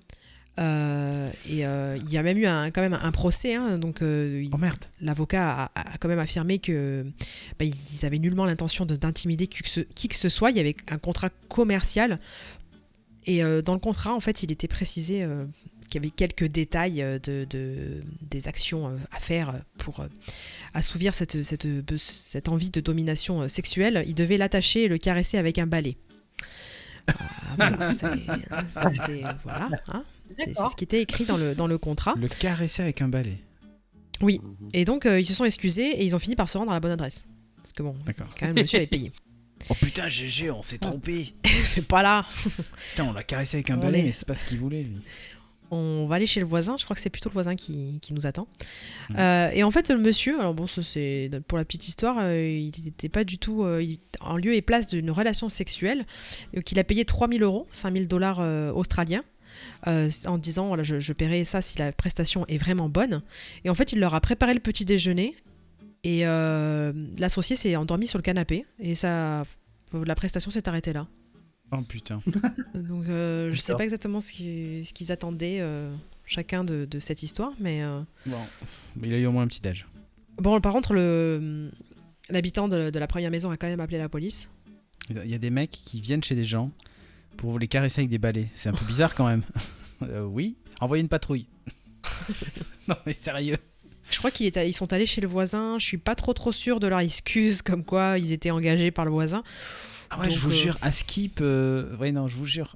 Euh, et euh, il y a même eu un, quand même un procès, hein, donc euh, il- Oh merde. l'avocat a, a quand même affirmé que bah, ils avaient nullement l'intention de- d'intimider qui, que ce- qui que ce soit. Il y avait un contrat commercial et euh, dans le contrat, en fait, il était précisé euh, qu'il y avait quelques détails euh, de, de- des actions euh, à faire pour euh, assouvir cette, cette, cette envie de domination euh, sexuelle. Il devait l'attacher et le caresser avec un balai. Euh, voilà, c'est- c'était- voilà, hein. C'est- c'est D'accord. ce qui était écrit dans le, dans le contrat. Le caresser avec un balai. Oui, Mhm. et donc euh, ils se sont excusés et ils ont fini par se rendre à la bonne adresse. Parce que bon, D'accord. quand même, le monsieur avait payé. Oh putain, G G, on s'est trompé. C'est pas là. Putain, on l'a caressé avec un On balai, est- mais c'est pas ce qu'il voulait lui. On va aller chez le voisin, je crois que c'est plutôt le voisin qui, qui nous attend. Mhm. Euh, et en fait, le monsieur, alors bon, ça c'est pour la petite histoire, euh, il n'était pas du tout euh, il- en lieu et place d'une relation sexuelle. Donc il a payé trois mille euros, cinq mille dollars euh, australiens, euh, en disant voilà, je, je paierai ça si la prestation est vraiment bonne. Et en fait, il leur a préparé le petit déjeuner et euh, l'associé s'est endormi sur le canapé et ça, la prestation s'est arrêtée là. Oh putain. Donc euh, je sais D'accord. pas exactement ce qu'ils, ce qu'ils attendaient euh, chacun de, de cette histoire, mais euh, Bon. Mais il a eu au moins un petit âge. bon par contre le l'habitant de, de la première maison a quand même appelé la police. Il y a des mecs qui viennent chez des gens pour les caresser avec des balais. C'est un peu bizarre quand même. Euh, oui, envoyez une patrouille. Non mais sérieux. Je crois qu'ils étaient- ils sont allés chez le voisin. Je suis pas trop trop sûre de leur excuse, comme quoi ils étaient engagés par le voisin. Ah ouais, Donc, je vous euh, jure, à Skip. Euh... Ouais, non, je vous jure.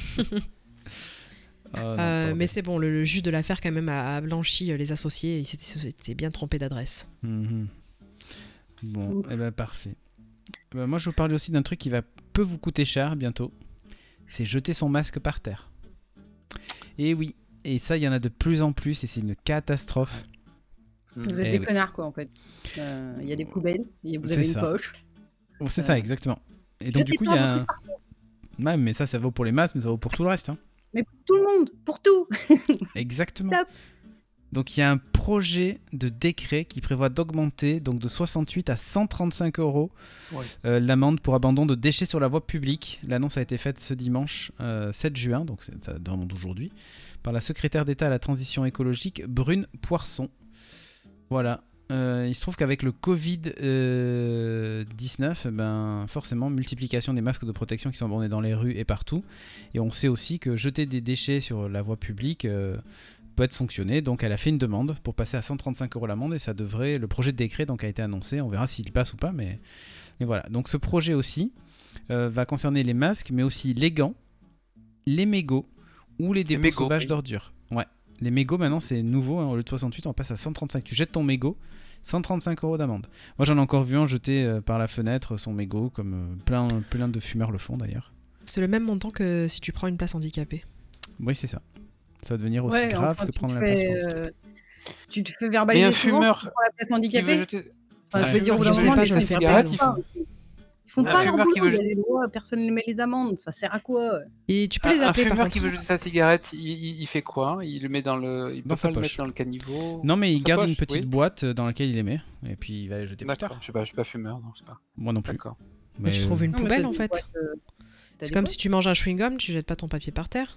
Oh, non, Euh, pardon. mais c'est bon, le, le juge de l'affaire quand même a, a blanchi euh, les associés. Ils s'étaient, s'étaient bien trompés d'adresse. Mhm. Bon, eh ben parfait. Eh ben, moi, je vais vous parler aussi d'un truc qui va peu vous coûter cher bientôt. C'est jeter son masque par terre. Et oui, et ça, il y en a de plus en plus et c'est une catastrophe. Vous êtes Eh des oui. connards, quoi, en fait. Euh, Il y a des poubelles, et vous C'est avez une ça. poche. Bon, c'est Euh, ça, exactement. Et donc, jetez du coup, il pas y a vos un. trucs Ouais, mais ça, ça vaut pour les masques, mais ça vaut pour tout le reste. Hein. Mais pour tout le monde, pour tout. Exactement. Top. Donc il y a un projet de décret qui prévoit d'augmenter donc de soixante-huit à cent trente-cinq euros Ouais. euh, l'amende pour abandon de déchets sur la voie publique. L'annonce a été faite ce dimanche euh, sept juin, donc c'est- ça remonte aujourd'hui, par la secrétaire d'État à la transition écologique Brune Poisson. Voilà. Euh, il se trouve qu'avec le covid dix-neuf, ben, forcément, multiplication des masques de protection qui sont abandonnés dans les rues et partout. Et on sait aussi que jeter des déchets sur la voie publique euh, peut être sanctionné. Donc elle a fait une demande pour passer à cent trente-cinq euros l'amende et ça devrait. Le projet de décret donc, a été annoncé. On verra s'il passe ou pas. Mais et voilà. Donc ce projet aussi euh, va concerner les masques, mais aussi les gants, les mégots ou les dépôts mégots, sauvages oui. d'ordures. Ouais. Les mégots maintenant c'est nouveau. Hein, au lieu de soixante-huit, on passe à cent trente-cinq. Tu jettes ton mégot. cent trente-cinq euros d'amende. Moi j'en ai encore vu un jeter euh, par la fenêtre son mégot, comme euh, plein, plein de fumeurs le font d'ailleurs. C'est le même montant que si tu prends une place handicapée. Oui, c'est ça. Ça va devenir aussi Ouais, grave enfin, que tu prendre te la place fais, handicapée. euh, tu te fais Mais verbaliser un souvent fumeur pour la place qui veut handicapée. jeter. Enfin, Ouais. je veux dire, au bout Je d'un sais moment, pas, les je le gens, fais ils pas, regardent donc. pas. Ils font Un pas leur fumeur qui boulot, veut il y a les lois, personne ne met les amendes, ça sert à quoi? Et tu peux Un, les un appeler par fumeur contre. qui veut jeter sa cigarette, il, il- il fait quoi? Il le met dans le. Il Dans peut sa pas le poche. mettre dans le caniveau. Non, mais Dans il sa garde poche, une petite oui. boîte dans laquelle il les met, et puis il va les jeter plus D'accord. tard. Je sais pas, je suis pas fumeur, donc c'est pas. Moi non plus. D'accord. Mais tu Mais, trouves une Non, mais poubelle t'as en des fait. boîtes, euh, t'as C'est des comme boîtes. si tu manges un chewing-gum, tu jettes pas ton papier par terre.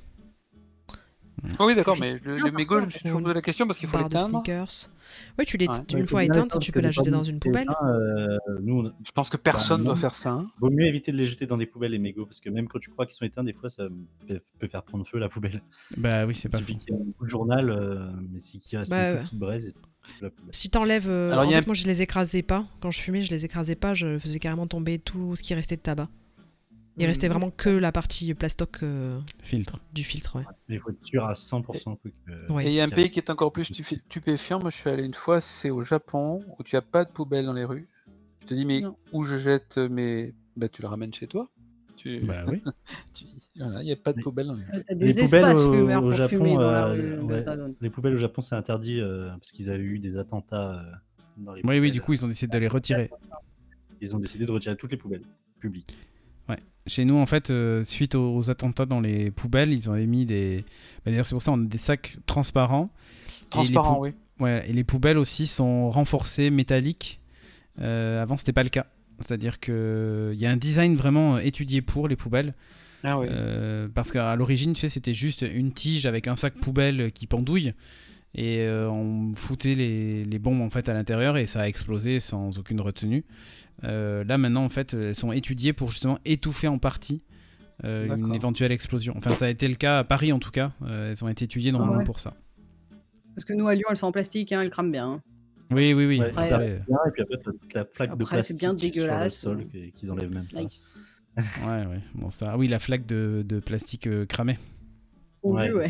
Oh oui, d'accord, mais le, le mégot, je me suis Ou toujours une posé la question parce qu'il faut barre de l'éteindre. sneakers. Oui, tu l'é... Ouais. Ouais, une il faut fois bien éteinte, l'éteindre tu parce peux que la des jeter fois, dans une c'est poubelle. éteint, euh, nous, on- Je pense que bah, personne doit non. faire ça. Hein. Vaut mieux éviter de les jeter dans des poubelles, les mégots, parce que même quand tu crois qu'ils sont éteints, des fois, ça peut- peut faire prendre feu la poubelle. Bah oui, c'est Il pas suffit faux. qu'il y ait un coup de journal, euh, mais c'est qu'il reste Bah, une ouais. toute petite braise et ça fout la poubelle. Si t'enlèves. euh, Alors, en il y a fait, un- moi je les écrasais pas. Quand je fumais, je les écrasais pas. Je faisais carrément tomber tout ce qui restait de tabac. Il Mhm. restait vraiment que la partie plastoc euh, Filtre. du filtre. Ouais. Mais il faut être sûr à cent pour cent que. Ouais. Et il y a un qu'il pays qui est encore plus stupé- stupéfiant. Moi, je suis allé une fois, c'est au Japon, où tu as pas de poubelle dans les rues. Je te dis, mais Non. où je jette mes. Bah, tu le ramènes chez toi. Tu... Bah oui. tu- Voilà, il n'y a pas de Mais- poubelle dans les rues. T'as Les des poubelles espaces au, fumeurs au pour Japon, fumer dans la euh, rue ouais, de Dragon. les poubelles au Japon, c'est interdit euh, parce qu'ils avaient eu des attentats euh, dans les Oui, oui, poubelles. du coup, ils ont décidé de les retirer. Ils ont décidé de retirer toutes les poubelles publiques. Chez nous, en fait, euh, suite aux, aux attentats dans les poubelles, ils ont émis des. Bah, d'ailleurs, c'est pour ça qu'on a des sacs transparents. Transparent, et les, oui. pou- ouais, et les poubelles aussi sont renforcées, métalliques. Euh, avant, c'était pas le cas. C'est-à-dire qu'il y a un design vraiment étudié pour les poubelles. Ah oui. Euh, parce qu'à l'origine, tu sais, c'était juste une tige avec un sac poubelle qui pendouille. Et euh, on foutait les, les bombes en fait à l'intérieur et ça a explosé sans aucune retenue. Euh, là maintenant en fait elles sont étudiées pour justement étouffer en partie euh, une D'accord. éventuelle explosion. Enfin ça a été le cas à Paris en tout cas. Euh, elles ont été étudiées normalement ouais. pour ça. Parce que nous, à Lyon, elles sont en plastique, hein, elles crament bien. hein. Oui oui oui. Ouais, Après, ça Après, reste bien, et puis après, t'as toute la flaque de Après, c'est plastique bien dégueulasse. sur le sol que- qu'ils enlèvent même pas. Nice. ouais ouais. Bon ça. Ah oui la flaque de, de plastique euh, cramée. Au Ouais. vu, ouais.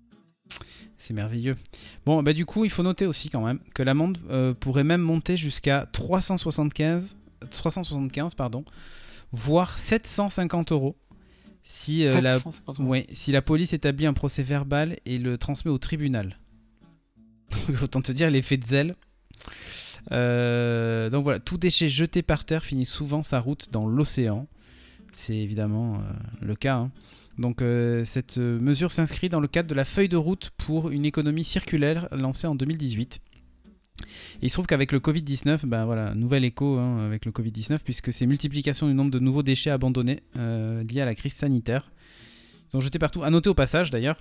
C'est merveilleux. Bon bah du coup il faut noter aussi quand même que l'amende euh, pourrait même monter jusqu'à trois cent soixante-quinze pardon, voire sept cent cinquante euros si, euh, la, sept cent cinquante euros. ouais, si la police établit un procès verbal et le transmet au tribunal. Autant te dire l'effet de zèle. Euh, donc voilà, tout déchet jeté par terre finit souvent sa route dans l'océan. C'est évidemment euh, le cas. Hein. Donc euh, cette euh, mesure s'inscrit dans le cadre de la feuille de route pour une économie circulaire lancée en deux mille dix-huit. Et il se trouve qu'avec le covid dix-neuf, ben voilà, nouvel écho hein, avec le covid dix-neuf, puisque c'est multiplication du nombre de nouveaux déchets abandonnés euh, liés à la crise sanitaire. Ils sont jetés partout. À noter au passage d'ailleurs,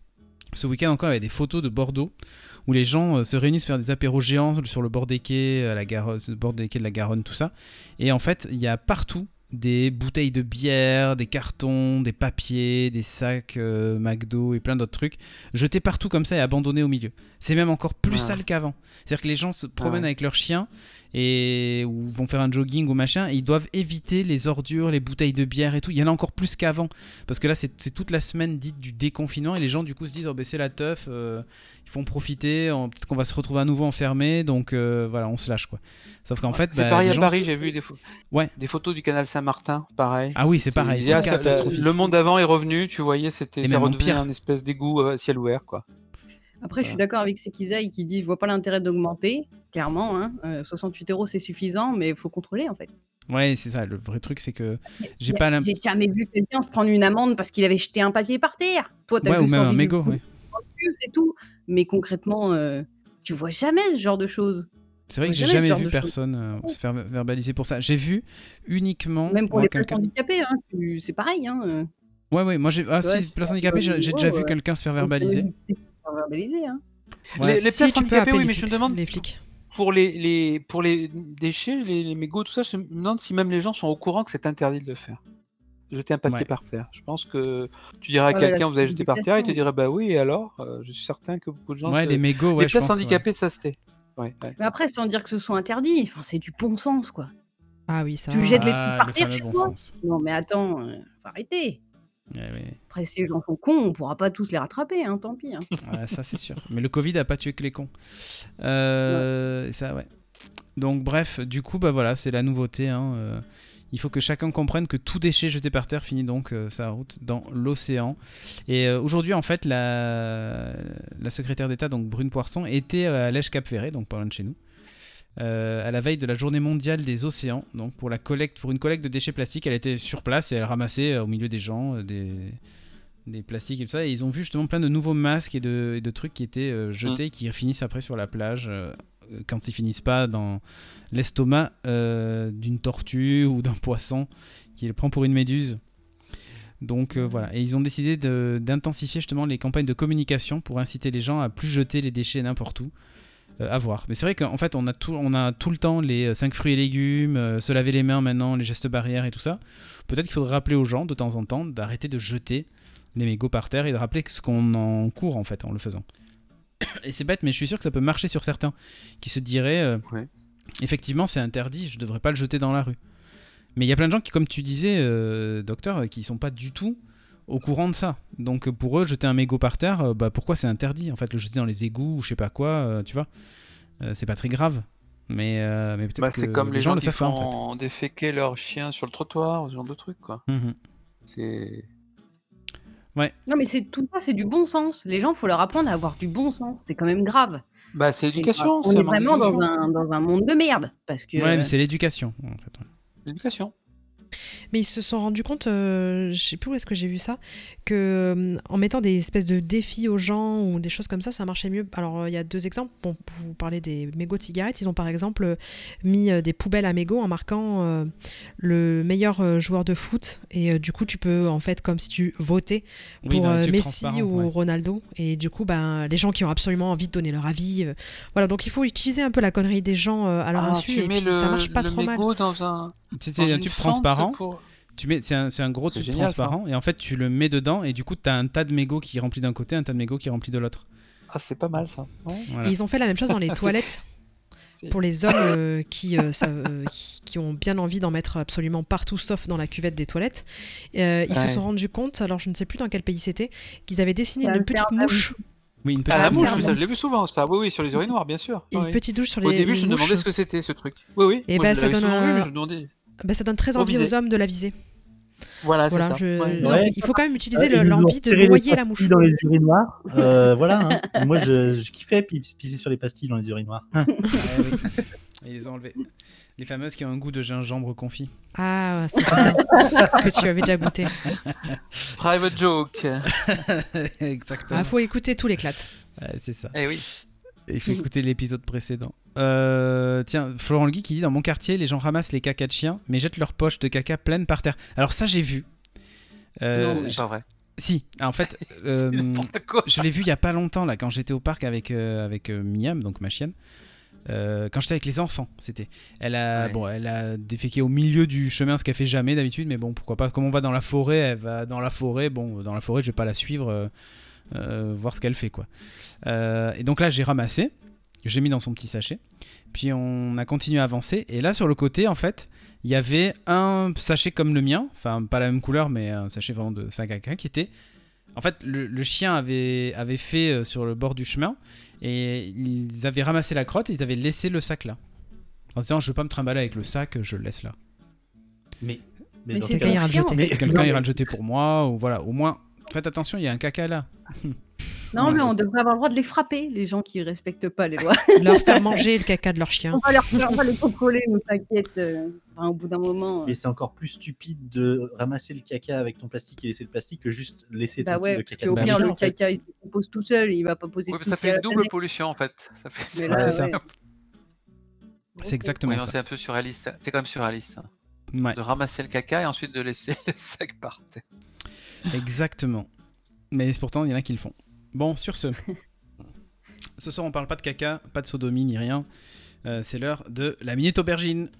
ce week-end encore, il y avait des photos de Bordeaux où les gens euh, se réunissent pour faire des apéros géants sur le bord des quais, à la Garonne, sur le bord des quais de la Garonne, tout ça. Et en fait, il y a partout des bouteilles de bière, des cartons, des papiers, des sacs euh, McDo et plein d'autres trucs jetés partout comme ça et abandonnés au milieu. C'est même encore plus Ah. sale qu'avant. C'est-à-dire que les gens se promènent ouais. avec leurs chiens et ou vont faire un jogging ou machin et ils doivent éviter les ordures, les bouteilles de bière et tout. Il y en a encore plus qu'avant parce que là c'est, c'est toute la semaine dite du déconfinement et les gens du coup se disent oh ben c'est la teuf, euh, ils font profiter, on- peut-être qu'on va se retrouver à nouveau enfermés donc euh, voilà on se lâche quoi. Sauf qu'en fait C'est bah, pareil les à gens Paris, se- j'ai vu des, pho- Ouais. des photos du canal Saint-Martin, pareil. Ah oui c'est pareil, Il y c'est a- ça- la- catastrophique. le monde d'avant est revenu, tu voyais, c'était, Et ça même en redevenait pire. un espèce d'égout euh, à ciel ouvert, quoi. Après, je suis d'accord avec Sekizaï qui dit je vois pas l'intérêt d'augmenter, clairement. Hein. Euh, soixante-huit euros, c'est suffisant, mais il faut contrôler en fait. Ouais c'est ça, le vrai truc c'est que j'ai Mais pas l'im- J'ai jamais vu quelqu'un se prendre une amende parce qu'il avait jeté un papier par terre. Toi, t'as Ouais, ou juste même un envie de lui mégot, foutre ouais. dans le cul, c'est tout. Mais concrètement, euh, tu vois jamais ce genre de choses. C'est vrai que Ouais, j'ai jamais ce jamais genre vu de choses. personne euh, se faire verbaliser pour ça. J'ai vu uniquement Même pour moi, les personnes quelqu'un. handicapées, hein, tu- c'est pareil. Hein. euh. Ouais ouais, moi j'ai ah Ouais, si tu place vois, handicapée, j'ai, j'ai déjà vu ouais. quelqu'un se faire verbaliser. Se faire verbaliser, hein. Ouais. Les, les Si, places tu peux handicapées, appeler oui, les mais je me flics, demande, les flics. pour les, les, pour les déchets, les, les mégots, tout ça, je me demande si même les gens sont au courant que c'est interdit de le faire. Jeter un papier Ouais. par terre. Je pense que tu dirais à Ouais, quelqu'un, la vous avez jeté par terre, il te sensibilisation. dirait, bah oui, et alors Euh, Je suis certain que beaucoup de gens. Ouais, te- les mégots, ouais, les je places pense. que, ouais. handicapées, ça se fait. Ouais, ouais. Mais après, sans dire que ce soit interdit, enfin, c'est du bon sens, quoi. Ah oui, ça. Tu jettes les Ah, trucs par le terre fameux chez bon toi. sens. Non, mais attends, euh, faut arrêter. Ouais, ouais. Après, si les gens sont cons, on pourra pas tous les rattraper, hein, tant pis. Hein. Ouais, ça c'est sûr. Mais le Covid a pas tué que les cons. Euh, ça ouais. Donc bref, du coup bah voilà, c'est la nouveauté. Hein. euh, Il faut que chacun comprenne que tout déchet jeté par terre finit donc euh, sa route dans l'océan. Et euh, aujourd'hui, en fait, la, la secrétaire d'État, donc Brune Poirson, était à Lège-Cap-Ferret, donc pas loin de chez nous, euh, à la veille de la journée mondiale des océans, donc pour, la collecte, pour une collecte de déchets plastiques. Elle était sur place et elle ramassait euh, au milieu des gens euh, des, des plastiques et tout ça. Et ils ont vu justement plein de nouveaux masques et de, et de trucs qui étaient euh, jetés, mmh. qui finissent après sur la plage. Euh, quand ils finissent pas dans l'estomac euh, d'une tortue ou d'un poisson qui le prend pour une méduse. Donc euh, voilà, et ils ont décidé de, d'intensifier justement les campagnes de communication pour inciter les gens à plus jeter les déchets n'importe où, euh, à voir. Mais c'est vrai qu'en fait on a tout, on a tout le temps les cinq fruits et légumes, euh, se laver les mains maintenant, les gestes barrières et tout ça. Peut-être qu'il faudrait rappeler aux gens de temps en temps d'arrêter de jeter les mégots par terre et de rappeler ce qu'on en court en fait en le faisant. Et c'est bête, mais je suis sûr que ça peut marcher sur certains qui se diraient euh, ouais. effectivement c'est interdit, je devrais pas le jeter dans la rue. Mais il y a plein de gens qui, comme tu disais, euh, docteur, qui sont pas du tout au courant de ça. Donc pour eux, jeter un mégot par terre, euh, bah pourquoi c'est interdit ? En fait, le jeter dans les égouts ou je sais pas quoi, euh, tu vois, euh, c'est pas très grave. Mais, euh, mais peut-être bah, que c'est comme les gens, gens qui le savent font pas, en fait. déféquer leurs chiens sur le trottoir, ce genre de trucs, quoi. Mmh. C'est... Ouais. Non, mais c'est tout ça, c'est du bon sens. Les gens, faut leur apprendre à avoir du bon sens. C'est quand même grave. Bah, c'est l'éducation. On c'est est vraiment dans un, dans un monde de merde. Parce que... Ouais, mais c'est l'éducation, en fait. L'éducation. Mais ils se sont rendus compte, euh, je sais plus où est-ce que j'ai vu ça, que euh, en mettant des espèces de défis aux gens ou des choses comme ça, ça marchait mieux. Alors il euh, y a deux exemples. Bon, vous parlez des mégots de cigarettes. Ils ont par exemple euh, mis euh, des poubelles à mégots en marquant euh, le meilleur euh, joueur de foot. Et euh, du coup, tu peux en fait comme si tu votais pour oui, euh, Messi ou ouais. Ronaldo. Et du coup, ben les gens qui ont absolument envie de donner leur avis. Euh, voilà, donc il faut utiliser un peu la connerie des gens euh, à leur ah, insu. Tu et mets puis le, ça marche pas le trop mal. Dans un... C'est un tube transparent. Pour... Tu mets, c'est, un, c'est un gros c'est tube génial, transparent ça. Et en fait tu le mets dedans et du coup tu as un tas de mégots qui est rempli d'un côté, un tas de mégots qui est rempli de l'autre. Ah c'est pas mal ça. Ouais. Voilà. Et ils ont fait la même chose dans les toilettes c'est... pour les hommes euh, qui, euh, ça, euh, qui, qui ont bien envie d'en mettre absolument partout sauf dans la cuvette des toilettes. Euh, ils ouais. se sont rendus compte, alors je ne sais plus dans quel pays c'était, qu'ils avaient dessiné c'est une petite mouche. Oui, une petite ah, mouche, ça, je l'ai vu souvent, ça. Oui, oui, sur les urinoirs, bien sûr. Une oui. petite douche sur les Au début, les je me demandais ce que c'était, ce truc. Oui, oui. Et bah, ça donne, un... vu, demandais... bah, ça donne très envie aux hommes de la viser. Voilà, voilà, c'est ça. Je... Ouais. Non, Ouais. il faut quand même utiliser ouais, le, l'envie de noyer la mouche. Dans les urinoirs. Euh, voilà. Hein. Moi, je, je kiffais pisser sur les pastilles dans les urinoirs. Ah, oui. Ils les ont enlevés. Les fameuses qui ont un goût de gingembre confit. Ah, c'est ça que tu avais déjà goûté. Private joke. Exactement. Ah, faut écouter tous les clats. Ouais, c'est ça. Eh oui. Il faut écouter l'épisode précédent. Euh, tiens, Florent Le Guy qui dit dans mon quartier, les gens ramassent les cacas de chiens, mais jettent leurs poches de caca pleines par terre. Alors ça, j'ai vu. Euh, non, c'est pas vrai. Si, en fait, euh, je l'ai vu il y a pas longtemps là, quand j'étais au parc avec euh, avec euh, Miam, donc ma chienne. Euh, quand j'étais avec les enfants, c'était. Elle a, ouais. bon, elle a déféqué au milieu du chemin, ce qu'elle fait jamais d'habitude, mais bon, pourquoi pas. Comme on va dans la forêt, elle va dans la forêt. Bon, dans la forêt, je vais pas la suivre. Euh, Euh, voir ce qu'elle fait quoi. Euh, et donc là j'ai ramassé, j'ai mis dans son petit sachet, puis on a continué à avancer et là sur le côté en fait il y avait un sachet comme le mien, enfin pas la même couleur mais un sachet vraiment de cinq caca qui était en fait le, le chien avait, avait fait sur le bord du chemin et ils avaient ramassé la crotte et ils avaient laissé le sac là en disant je veux pas me trimballer avec le sac, je le laisse là. Mais, mais, mais quelqu'un ira le jeter. Mais quelqu'un ira le jeter pour moi ou voilà au moins. Faites attention, il y a un caca là. Non, mais on devrait avoir le droit de les frapper, les gens qui respectent pas les lois. Leur faire manger le caca de leur chien. On va, leur, on va les contrôler, mais t'inquiète. Euh, enfin, au bout d'un moment. Mais c'est encore plus stupide de ramasser le caca avec ton plastique et laisser le plastique que juste laisser bah ton, ouais, le caca. Au bah pire, oui, le caca, fait. Il se compose tout seul, il va pas poser oui, tout ça seul. fait une double pollution en fait. Ça fait... Mais là, ouais, c'est ouais. ça. C'est exactement oui, non, ça. C'est un peu surréaliste. C'est quand même surréaliste. Ouais. De ramasser le caca et ensuite de laisser le sac par terre. Exactement. Mais pourtant, il y en a qui le font. Bon, sur ce. Ce soir, on parle pas de caca, pas de sodomie, ni rien. Euh, c'est l'heure de la Minute Aubergine.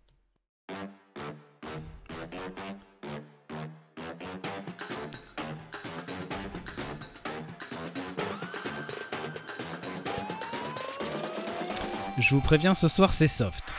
Je vous préviens, ce soir, c'est soft.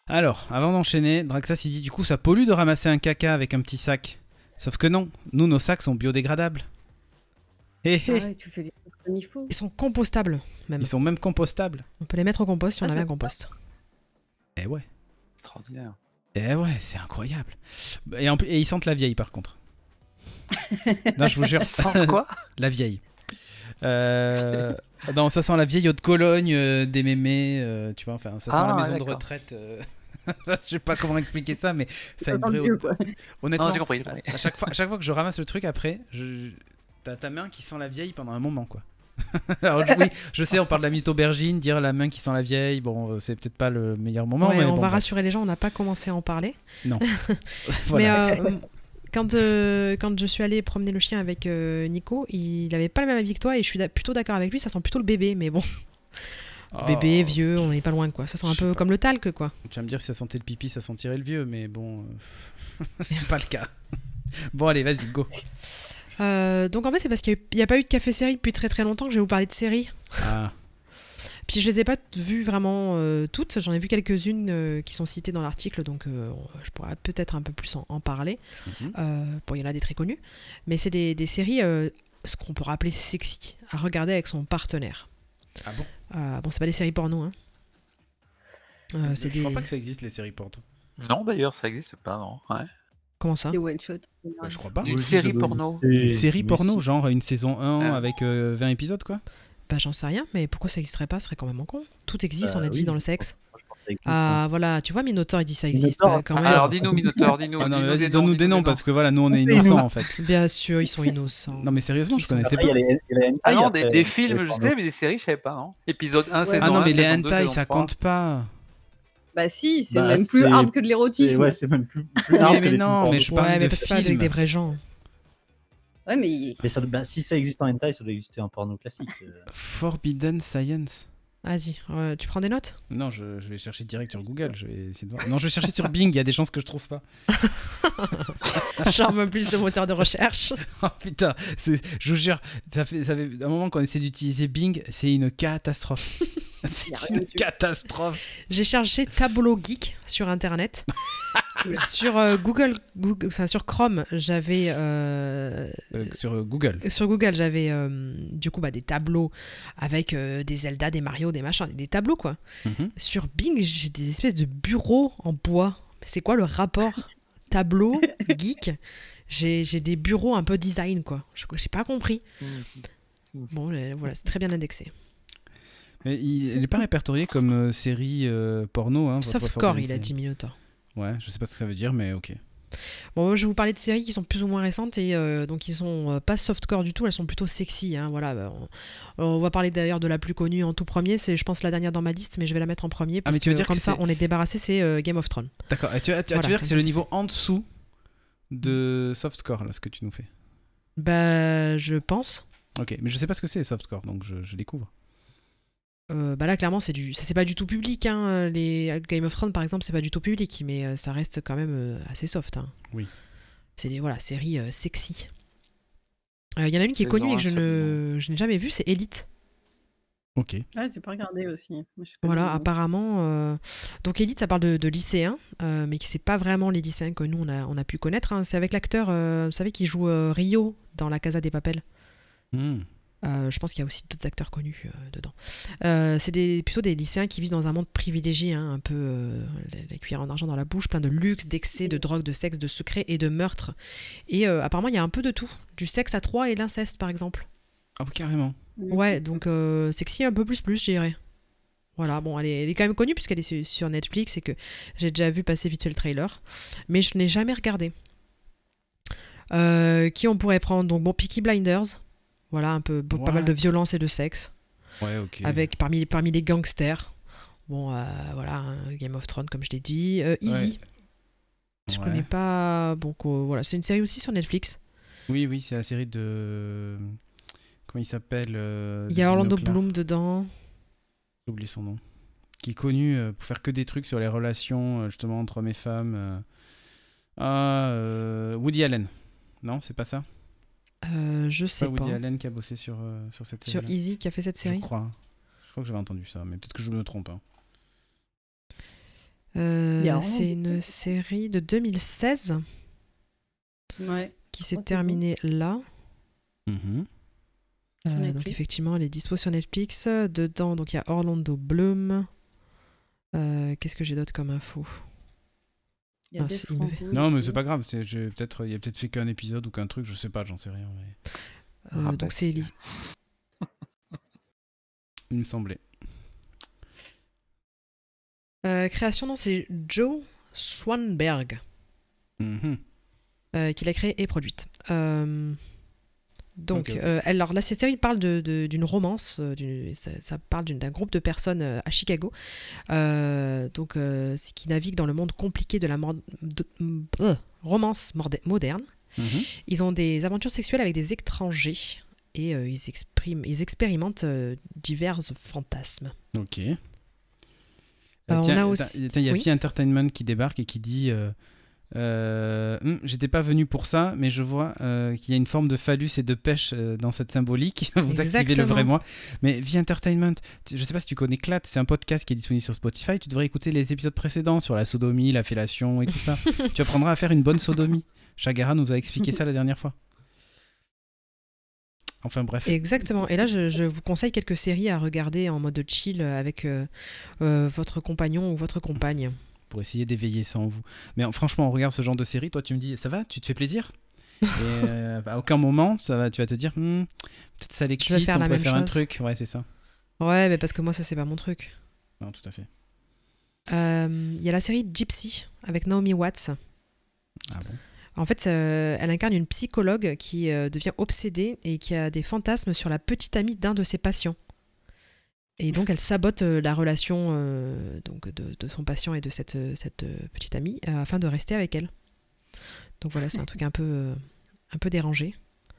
Alors, avant d'enchaîner, Draxas il dit du coup ça pollue de ramasser un caca avec un petit sac. Sauf que non, nous nos sacs sont biodégradables. Hé hé. Ah ouais, tu fais les trucs comme il faut. Ils sont compostables, même. Ils sont même compostables. On peut les mettre au compost si on Ah, avait ça un compost. Eh ouais. Extraordinaire. Eh ouais, c'est incroyable. Et, en plus- et ils sentent la vieille par contre. Non, je vous jure. Sans quoi? La vieille. Euh... Non, ça sent la vieille eau de Cologne euh, des mémés, euh, tu vois, enfin, ça sent Ah, la maison de d'accord. retraite. euh, Je sais pas comment expliquer ça, mais ça a une Attends, vraie Dieu, eau. quoi. Honnêtement, Non, j'ai compris. à, à chaque fois, à chaque fois que je ramasse le truc après, je... t'as ta main qui sent la vieille pendant un moment, quoi. Alors je- oui, je sais, on parle de la mythe aubergine, dire la main qui sent la vieille, bon, euh, c'est peut-être pas le meilleur moment, Ouais, mais on bon, va bref. rassurer les gens, on n'a pas commencé à en parler. Non. Voilà. Mais euh, quand, euh, quand je suis allée promener le chien avec euh, Nico, il avait pas le même avis que toi et je suis da- plutôt d'accord avec lui, ça sent plutôt le bébé, mais bon, Oh, bébé, vieux, on n'est pas loin quoi. Ça sent Je un sais peu pas. comme le talc quoi. Tu vas me dire si ça sentait le pipi, ça sentirait le vieux, mais bon, euh, c'est pas le cas. Bon, allez, vas-y, go. Euh, donc en fait, c'est parce qu'il n'y a pas eu de café série depuis très très longtemps que je vais vous parler de séries. Ah, Puis je les ai pas vues vraiment euh, toutes, j'en ai vu quelques-unes euh, qui sont citées dans l'article, donc euh, je pourrais peut-être un peu plus en, en parler. mhm. Euh, bon, il y en a des très connus, mais c'est des, des séries, euh, ce qu'on pourrait appeler sexy, à regarder avec son partenaire. Ah bon. Euh, bon, c'est pas des séries porno, hein. Euh, c'est Je des... crois pas que ça existe les séries porno. Non, d'ailleurs, ça existe pas, non. Ouais. Comment ça? Des one shot. Bah, je crois pas. Une Oui, série ça doit porno. exister. Une série Oui, porno, si. genre une saison un Ah. avec euh, vingt épisodes, quoi. Bah j'en sais rien, mais pourquoi ça existerait pas? Ce serait quand même en con. Tout existe, Bah on a dit, oui, dans le je sexe. pense- je pense que ça existe, Ah voilà, tu vois, Minotaur il dit ça existe Minotaur, bah, quand ah, même. Alors, dis-nous, Minotaur, dis-nous. Ah non, mais dis-nous vas-y, des donne-nous noms, des noms, dis-nous parce que voilà, nous on est Oui, innocents nous. en fait. Bien sûr, ils sont innocents. Non, mais sérieusement, Qui je sont- connaissais Après, il y pas. a les, il y a les hentai, Ah non, après, des, des les films, je pornos. sais, mais des séries, je savais pas, non. Épisode un, Ouais. saison Ah non, un, mais les saison deux, hentai, saison ça trois. compte pas. Bah si, c'est Bah, même plus c'est- hard que de C'est- l'érotisme. Ouais, c'est même plus, plus Oui, hard mais que les films non, porno. mais je parle Ouais, mais de parce que c'est pas avec films. des vrais gens. Ouais, mais Mais ça, bah, si ça existe en hentai, ça doit exister en porno classique. euh. Forbidden Science. Vas-y, euh, tu prends des notes? Non, je, je vais chercher direct sur Google. Je vais essayer de voir. Non, je vais chercher sur Bing. Il y a des chances que je trouve pas. Charme plus ce moteur de recherche. Oh putain, c'est- je vous jure, ça fait, ça fait un moment qu'on essaie d'utiliser Bing, c'est une catastrophe. Y a C'est rien une dessus. catastrophe. J'ai cherché tableau geek sur internet. sur euh, Google, Google, enfin sur Chrome, j'avais euh, Euh, sur euh, Google. sur Google, j'avais euh, du coup bah, des tableaux avec euh, des Zelda, des Mario, des machins, des tableaux quoi. Mhm. Sur Bing, j'ai des espèces de bureaux en bois. C'est quoi le rapport tableau geek? J'ai j'ai des bureaux un peu design quoi. Je j'ai pas compris. Bon, euh, voilà, c'est très bien indexé. Mais il n'est pas répertorié comme euh, série euh, porno. Hein, votre Softcore, Forbidden il a Science. dit Minotaur. Ouais, je sais pas ce que ça veut dire, mais ok. Bon, moi, je vais vous parler de séries qui sont plus ou moins récentes et euh, donc ils sont euh, pas softcore du tout, elles sont plutôt sexy. Hein, voilà, bah, on, on va parler d'ailleurs de la plus connue en tout premier, c'est je pense la dernière dans ma liste, mais je vais la mettre en premier parce mais tu veux que dire comme que ça c'est- on est débarrassé, c'est euh, Game of Thrones. D'accord. Et tu, tu- tu Voilà, veux dire que comme c'est ça, le c'est niveau en dessous de softcore, là, ce que tu nous fais. Bah, je pense. Ok, mais je sais pas ce que c'est softcore, donc je, je découvre. Euh, bah là clairement c'est du, ça c'est pas du tout public. Hein. Les Game of Thrones par exemple c'est pas du tout public, mais euh, ça reste quand même euh, assez soft. Hein. Oui. C'est des voilà séries euh, sexy. Il y en a une qui est Saison connue et un que je seulement. ne, je n'ai jamais vue, c'est Elite. Ok. Ouais, j'ai pas regardé aussi. Moi, je connais Voilà, le nom. apparemment. euh, Donc, Elite, ça parle de, de lycéens, euh, mais qui c'est pas vraiment les lycéens que nous, on a, on a pu connaître. Hein. C'est avec l'acteur, euh, vous savez, qui joue euh, Rio dans La Casa des Papel. Hmm. Euh, je pense qu'il y a aussi d'autres acteurs connus euh, dedans. Euh, c'est des, plutôt des lycéens qui vivent dans un monde privilégié, hein, un peu euh, la, la cuillère en argent dans la bouche, plein de luxe, d'excès, de drogue, de sexe, de secrets et de meurtres. Et euh, apparemment, il y a un peu de tout. Du sexe à trois et l'inceste, par exemple. Ah, oui, carrément. Ouais, donc euh, sexy un peu plus plus, je dirais. Voilà, bon, elle est, elle est quand même connue puisqu'elle est sur, sur Netflix et que j'ai déjà vu passer vite fait le trailer, mais je n'ai jamais regardé. Euh, qui on pourrait prendre? Donc bon, Peaky Blinders, voilà, un peu pas What? mal de violence et de sexe, Ouais, ok. avec parmi, parmi les gangsters. Bon, euh, voilà, hein, Game of Thrones comme je l'ai dit. Euh, Easy, je Ouais. connais pas. Bon, quoi, voilà, c'est une série aussi sur Netflix. Oui, oui, c'est la série de. Comment il s'appelle euh, Il de y a Orlando Binoclard. Bloom dedans. J'ai oublié son nom. Qui est connu euh, pour faire que des trucs sur les relations euh, justement entre hommes et femmes. euh. Ah, euh, Woody Allen. Non, c'est pas ça. Euh, je C'est sais pas pas. Woody Allen qui a bossé sur, euh, sur cette série. Sur Easy qui a fait cette Je série. crois. Je crois que j'avais entendu ça, mais peut-être que je me trompe. Hein. Euh, Il y a c'est vraiment une série de deux mille seize Ouais. qui s'est Oh, c'est terminée là. Mhm. Euh, Sur donc Netflix. effectivement, elle est dispo sur Netflix. Dedans, donc il y a Orlando Bloom. Euh, Qu'est-ce que j'ai d'autre comme info? Il y a Ah, Dave c'est- il me- Franco Non, mais dessus. c'est pas grave. C'est, j'ai peut-être, il y a peut-être fait qu'un épisode ou qu'un truc, je sais pas, j'en sais rien. Mais... Euh, Ah, donc bah, c'est c'est- li- Il me semblait. euh, création, non, c'est Joe Swanberg Mhm. euh, qui l'a créée et produite. Euh, donc, Ok, ok. euh, alors là, cette série parle de- de- d'une romance, euh, d'une- ça, ça parle d'une- d'un groupe de personnes euh, à Chicago, euh, donc euh, c'est- qui naviguent dans le monde compliqué de la mor- de- euh, romance morde- moderne. Mhm. Ils ont des aventures sexuelles avec des étrangers et euh, ils, expriment, ils expérimentent euh, divers fantasmes. Ok. Euh, Euh, on tiens, a attends, aussi- attends, il y a oui. Vie Entertainment qui débarque et qui dit euh, euh, Hum, j'étais pas venu pour ça, mais je vois euh, qu'il y a une forme de phallus et de pêche euh, dans cette symbolique. Vous activez le vrai Exactement. moi. Mais Vie Entertainment, tu- je sais pas si tu connais Clat, c'est un podcast qui est disponible sur Spotify. Tu devrais écouter les épisodes précédents sur la sodomie, la fellation et tout ça. Tu apprendras à faire une bonne sodomie. Chagara nous a expliqué ça la dernière fois. Enfin bref. Exactement. Et là, je, je vous conseille quelques séries à regarder en mode chill avec euh, euh, votre compagnon ou votre compagne. Pour essayer d'éveiller ça en vous. Mais euh, franchement, on regarde ce genre de série, toi tu me dis, ça va, tu te fais plaisir. Et euh, à aucun moment, ça va, tu vas te dire, Hmm, peut-être ça l'excite, faire on la pourrait même faire un chose. truc. Ouais, c'est ça. Ouais, mais parce que moi, ça, c'est pas mon truc. Non, tout à fait. Euh, Il y a la série Gypsy avec Naomi Watts. Ah bon. En fait, euh, elle incarne une psychologue qui euh, devient obsédée et qui a des fantasmes sur la petite amie d'un de ses patients. Et donc, elle sabote euh, la relation euh, donc de, de son patient et de cette, euh, cette euh, petite amie euh, afin de rester avec elle. Donc voilà, c'est un truc un peu, euh, un peu dérangé.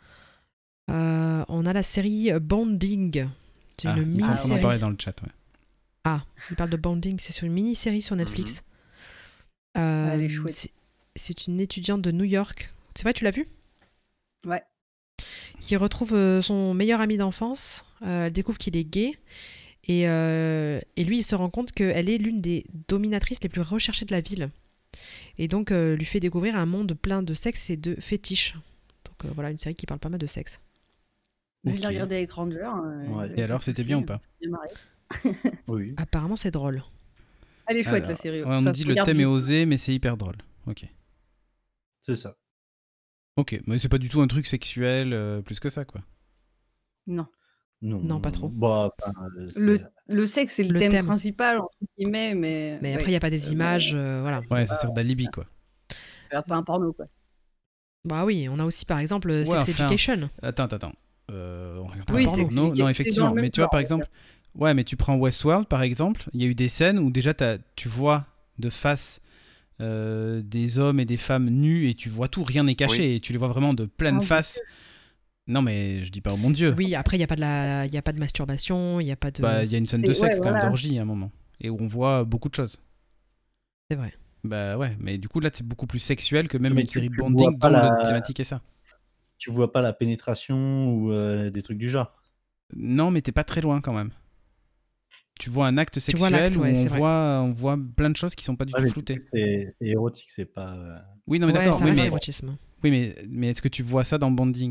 Euh, on a la série Bonding. C'est Ah, une ils sont- on en mini-série. parlait dans le chat, ouais. Ah, il parle de Bonding, c'est sur une mini-série sur Netflix. Euh, Elle est chouette. c'est- C'est une étudiante de New York. C'est vrai, tu l'as vue? Ouais. Qui retrouve euh, son meilleur ami d'enfance. Euh, elle découvre qu'il est gay. Et, euh, et lui, il se rend compte qu'elle est l'une des dominatrices les plus recherchées de la ville. Et donc, euh, lui fait découvrir un monde plein de sexe et de fétiches. Donc euh, voilà, une série qui parle pas mal de sexe. Je Ok. l'ai regardé avec Ranger. euh, Ouais. j'avais Et alors, pas de c'était soucis, bien ou pas? j'ai bien marré. Oui. Apparemment, c'est drôle. Elle est chouette Alors, la série. ouais, on Ça nous se dit le regarde thème est vite. osé, mais c'est hyper drôle. Ok. C'est ça. Ok, mais c'est pas du tout un truc sexuel euh, plus que ça, quoi. Non. Non, Non, pas trop. Bah, enfin, euh, c'est- Le, le sexe, c'est le, Le thème, thème. principal, entre guillemets, mais. Mais ouais. après, il n'y a pas des Euh, images. euh, voilà. Ouais, ça sert d'alibi, quoi. Regarde pas un porno, quoi. Bah oui, on a aussi par exemple Ouais, Sex enfin, Education. Attends, attends, attends. Euh, on regarde pas Oui, un porno. Sex non, Education, non, c'est effectivement. dans le Mais même tu vois, genre, par on va exemple, ouais, mais tu prends Westworld, par exemple, il y a eu des scènes où déjà t'as- tu vois de face euh, des hommes et des femmes nus et tu vois tout, rien n'est caché et tu les vois vraiment de pleine Oh, mon face. Non, mais je dis pas, oh mon Dieu. Oui, après, il n'y a, pas de la... il y a pas de masturbation, il n'y a pas de. Bah, il y a une scène de C'est- sexe ouais, quand même, voilà. d'orgie à un moment. Et où on voit beaucoup de choses. C'est vrai. Bah ouais, mais du coup là c'est beaucoup plus sexuel que même Mais une tu- série tu bonding vois pas dont la- le thématique est ça. tu vois pas la pénétration ou euh, des trucs du genre. Non, mais t'es pas très loin quand même. Tu vois un acte Tu sexuel vois l'acte, où ouais, on, c'est vrai. voit, on voit plein de choses qui sont pas du Ouais, tout mais floutées. C'est c'est érotique, c'est pas. euh, Oui, non, mais Ouais, d'accord. ça Oui, reste mais, érotisme. oui, mais, mais est-ce que tu vois ça dans Bonding?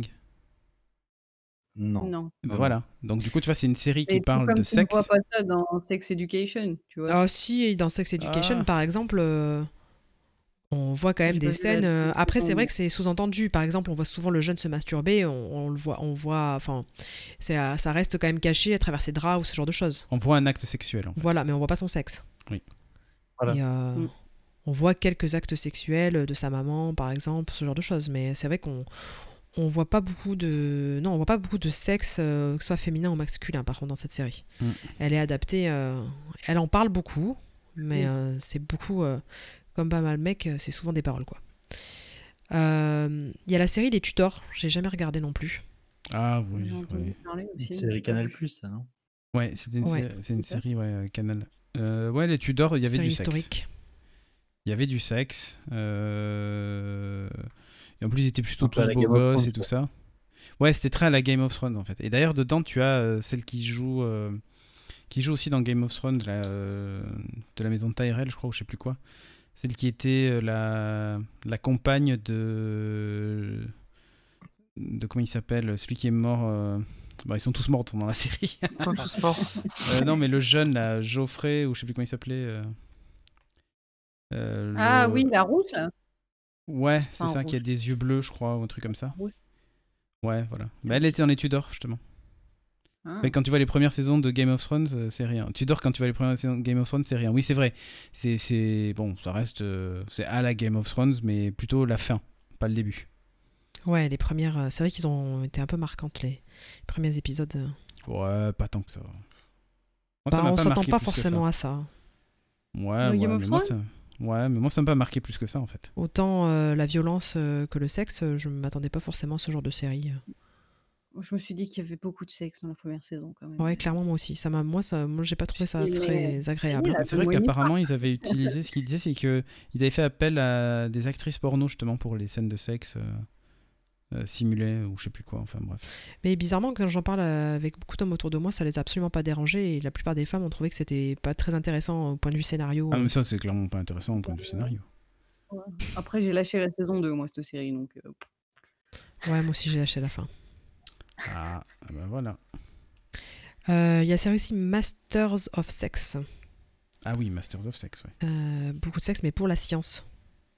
Non. Non. Ben Non. voilà. Donc du coup, tu vois, c'est une série qui Et tout parle comme de tu ne sexe. vois pas ça dans Sex Education, tu vois. Ah si, dans Sex Education, Ah. par exemple, euh, on voit quand même Je des sais pas, scènes. je- euh, Après, c'est on- vrai que c'est sous-entendu. Par exemple, on voit souvent le jeune se masturber. On, on le voit, on voit. Enfin, c'est, euh, ça reste quand même caché à travers ses draps ou ce genre de choses. On voit un acte sexuel. En fait. Voilà, mais on voit pas son sexe. Oui. Voilà. Et, euh, Mm. on voit quelques actes sexuels de sa maman, par exemple, ce genre de choses. Mais c'est vrai qu'on on voit pas beaucoup de non, on voit pas beaucoup de sexe, euh, que ce soit féminin ou masculin. Par contre, dans cette série, Mm. elle est adaptée. euh, elle en parle beaucoup, mais Mm. euh, c'est beaucoup euh, comme pas mal mec. C'est souvent des paroles, quoi. Euh, Il y a la série Les Tudors. J'ai jamais regardé non plus. Ah oui. J'ai entendu oui. parler aussi, Une mais série j'ai pas Canal vu. Plus, ça, non? Ouais, c'était une, Ouais. sé- c'est une C'est ça. série ouais, euh, Canal. Euh, ouais, les Tudors, il y avait série du sexe. historique. Il y avait du sexe. euh, Et en plus, ils étaient plutôt Un peu à tous la beaux Game of gosses Thrones, et tout quoi. ça. Ouais, c'était très à la Game of Thrones en fait. Et d'ailleurs, dedans, tu as euh, celle qui joue. euh, qui joue aussi dans Game of Thrones, là, euh, de la maison de Tyrell, je crois, ou je sais plus quoi. Celle qui était euh, la, la compagne de... de comment il s'appelle, celui qui est mort... euh, Bon, ils sont tous morts dans la série. Ils sont tous morts. Euh, non, mais le jeune, là, Geoffrey, ou je sais plus comment il s'appelait. euh, euh, Ah le- oui, la rousse là. Ouais, c'est Enfin, ça, qui a rouge. des yeux bleus, je crois, ou un truc comme ça. Rouge. Ouais, voilà. Bah, elle était dans les Tudors, justement. Ah. Mais quand tu vois les premières saisons de Game of Thrones, euh, c'est rien. Tudor, quand tu vois les premières saisons de Game of Thrones, c'est rien. Oui, c'est vrai. C'est, c'est... Bon, ça reste... euh, C'est à la Game of Thrones, mais plutôt la fin, pas le début. Ouais, les premières. euh, C'est vrai qu'ils ont été un peu marquantes, les premiers épisodes. euh. Ouais, pas tant que ça. Moi, Bah, ça m'a on pas s'attend marqué pas plus que forcément ça. à ça. Ouais, Dans ouais, Game of mais moi, Thrones ça... ouais, mais moi, ça m'a pas marqué plus que ça, en fait. Autant euh, la violence euh, que le sexe, euh, je ne m'attendais pas forcément à ce genre de série. Moi, je me suis dit qu'il y avait beaucoup de sexe dans la première saison quand même. Ouais, clairement, moi aussi. Ça m'a, moi, ça, moi, j'ai pas trouvé ça Mais- très agréable. là, C'est vrai moi, il n'y qu'apparemment, ils avaient utilisé... Ce qu'ils disaient, c'est qu'ils avaient fait appel à des actrices porno, justement, pour les scènes de sexe euh, euh, simulées, ou je sais plus quoi, enfin bref. Mais bizarrement, quand j'en parle avec beaucoup d'hommes autour de moi, ça les a absolument pas dérangés. Et la plupart des femmes ont trouvé que c'était pas très intéressant au point de vue scénario. Ah, mais ça, c'est clairement pas intéressant au point de vue scénario. Après, j'ai lâché la saison deux, moi, cette série. Donc, euh, Ouais, moi aussi, j'ai lâché la fin. Ah, ah ben voilà. Euh, Il y a la série aussi Masters of Sex. Ah oui, Masters of Sex, ouais. Euh, beaucoup de sexe, mais pour la science.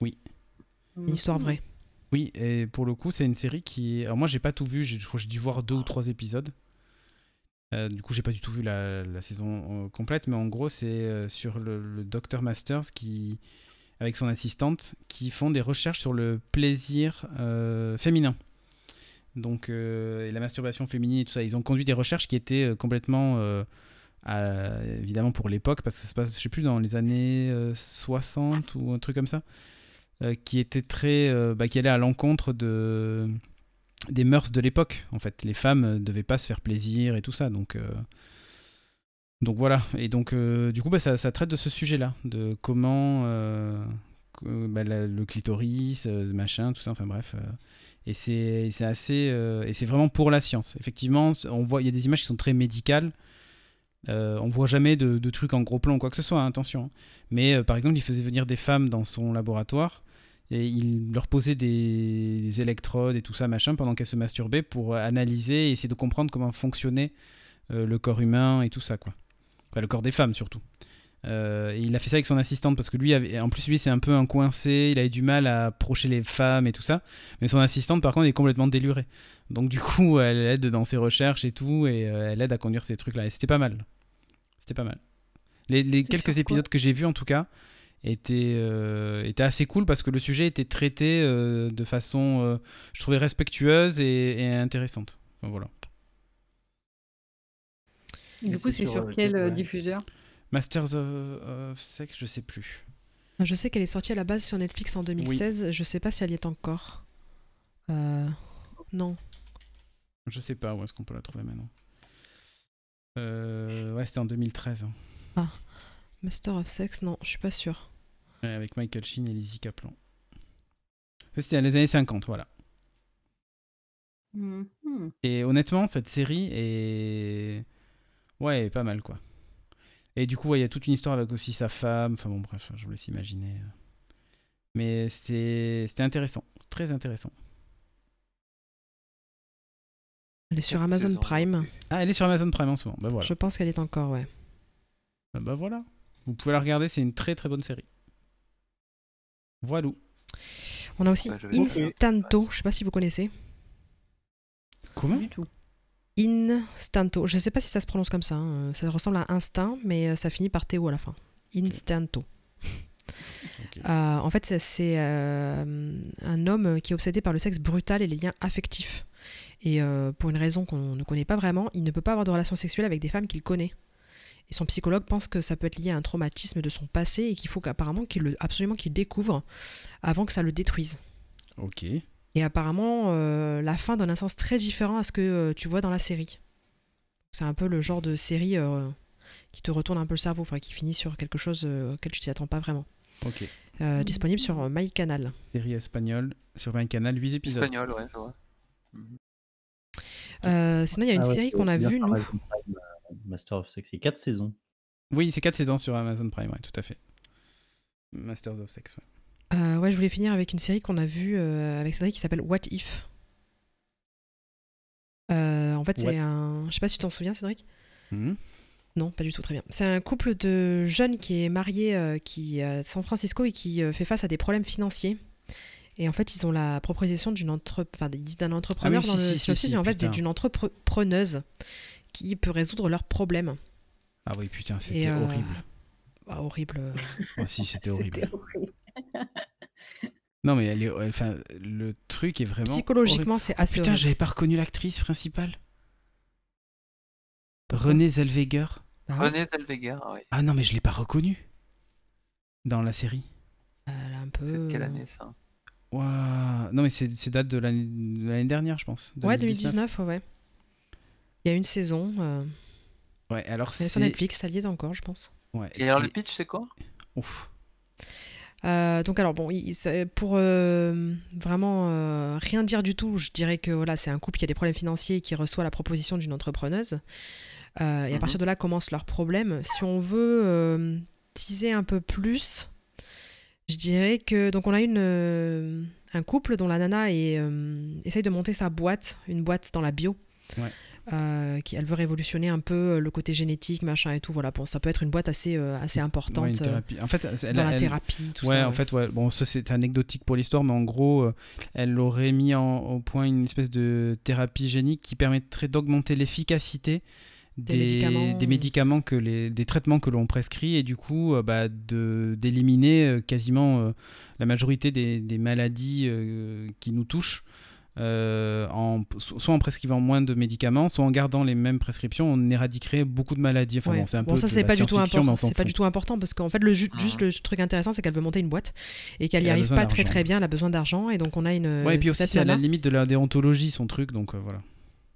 Une histoire vraie. Oui, et pour le coup, c'est une série qui... Alors moi, j'ai pas tout vu, j'ai, je crois que j'ai dû voir deux ou trois épisodes. Euh, du coup, j'ai pas du tout vu la, la saison euh, complète, mais en gros, c'est euh, sur le, le docteur Masters qui, avec son assistante, qui font des recherches sur le plaisir euh, féminin. Donc, euh, et la masturbation féminine et tout ça. Ils ont conduit des recherches qui étaient euh, complètement... euh, à- évidemment pour l'époque, parce que ça se passe, je sais plus, dans les années euh, soixante ou un truc comme ça. Euh, qui était très euh, bah, qui allait à l'encontre de des mœurs de l'époque en fait. Les femmes euh, devaient pas se faire plaisir et tout ça, donc euh, donc voilà. Et donc euh, du coup bah, ça, ça traite de ce sujet là, de comment euh, que, bah, la- le clitoris euh, machin tout ça, enfin bref euh, et c'est c'est assez euh, et c'est vraiment pour la science. Effectivement, on voit il y a des images qui sont très médicales. Euh, on voit jamais de, de trucs en gros plan ou quoi que ce soit, hein, attention. Hein. Mais euh, par exemple, il faisait venir des femmes dans son laboratoire et il leur posait des, des électrodes et tout ça, machin, pendant qu'elles se masturbaient pour analyser et essayer de comprendre comment fonctionnait euh, le corps humain et tout ça, quoi. Enfin, le corps des femmes surtout. Euh, et il a fait ça avec son assistante parce que lui, avait, en plus, lui, c'est un peu un coincé, il avait du mal à approcher les femmes et tout ça. Mais son assistante, par contre, est complètement délurée. Donc, du coup, elle aide dans ses recherches et tout, et euh, elle aide à conduire ces trucs-là. Et c'était pas mal. C'était pas mal. Les, les quelques sur quoi épisodes que j'ai vus, en tout cas, étaient, euh, étaient assez cool parce que le sujet était traité euh, de façon, euh, je trouvais, respectueuse et, et intéressante. Enfin, voilà. du Et coup, c'est c'est sur, sur euh, quel euh, ouais. diffuseur? Masters of, of Sex, je sais plus. Je sais qu'elle est sortie à la base sur Netflix en deux mille seize. Je sais pas si elle y est encore. Euh... Non. Je sais pas où est-ce qu'on peut la trouver maintenant. Euh, ouais, c'était en deux mille treize. Hein. Ah. Master of Sex, non, je suis pas sûre. Ouais, avec Michael Sheen et Lizzie Kaplan. C'était dans les années cinquante, voilà. Mhm. Et honnêtement, cette série est... Ouais, pas mal, quoi. Et du coup, il ouais, y a toute une histoire avec aussi sa femme. Enfin bon, bref, je vous laisse imaginer. Mais c'est... c'était intéressant. Très intéressant. Elle est sur Cette Amazon saison. Prime. Ah, elle est sur Amazon Prime en ce moment. Bah voilà. Je pense qu'elle est encore, ouais. Bah, bah voilà. Vous pouvez la regarder, c'est une très très bonne série. Voilà. On a aussi Bah, je vais- Instanto, je sais pas si vous connaissez. Comment ? Du tout. Instanto, je sais pas si ça se prononce comme ça, hein. Ça ressemble à instinct, mais ça finit par T O à la fin. Instanto. Okay. Euh, en fait, c'est, c'est euh, un homme qui est obsédé par le sexe brutal et les liens affectifs. Et euh, pour une raison qu'on ne connaît pas vraiment, il ne peut pas avoir de relations sexuelles avec des femmes qu'il connaît. Et son psychologue pense que ça peut être lié à un traumatisme de son passé et qu'il faut qu'apparemment qu'il le, absolument qu'il découvre avant que ça le détruise. Ok. Et apparemment, euh, la fin donne un sens très différent à ce que euh, tu vois dans la série. C'est un peu le genre de série euh, qui te retourne un peu le cerveau, enfin, qui finit sur quelque chose euh, auquel tu t'y attends pas vraiment. Ok. Euh, disponible sur euh, MyCanal. Série espagnole sur MyCanal, huit épisodes. Espagnol, ouais, je vois. Mhm. Euh, sinon, il y a une Ah ouais, série c'est qu'on a bien vue, sur nous. Amazon Prime, euh, Master of Sex. Il y a quatre saisons. Oui, c'est quatre saisons sur Amazon Prime, ouais, tout à fait. Masters of Sex, ouais. Euh, ouais, je voulais finir avec une série qu'on a vue euh, avec Cédric qui s'appelle What If. Euh, en fait, c'est Ouais. un. Je sais pas si tu t'en souviens, Cédric. Mhm. Non, pas du tout, très bien. C'est un couple de jeunes qui est marié euh, qui est à San Francisco et qui euh, fait face à des problèmes financiers. Et en fait, ils ont la proposition d'une entre... enfin, ils disent d'un entrepreneur Ah oui, dans si, le si, si, synopsis, si, mais en fait, putain. c'est d'une entrepreneuse qui peut résoudre leurs problèmes. Ah oui, putain, Et, c'était euh, horrible. ah, horrible. Ah si, c'était horrible. C'était horrible. Non, mais elle est, elle- enfin, le truc est vraiment. Psychologiquement, c'est horrible. assez Putain, horrible. j'avais pas reconnu l'actrice principale. Renée Zellweger. Bah oui, René Zellweger, oui. Ah non, mais je l'ai pas reconnue dans la série. elle a un C'est peu. de quelle année ça? Ouah. Non, mais c'est c'est date de l'année de l'année dernière, je pense. Ouais, deux mille dix-neuf, ouais, ouais. Il y a une saison. Euh... Ouais, alors Elle est sur c'est. Netflix, ça y est encore, je pense. Ouais, Et alors c'est- le pitch c'est quoi? Ouf. Euh, donc alors bon, il- c'est- pour euh, vraiment euh, rien dire du tout, je dirais que voilà, c'est un couple qui a des problèmes financiers et qui reçoit la proposition d'une entrepreneuse. Euh, et à Mhm. partir de là commencent leurs problèmes. Si on veut euh, teaser un peu plus, je dirais que donc on a une euh, un couple dont la nana est, euh, essaye de monter sa boîte, une boîte dans la bio. Ouais. Euh, qui, elle veut révolutionner un peu le côté génétique, machin et tout. Voilà, bon, ça peut être une boîte assez, euh, assez importante Ouais, une euh, thérapie. En fait, elle, dans la elle- thérapie, tout ouais, ça. en fait, ouais. Bon, ça c'est anecdotique pour l'histoire, mais en gros, euh, elle aurait mis en- au point une espèce de thérapie génique qui permettrait d'augmenter l'efficacité Des des, médicaments. des médicaments que les des traitements que l'on prescrit et du coup euh, bah, de d'éliminer euh, quasiment euh, la majorité des, des maladies euh, qui nous touchent. Euh, en, so- soit en prescrivant moins de médicaments, soit en gardant les mêmes prescriptions, on éradiquerait beaucoup de maladies. Enfin Ouais. bon, c'est un Bon, peu ça de c'est la pas du tout science-fiction, mais on important. s'en C'est pas fout. du tout important parce qu'en fait le ju- Mhm. juste le truc intéressant c'est qu'elle veut monter une boîte et qu'elle y Elle a arrive besoin pas très d'argent. très bien. Elle a besoin d'argent et donc on a une. Ouais, et puis aussi cette c'est à la nana- limite de la déontologie son truc, donc euh, voilà.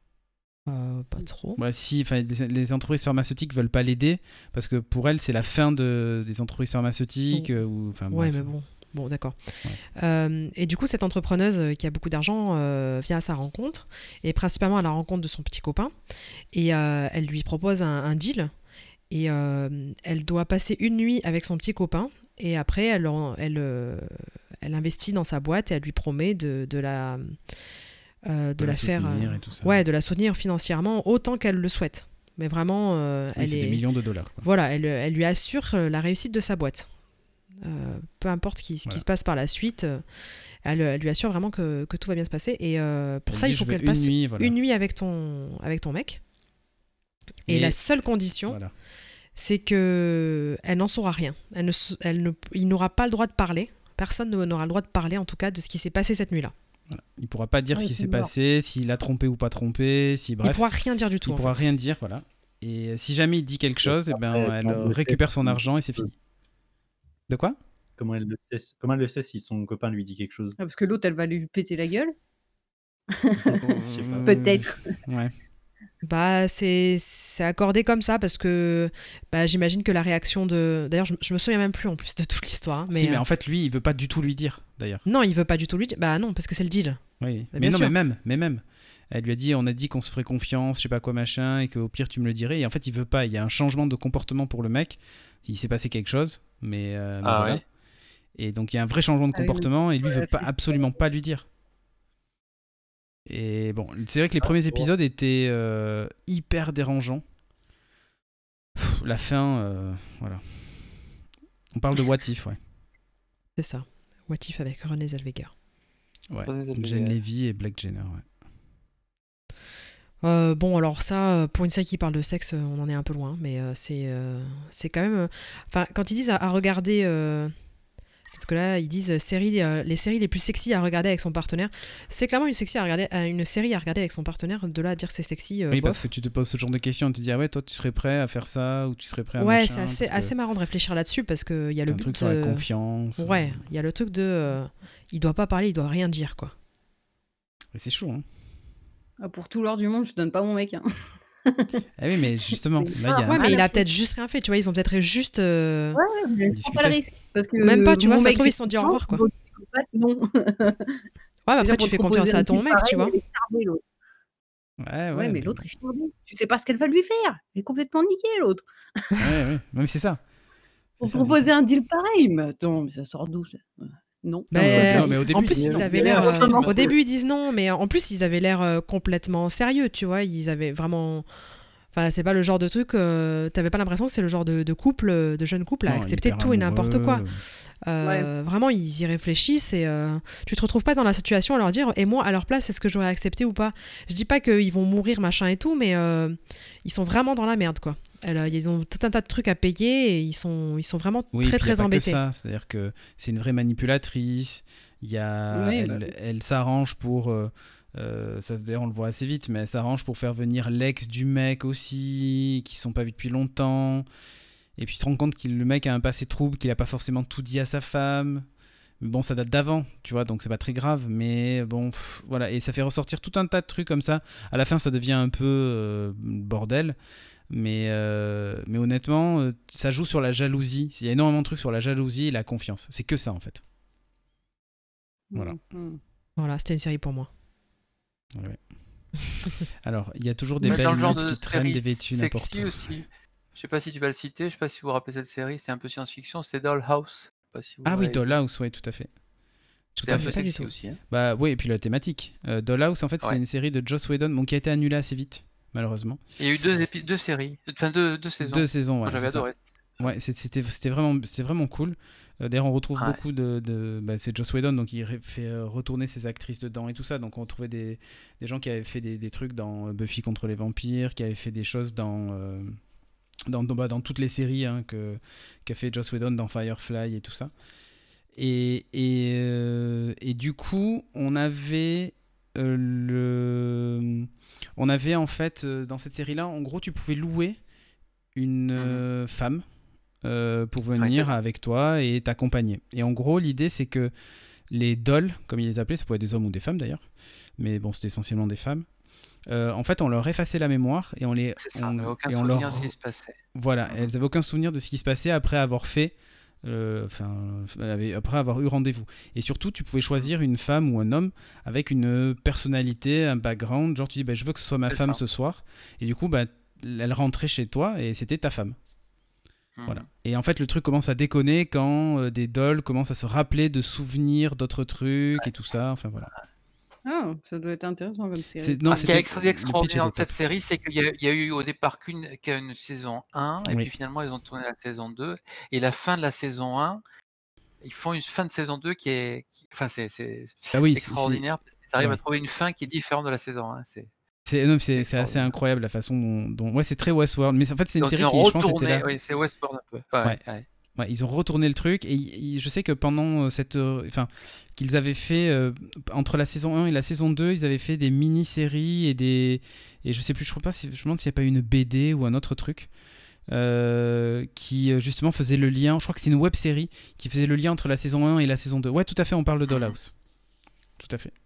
Euh, pas trop. Ouais, si, enfin, les, les entreprises pharmaceutiques veulent pas l'aider parce que pour elles c'est la fin de, des entreprises pharmaceutiques. Oh. euh, ou, enfin, Ouais, bref. mais bon. Bon, d'accord. Ouais. Euh, et du coup, cette entrepreneuse euh, qui a beaucoup d'argent euh, vient à sa rencontre, et principalement à la rencontre de son petit copain. Et euh, elle lui propose un, un deal. Et euh, elle doit passer une nuit avec son petit copain. Et après, elle, en- elle, euh, elle investit dans sa boîte et elle lui promet de, de la, euh, de De la la faire. soutenir euh, et tout ça. ouais, de la soutenir financièrement autant qu'elle le souhaite. Mais vraiment, euh, Oui, elle c'est est. des millions de dollars. Quoi. Voilà, elle, elle lui assure euh, la réussite de sa boîte. Euh, peu importe ce qui, ce qui Voilà. se passe par la suite, euh, elle, elle lui assure vraiment que, que tout va bien se passer. Et euh, pour Elle ça, dit, il faut je veux qu'elle passe une nuit, voilà. une nuit avec ton, avec ton mec. Et, Et- la seule condition, Voilà. c'est que elle n'en saura rien. Elle ne, s- elle ne, il n'aura pas le droit de parler. Personne ne- n'aura le droit de parler, en tout cas, de ce qui s'est passé cette nuit-là. Voilà. Il pourra pas dire Ouais, ce qui c'est s'est mort. passé, s'il a trompé ou pas trompé, si Il bref. pourra rien dire du tout. Il en pourra fait. rien dire, voilà. Et si jamais il dit quelque chose, eh ben, Après, elle comment euh, elle le récupère fait, son si- argent et c'est fini. De quoi Comment elle le sait, comment elle le sait si son copain lui dit quelque chose? Ah, parce que l'autre, elle va lui péter la gueule. Je sais pas. Peut-être. Ouais. Bah, c'est c'est accordé comme ça parce que bah, j'imagine que la réaction de. D'ailleurs, je, je me souviens même plus en plus de toute l'histoire. hein, Mais, Mais, mais euh, en fait, lui, il veut pas du tout lui dire, d'ailleurs. non, il veut pas du tout lui dire. Bah non, parce que c'est le deal. Oui. Bah, Mais bien non, sûr. mais même, mais même. Elle lui a dit, on a dit qu'on se ferait confiance, je sais pas quoi machin, et qu'au pire tu me le dirais. Et en fait, il veut pas. Il y a un changement de comportement pour le mec. Il s'est passé quelque chose, mais, euh, mais Ah voilà. ouais. Et donc il y a un vrai changement de Ah oui, comportement et lui ouais, veut la pas, flic. absolument pas lui dire. Et bon, c'est vrai que les premiers bon. épisodes étaient euh, hyper dérangeants. Pff, la fin, euh, voilà. On parle de What If, ouais. C'est ça. What If avec Renée Zellweger. ouais. Renée Zellweger. Jen Levy et Blake Jenner, ouais. Euh, bon, alors ça, euh, pour une série qui parle de sexe, euh, on en est un peu loin, mais euh, c'est euh, c'est quand même. euh, Enfin, quand ils disent à, à regarder. euh, parce que là, ils disent euh, série, euh, les séries les plus sexy à regarder avec son partenaire. C'est clairement une, sexy à regarder, euh, une série à regarder avec son partenaire. De là à dire que c'est sexy. euh, Oui, parce bof. que tu te poses ce genre de questions, on te dit, ah ouais, toi tu serais prêt à faire ça, ou tu serais prêt à Ouais, machin, c'est assez, parce que assez marrant de réfléchir là-dessus parce qu'il y a c'est le un but truc sur la de- confiance. Ouais, il y a le truc de. euh, il doit pas parler, il doit rien dire, quoi. Et c'est chaud, hein. Ah, pour tout l'or du monde, je donne pas mon mec. hein. Ah oui, mais justement, C'est- là, il y a... Ouais, mais Ah, il la a peut-être juste rien fait, tu vois. Ils ont peut-être juste. euh, Ouais, mais je prends pas le Discuter. risque. Parce que Même pas, tu vois, mon ça se mec, trouve, ils j'ai se sont dit au confiance, revoir, quoi. l'autre psychopathe, non. Ouais, mais après, Déjà, tu pour fais te confiance proposer à un ton truc mec, tu pareil, vois. elle est fermée, l'autre. Ouais, Ouais, ouais, mais mais... l'autre est charbon. Tu sais pas ce qu'elle va lui faire. Elle est complètement niquée, l'autre. ouais, ouais. Même c'est ça. Pour C'est ça, c'est proposer ça. un deal pareil, mais attends, mais ça sort d'où ça? Euh, Non. Non, mais, au, Mais non, mais au début, en ils plus, disent ils non. avaient Il y l'air. avait un euh, film. au début, ils disent non, mais en plus, ils avaient l'air euh, complètement sérieux, tu vois. Ils avaient vraiment. Enfin, c'est pas le genre de truc. Euh, T'avais pas l'impression que c'est le genre de, de couple, euh, de jeune couple, à Non, accepter hyper tout et n'importe quoi. amoureux. Euh, Vraiment, ils y réfléchissent et euh, tu te retrouves pas dans la situation à leur dire et moi, à leur place, est-ce que j'aurais accepté ou pas? Je dis pas qu'ils vont mourir, machin et tout, mais euh, ils sont vraiment dans la merde, quoi. Alors, ils ont tout un tas de trucs à payer et ils sont, ils sont vraiment Oui, très, puis il y a très pas que embêtés. ça. C'est-à-dire que c'est une vraie manipulatrice. Il y a... Oui, elle, bah oui. elle s'arrange pour... euh, euh, ça, d'ailleurs, on le voit assez vite, mais elle s'arrange pour faire venir l'ex du mec aussi, qui ne sont pas vus depuis longtemps. Et puis tu te rends compte que le mec a un passé trouble, qu'il n'a pas forcément tout dit à sa femme. Mais bon, ça date d'avant, tu vois, donc c'est pas très grave. Mais bon, pff, voilà. Et ça fait ressortir tout un tas de trucs comme ça. À la fin, ça devient un peu euh, bordel. Mais, euh, mais honnêtement, euh, ça joue sur la jalousie. Il y a énormément de trucs sur la jalousie et la confiance. C'est que ça, en fait. Voilà. Mm, mm. Voilà, c'était une série pour moi. Ouais. Alors, il y a toujours des Mais belles dans le genre meufs de qui traînent série des vêtus n'importe sexy où. aussi. Je sais pas si tu vas le citer, je sais pas si vous vous rappelez cette série, c'est un peu science-fiction, c'est Dollhouse. Je sais pas si vous Ah oui, l'avez vu. Dollhouse, ouais, tout à fait. Tout C'est à un fait. peu Pas du sexy tout. aussi. Hein. Bah oui, et puis la thématique. Euh, Dollhouse, en fait, c'est Ouais. une série de Joss Whedon, bon, qui a été annulée assez vite, malheureusement. Il y a eu deux, épi- deux séries, enfin deux, deux saisons. Deux saisons, Moi ouais, j'avais c'est ça. adoré. Ouais, c'est- c'était c'était vraiment, c'était vraiment cool. Euh, D'ailleurs, on retrouve Ouais. beaucoup de. de bah, c'est Joss Whedon, donc il ré- fait euh, retourner ses actrices dedans et tout ça. Donc on retrouvait des, des gens qui avaient fait des, des trucs dans euh, Buffy contre les vampires, qui avaient fait des choses dans. euh, dans, dans, bah, dans toutes les séries hein, que, qu'a fait Joss Whedon dans Firefly et tout ça. Et, et, euh, et du coup, on avait euh, le. On avait en fait, euh, dans cette série-là, en gros, tu pouvais louer une euh, femme euh, pour venir Ouais, avec toi et t'accompagner. Et en gros, l'idée, c'est que les dolls, comme ils les appelaient, ça pouvait être des hommes ou des femmes d'ailleurs, mais bon, c'était essentiellement des femmes. Euh, en fait, on leur effaçait la mémoire et on les. C'est ça, on- on n'avait aucun et on souvenir leur- de ce qui se passait. Voilà, elles n'avaient aucun souvenir de ce qui se passait après avoir fait. euh, Enfin, euh, après avoir eu rendez-vous. Et surtout, tu pouvais choisir une femme ou un homme avec une personnalité, un background. Genre, tu dis, bah, je veux que ce soit ma C'est femme ça. ce soir. Et du coup, bah, elle rentrait chez toi et c'était ta femme. Mhm. Voilà. Et en fait, le truc commence à déconner quand euh, des dolls commencent à se rappeler de souvenirs d'autres trucs et tout ça. Enfin, voilà. Ah, ça doit être intéressant comme série. C'est- non, Ah, ce qui est c'était- extra- le pitch extraordinaire de était cette top. série, c'est qu'il y, a- il y a eu au départ qu'une qu'une saison un, et Oui. puis finalement ils ont tourné la saison deux, et la fin de la saison un, ils font une fin de saison deux qui est, qui- enfin c'est c'est Ah oui, c'est- extraordinaire, parce qu'ils arrivent ouais. à trouver une fin qui est différente de la saison un. C'est C'est non, mais c'est- C'est c'est assez extraordinaire. incroyable la façon dont, dont- ouais, c'est très Westworld, mais en fait c'est une donc série ils ont qui je pense était retourné, là. oui, c'est Westworld un peu. Ouais, Ouais. ouais. Ouais, ils ont retourné le truc et il- il- je sais que pendant euh, cette euh, enfin qu'ils avaient fait euh, entre la saison un et la saison deux, ils avaient fait des mini-séries et des et je sais plus, je crois pas si je me demande s'il n'y a pas une B D ou un autre truc euh, qui euh, justement faisait le lien, je crois que c'est une web série qui faisait le lien entre la saison un et la saison deux. Ouais, tout à fait, on parle de Dollhouse. Tout à fait.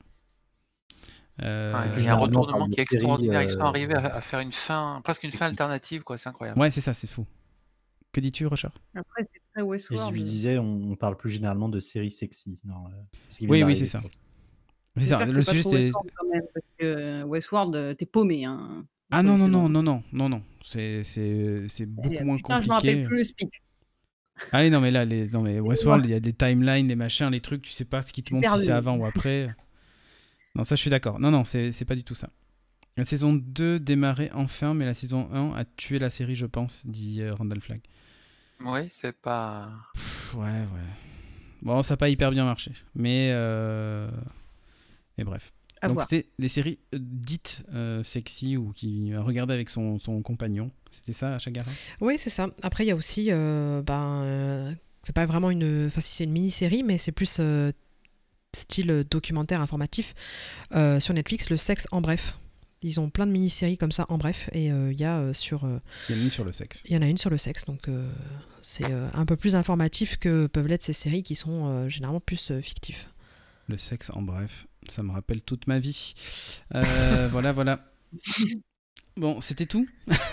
Euh, Ouais, il y a un généralement, on retournement parle de qui est séries, extraordinaire. Ils sont euh, arrivés à, à faire une fin, presque une fin alternative, quoi. C'est incroyable. Ouais, c'est ça, c'est fou. Que dis-tu, Richard? Après, c'est très Et je Westworld. lui disais, on, on parle plus généralement de séries sexy. Non, euh, parce qu'il Oui, vient oui, d'arriver, c'est ça. quoi. C'est ça. J'espère que Le c'est pas sujet trop c'est Westworld quand même, parce que euh, Westworld, euh, t'es paumé. Hein, ah entre non les non saisons. non non non non non, c'est c'est c'est beaucoup Et, moins putain, je me rappelle compliqué. plus le speech. Ah oui, non, mais là, les... non, mais Westworld, il y a des timelines, les machins, les trucs, tu sais pas ce qui te Je suis montre si perdue. c'est avant ou après. Non, ça, je suis d'accord. Non, non, c'est c'est pas du tout ça. La saison deux démarrait enfin, mais la saison un a tué la série, je pense, dit euh, Randall Flagg. Oui, c'est pas. Pff, ouais, ouais. Bon, ça n'a pas hyper bien marché. Mais, euh... mais bref. À Donc, voir. c'était les séries euh, dites euh, sexy ou qui euh, regardaient avec son, son compagnon. C'était ça, à Chagara? Oui, c'est ça. Après, il y a aussi, euh, ben, euh, c'est pas vraiment une, enfin si c'est une mini-série, mais c'est plus euh, style documentaire informatif euh, sur Netflix, Le Sexe en bref. Ils ont plein de mini-séries comme ça en bref, et euh, il y a euh, sur, euh, Il y en a une sur le sexe. il y en a une sur le sexe, donc euh, c'est euh, un peu plus informatif que peuvent l'être ces séries qui sont euh, généralement plus euh, fictives. Le sexe, en bref, ça me rappelle toute ma vie. Euh, voilà, voilà. Bon, c'était tout.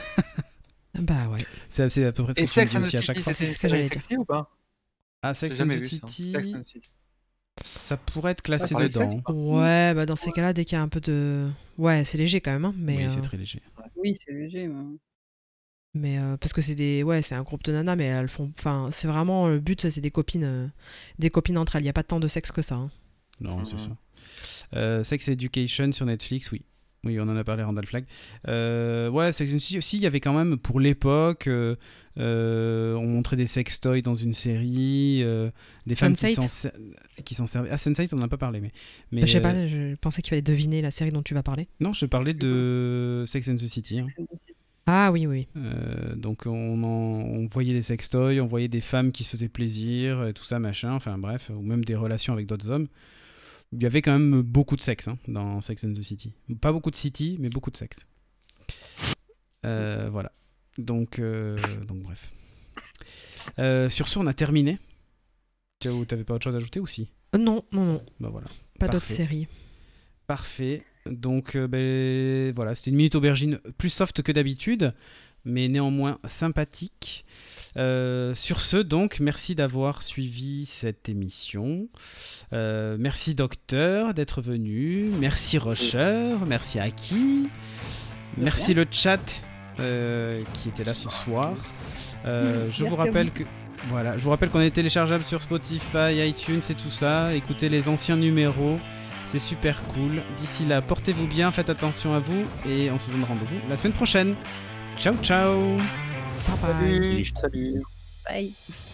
Bah ouais. C'est c'est à peu près ce Et qu'on se Sex dit and the aussi à City, chaque fois. c'est c'est ce que j'allais dire. sexy ou pas? Ah, J'ai Sex and jamais the vu ça. City. Sex and the City. Ça pourrait être classé Ça paraît dedans. sexe, Ouais, bah dans ces cas-là, dès qu'il y a un peu de... Ouais, c'est léger quand même, hein, mais... Oui, euh, c'est très léger. Oui, c'est léger. mais- mais euh, parce que c'est des... Ouais, c'est un groupe de nanas, mais elles font... Enfin, c'est vraiment... Le but, c'est des copines, euh, des copines entre elles. Il n'y a pas tant de sexe que ça. hein. Non, c'est Mhm. ça. Euh, Sex Education sur Netflix, oui. Oui, on en a parlé, Randall Flagg. Euh, ouais, Sex Education aussi, il y avait quand même, pour l'époque, euh, euh, on montrait des sextoys dans une série, euh, des femmes qui Sense eight. s'en, ser- qui s'en servaient. Ah, Sense eight, on n'en a pas parlé, mais... mais Bah, je sais euh, pas, je pensais qu'il fallait deviner la série dont tu vas parler. Non, je parlais de Sex and the City. hein. Ah oui, oui. Euh, donc on, en- on voyait des sextoys, on voyait des femmes qui se faisaient plaisir, et tout ça, machin, enfin bref, ou même des relations avec d'autres hommes. Il y avait quand même beaucoup de sexe hein, dans Sex and the City. Pas beaucoup de city, mais beaucoup de sexe. Euh, voilà. Donc, euh, donc bref. Euh, sur ce, on a terminé. Tu n'avais pas autre chose à ajouter ou si? Euh, non, non, non. Bah voilà. Pas d'autres Parfait. séries. Parfait. Donc euh, ben, voilà, c'était une minute aubergine plus soft que d'habitude, mais néanmoins sympathique. Euh, sur ce, donc, merci d'avoir suivi cette émission. Euh, merci Docteur d'être venu. Merci Rusher. Merci Aki. Merci le chat euh, qui était là ce soir. Euh, je Merci vous à rappelle vous. que voilà, je vous rappelle qu'on est téléchargeable sur Spotify, iTunes et tout ça. Écoutez les anciens numéros. C'est super cool. D'ici là, portez-vous bien, faites attention à vous et on se donne rendez-vous la semaine prochaine. Ciao, ciao. Bye bye. Salut. Salut. Bye.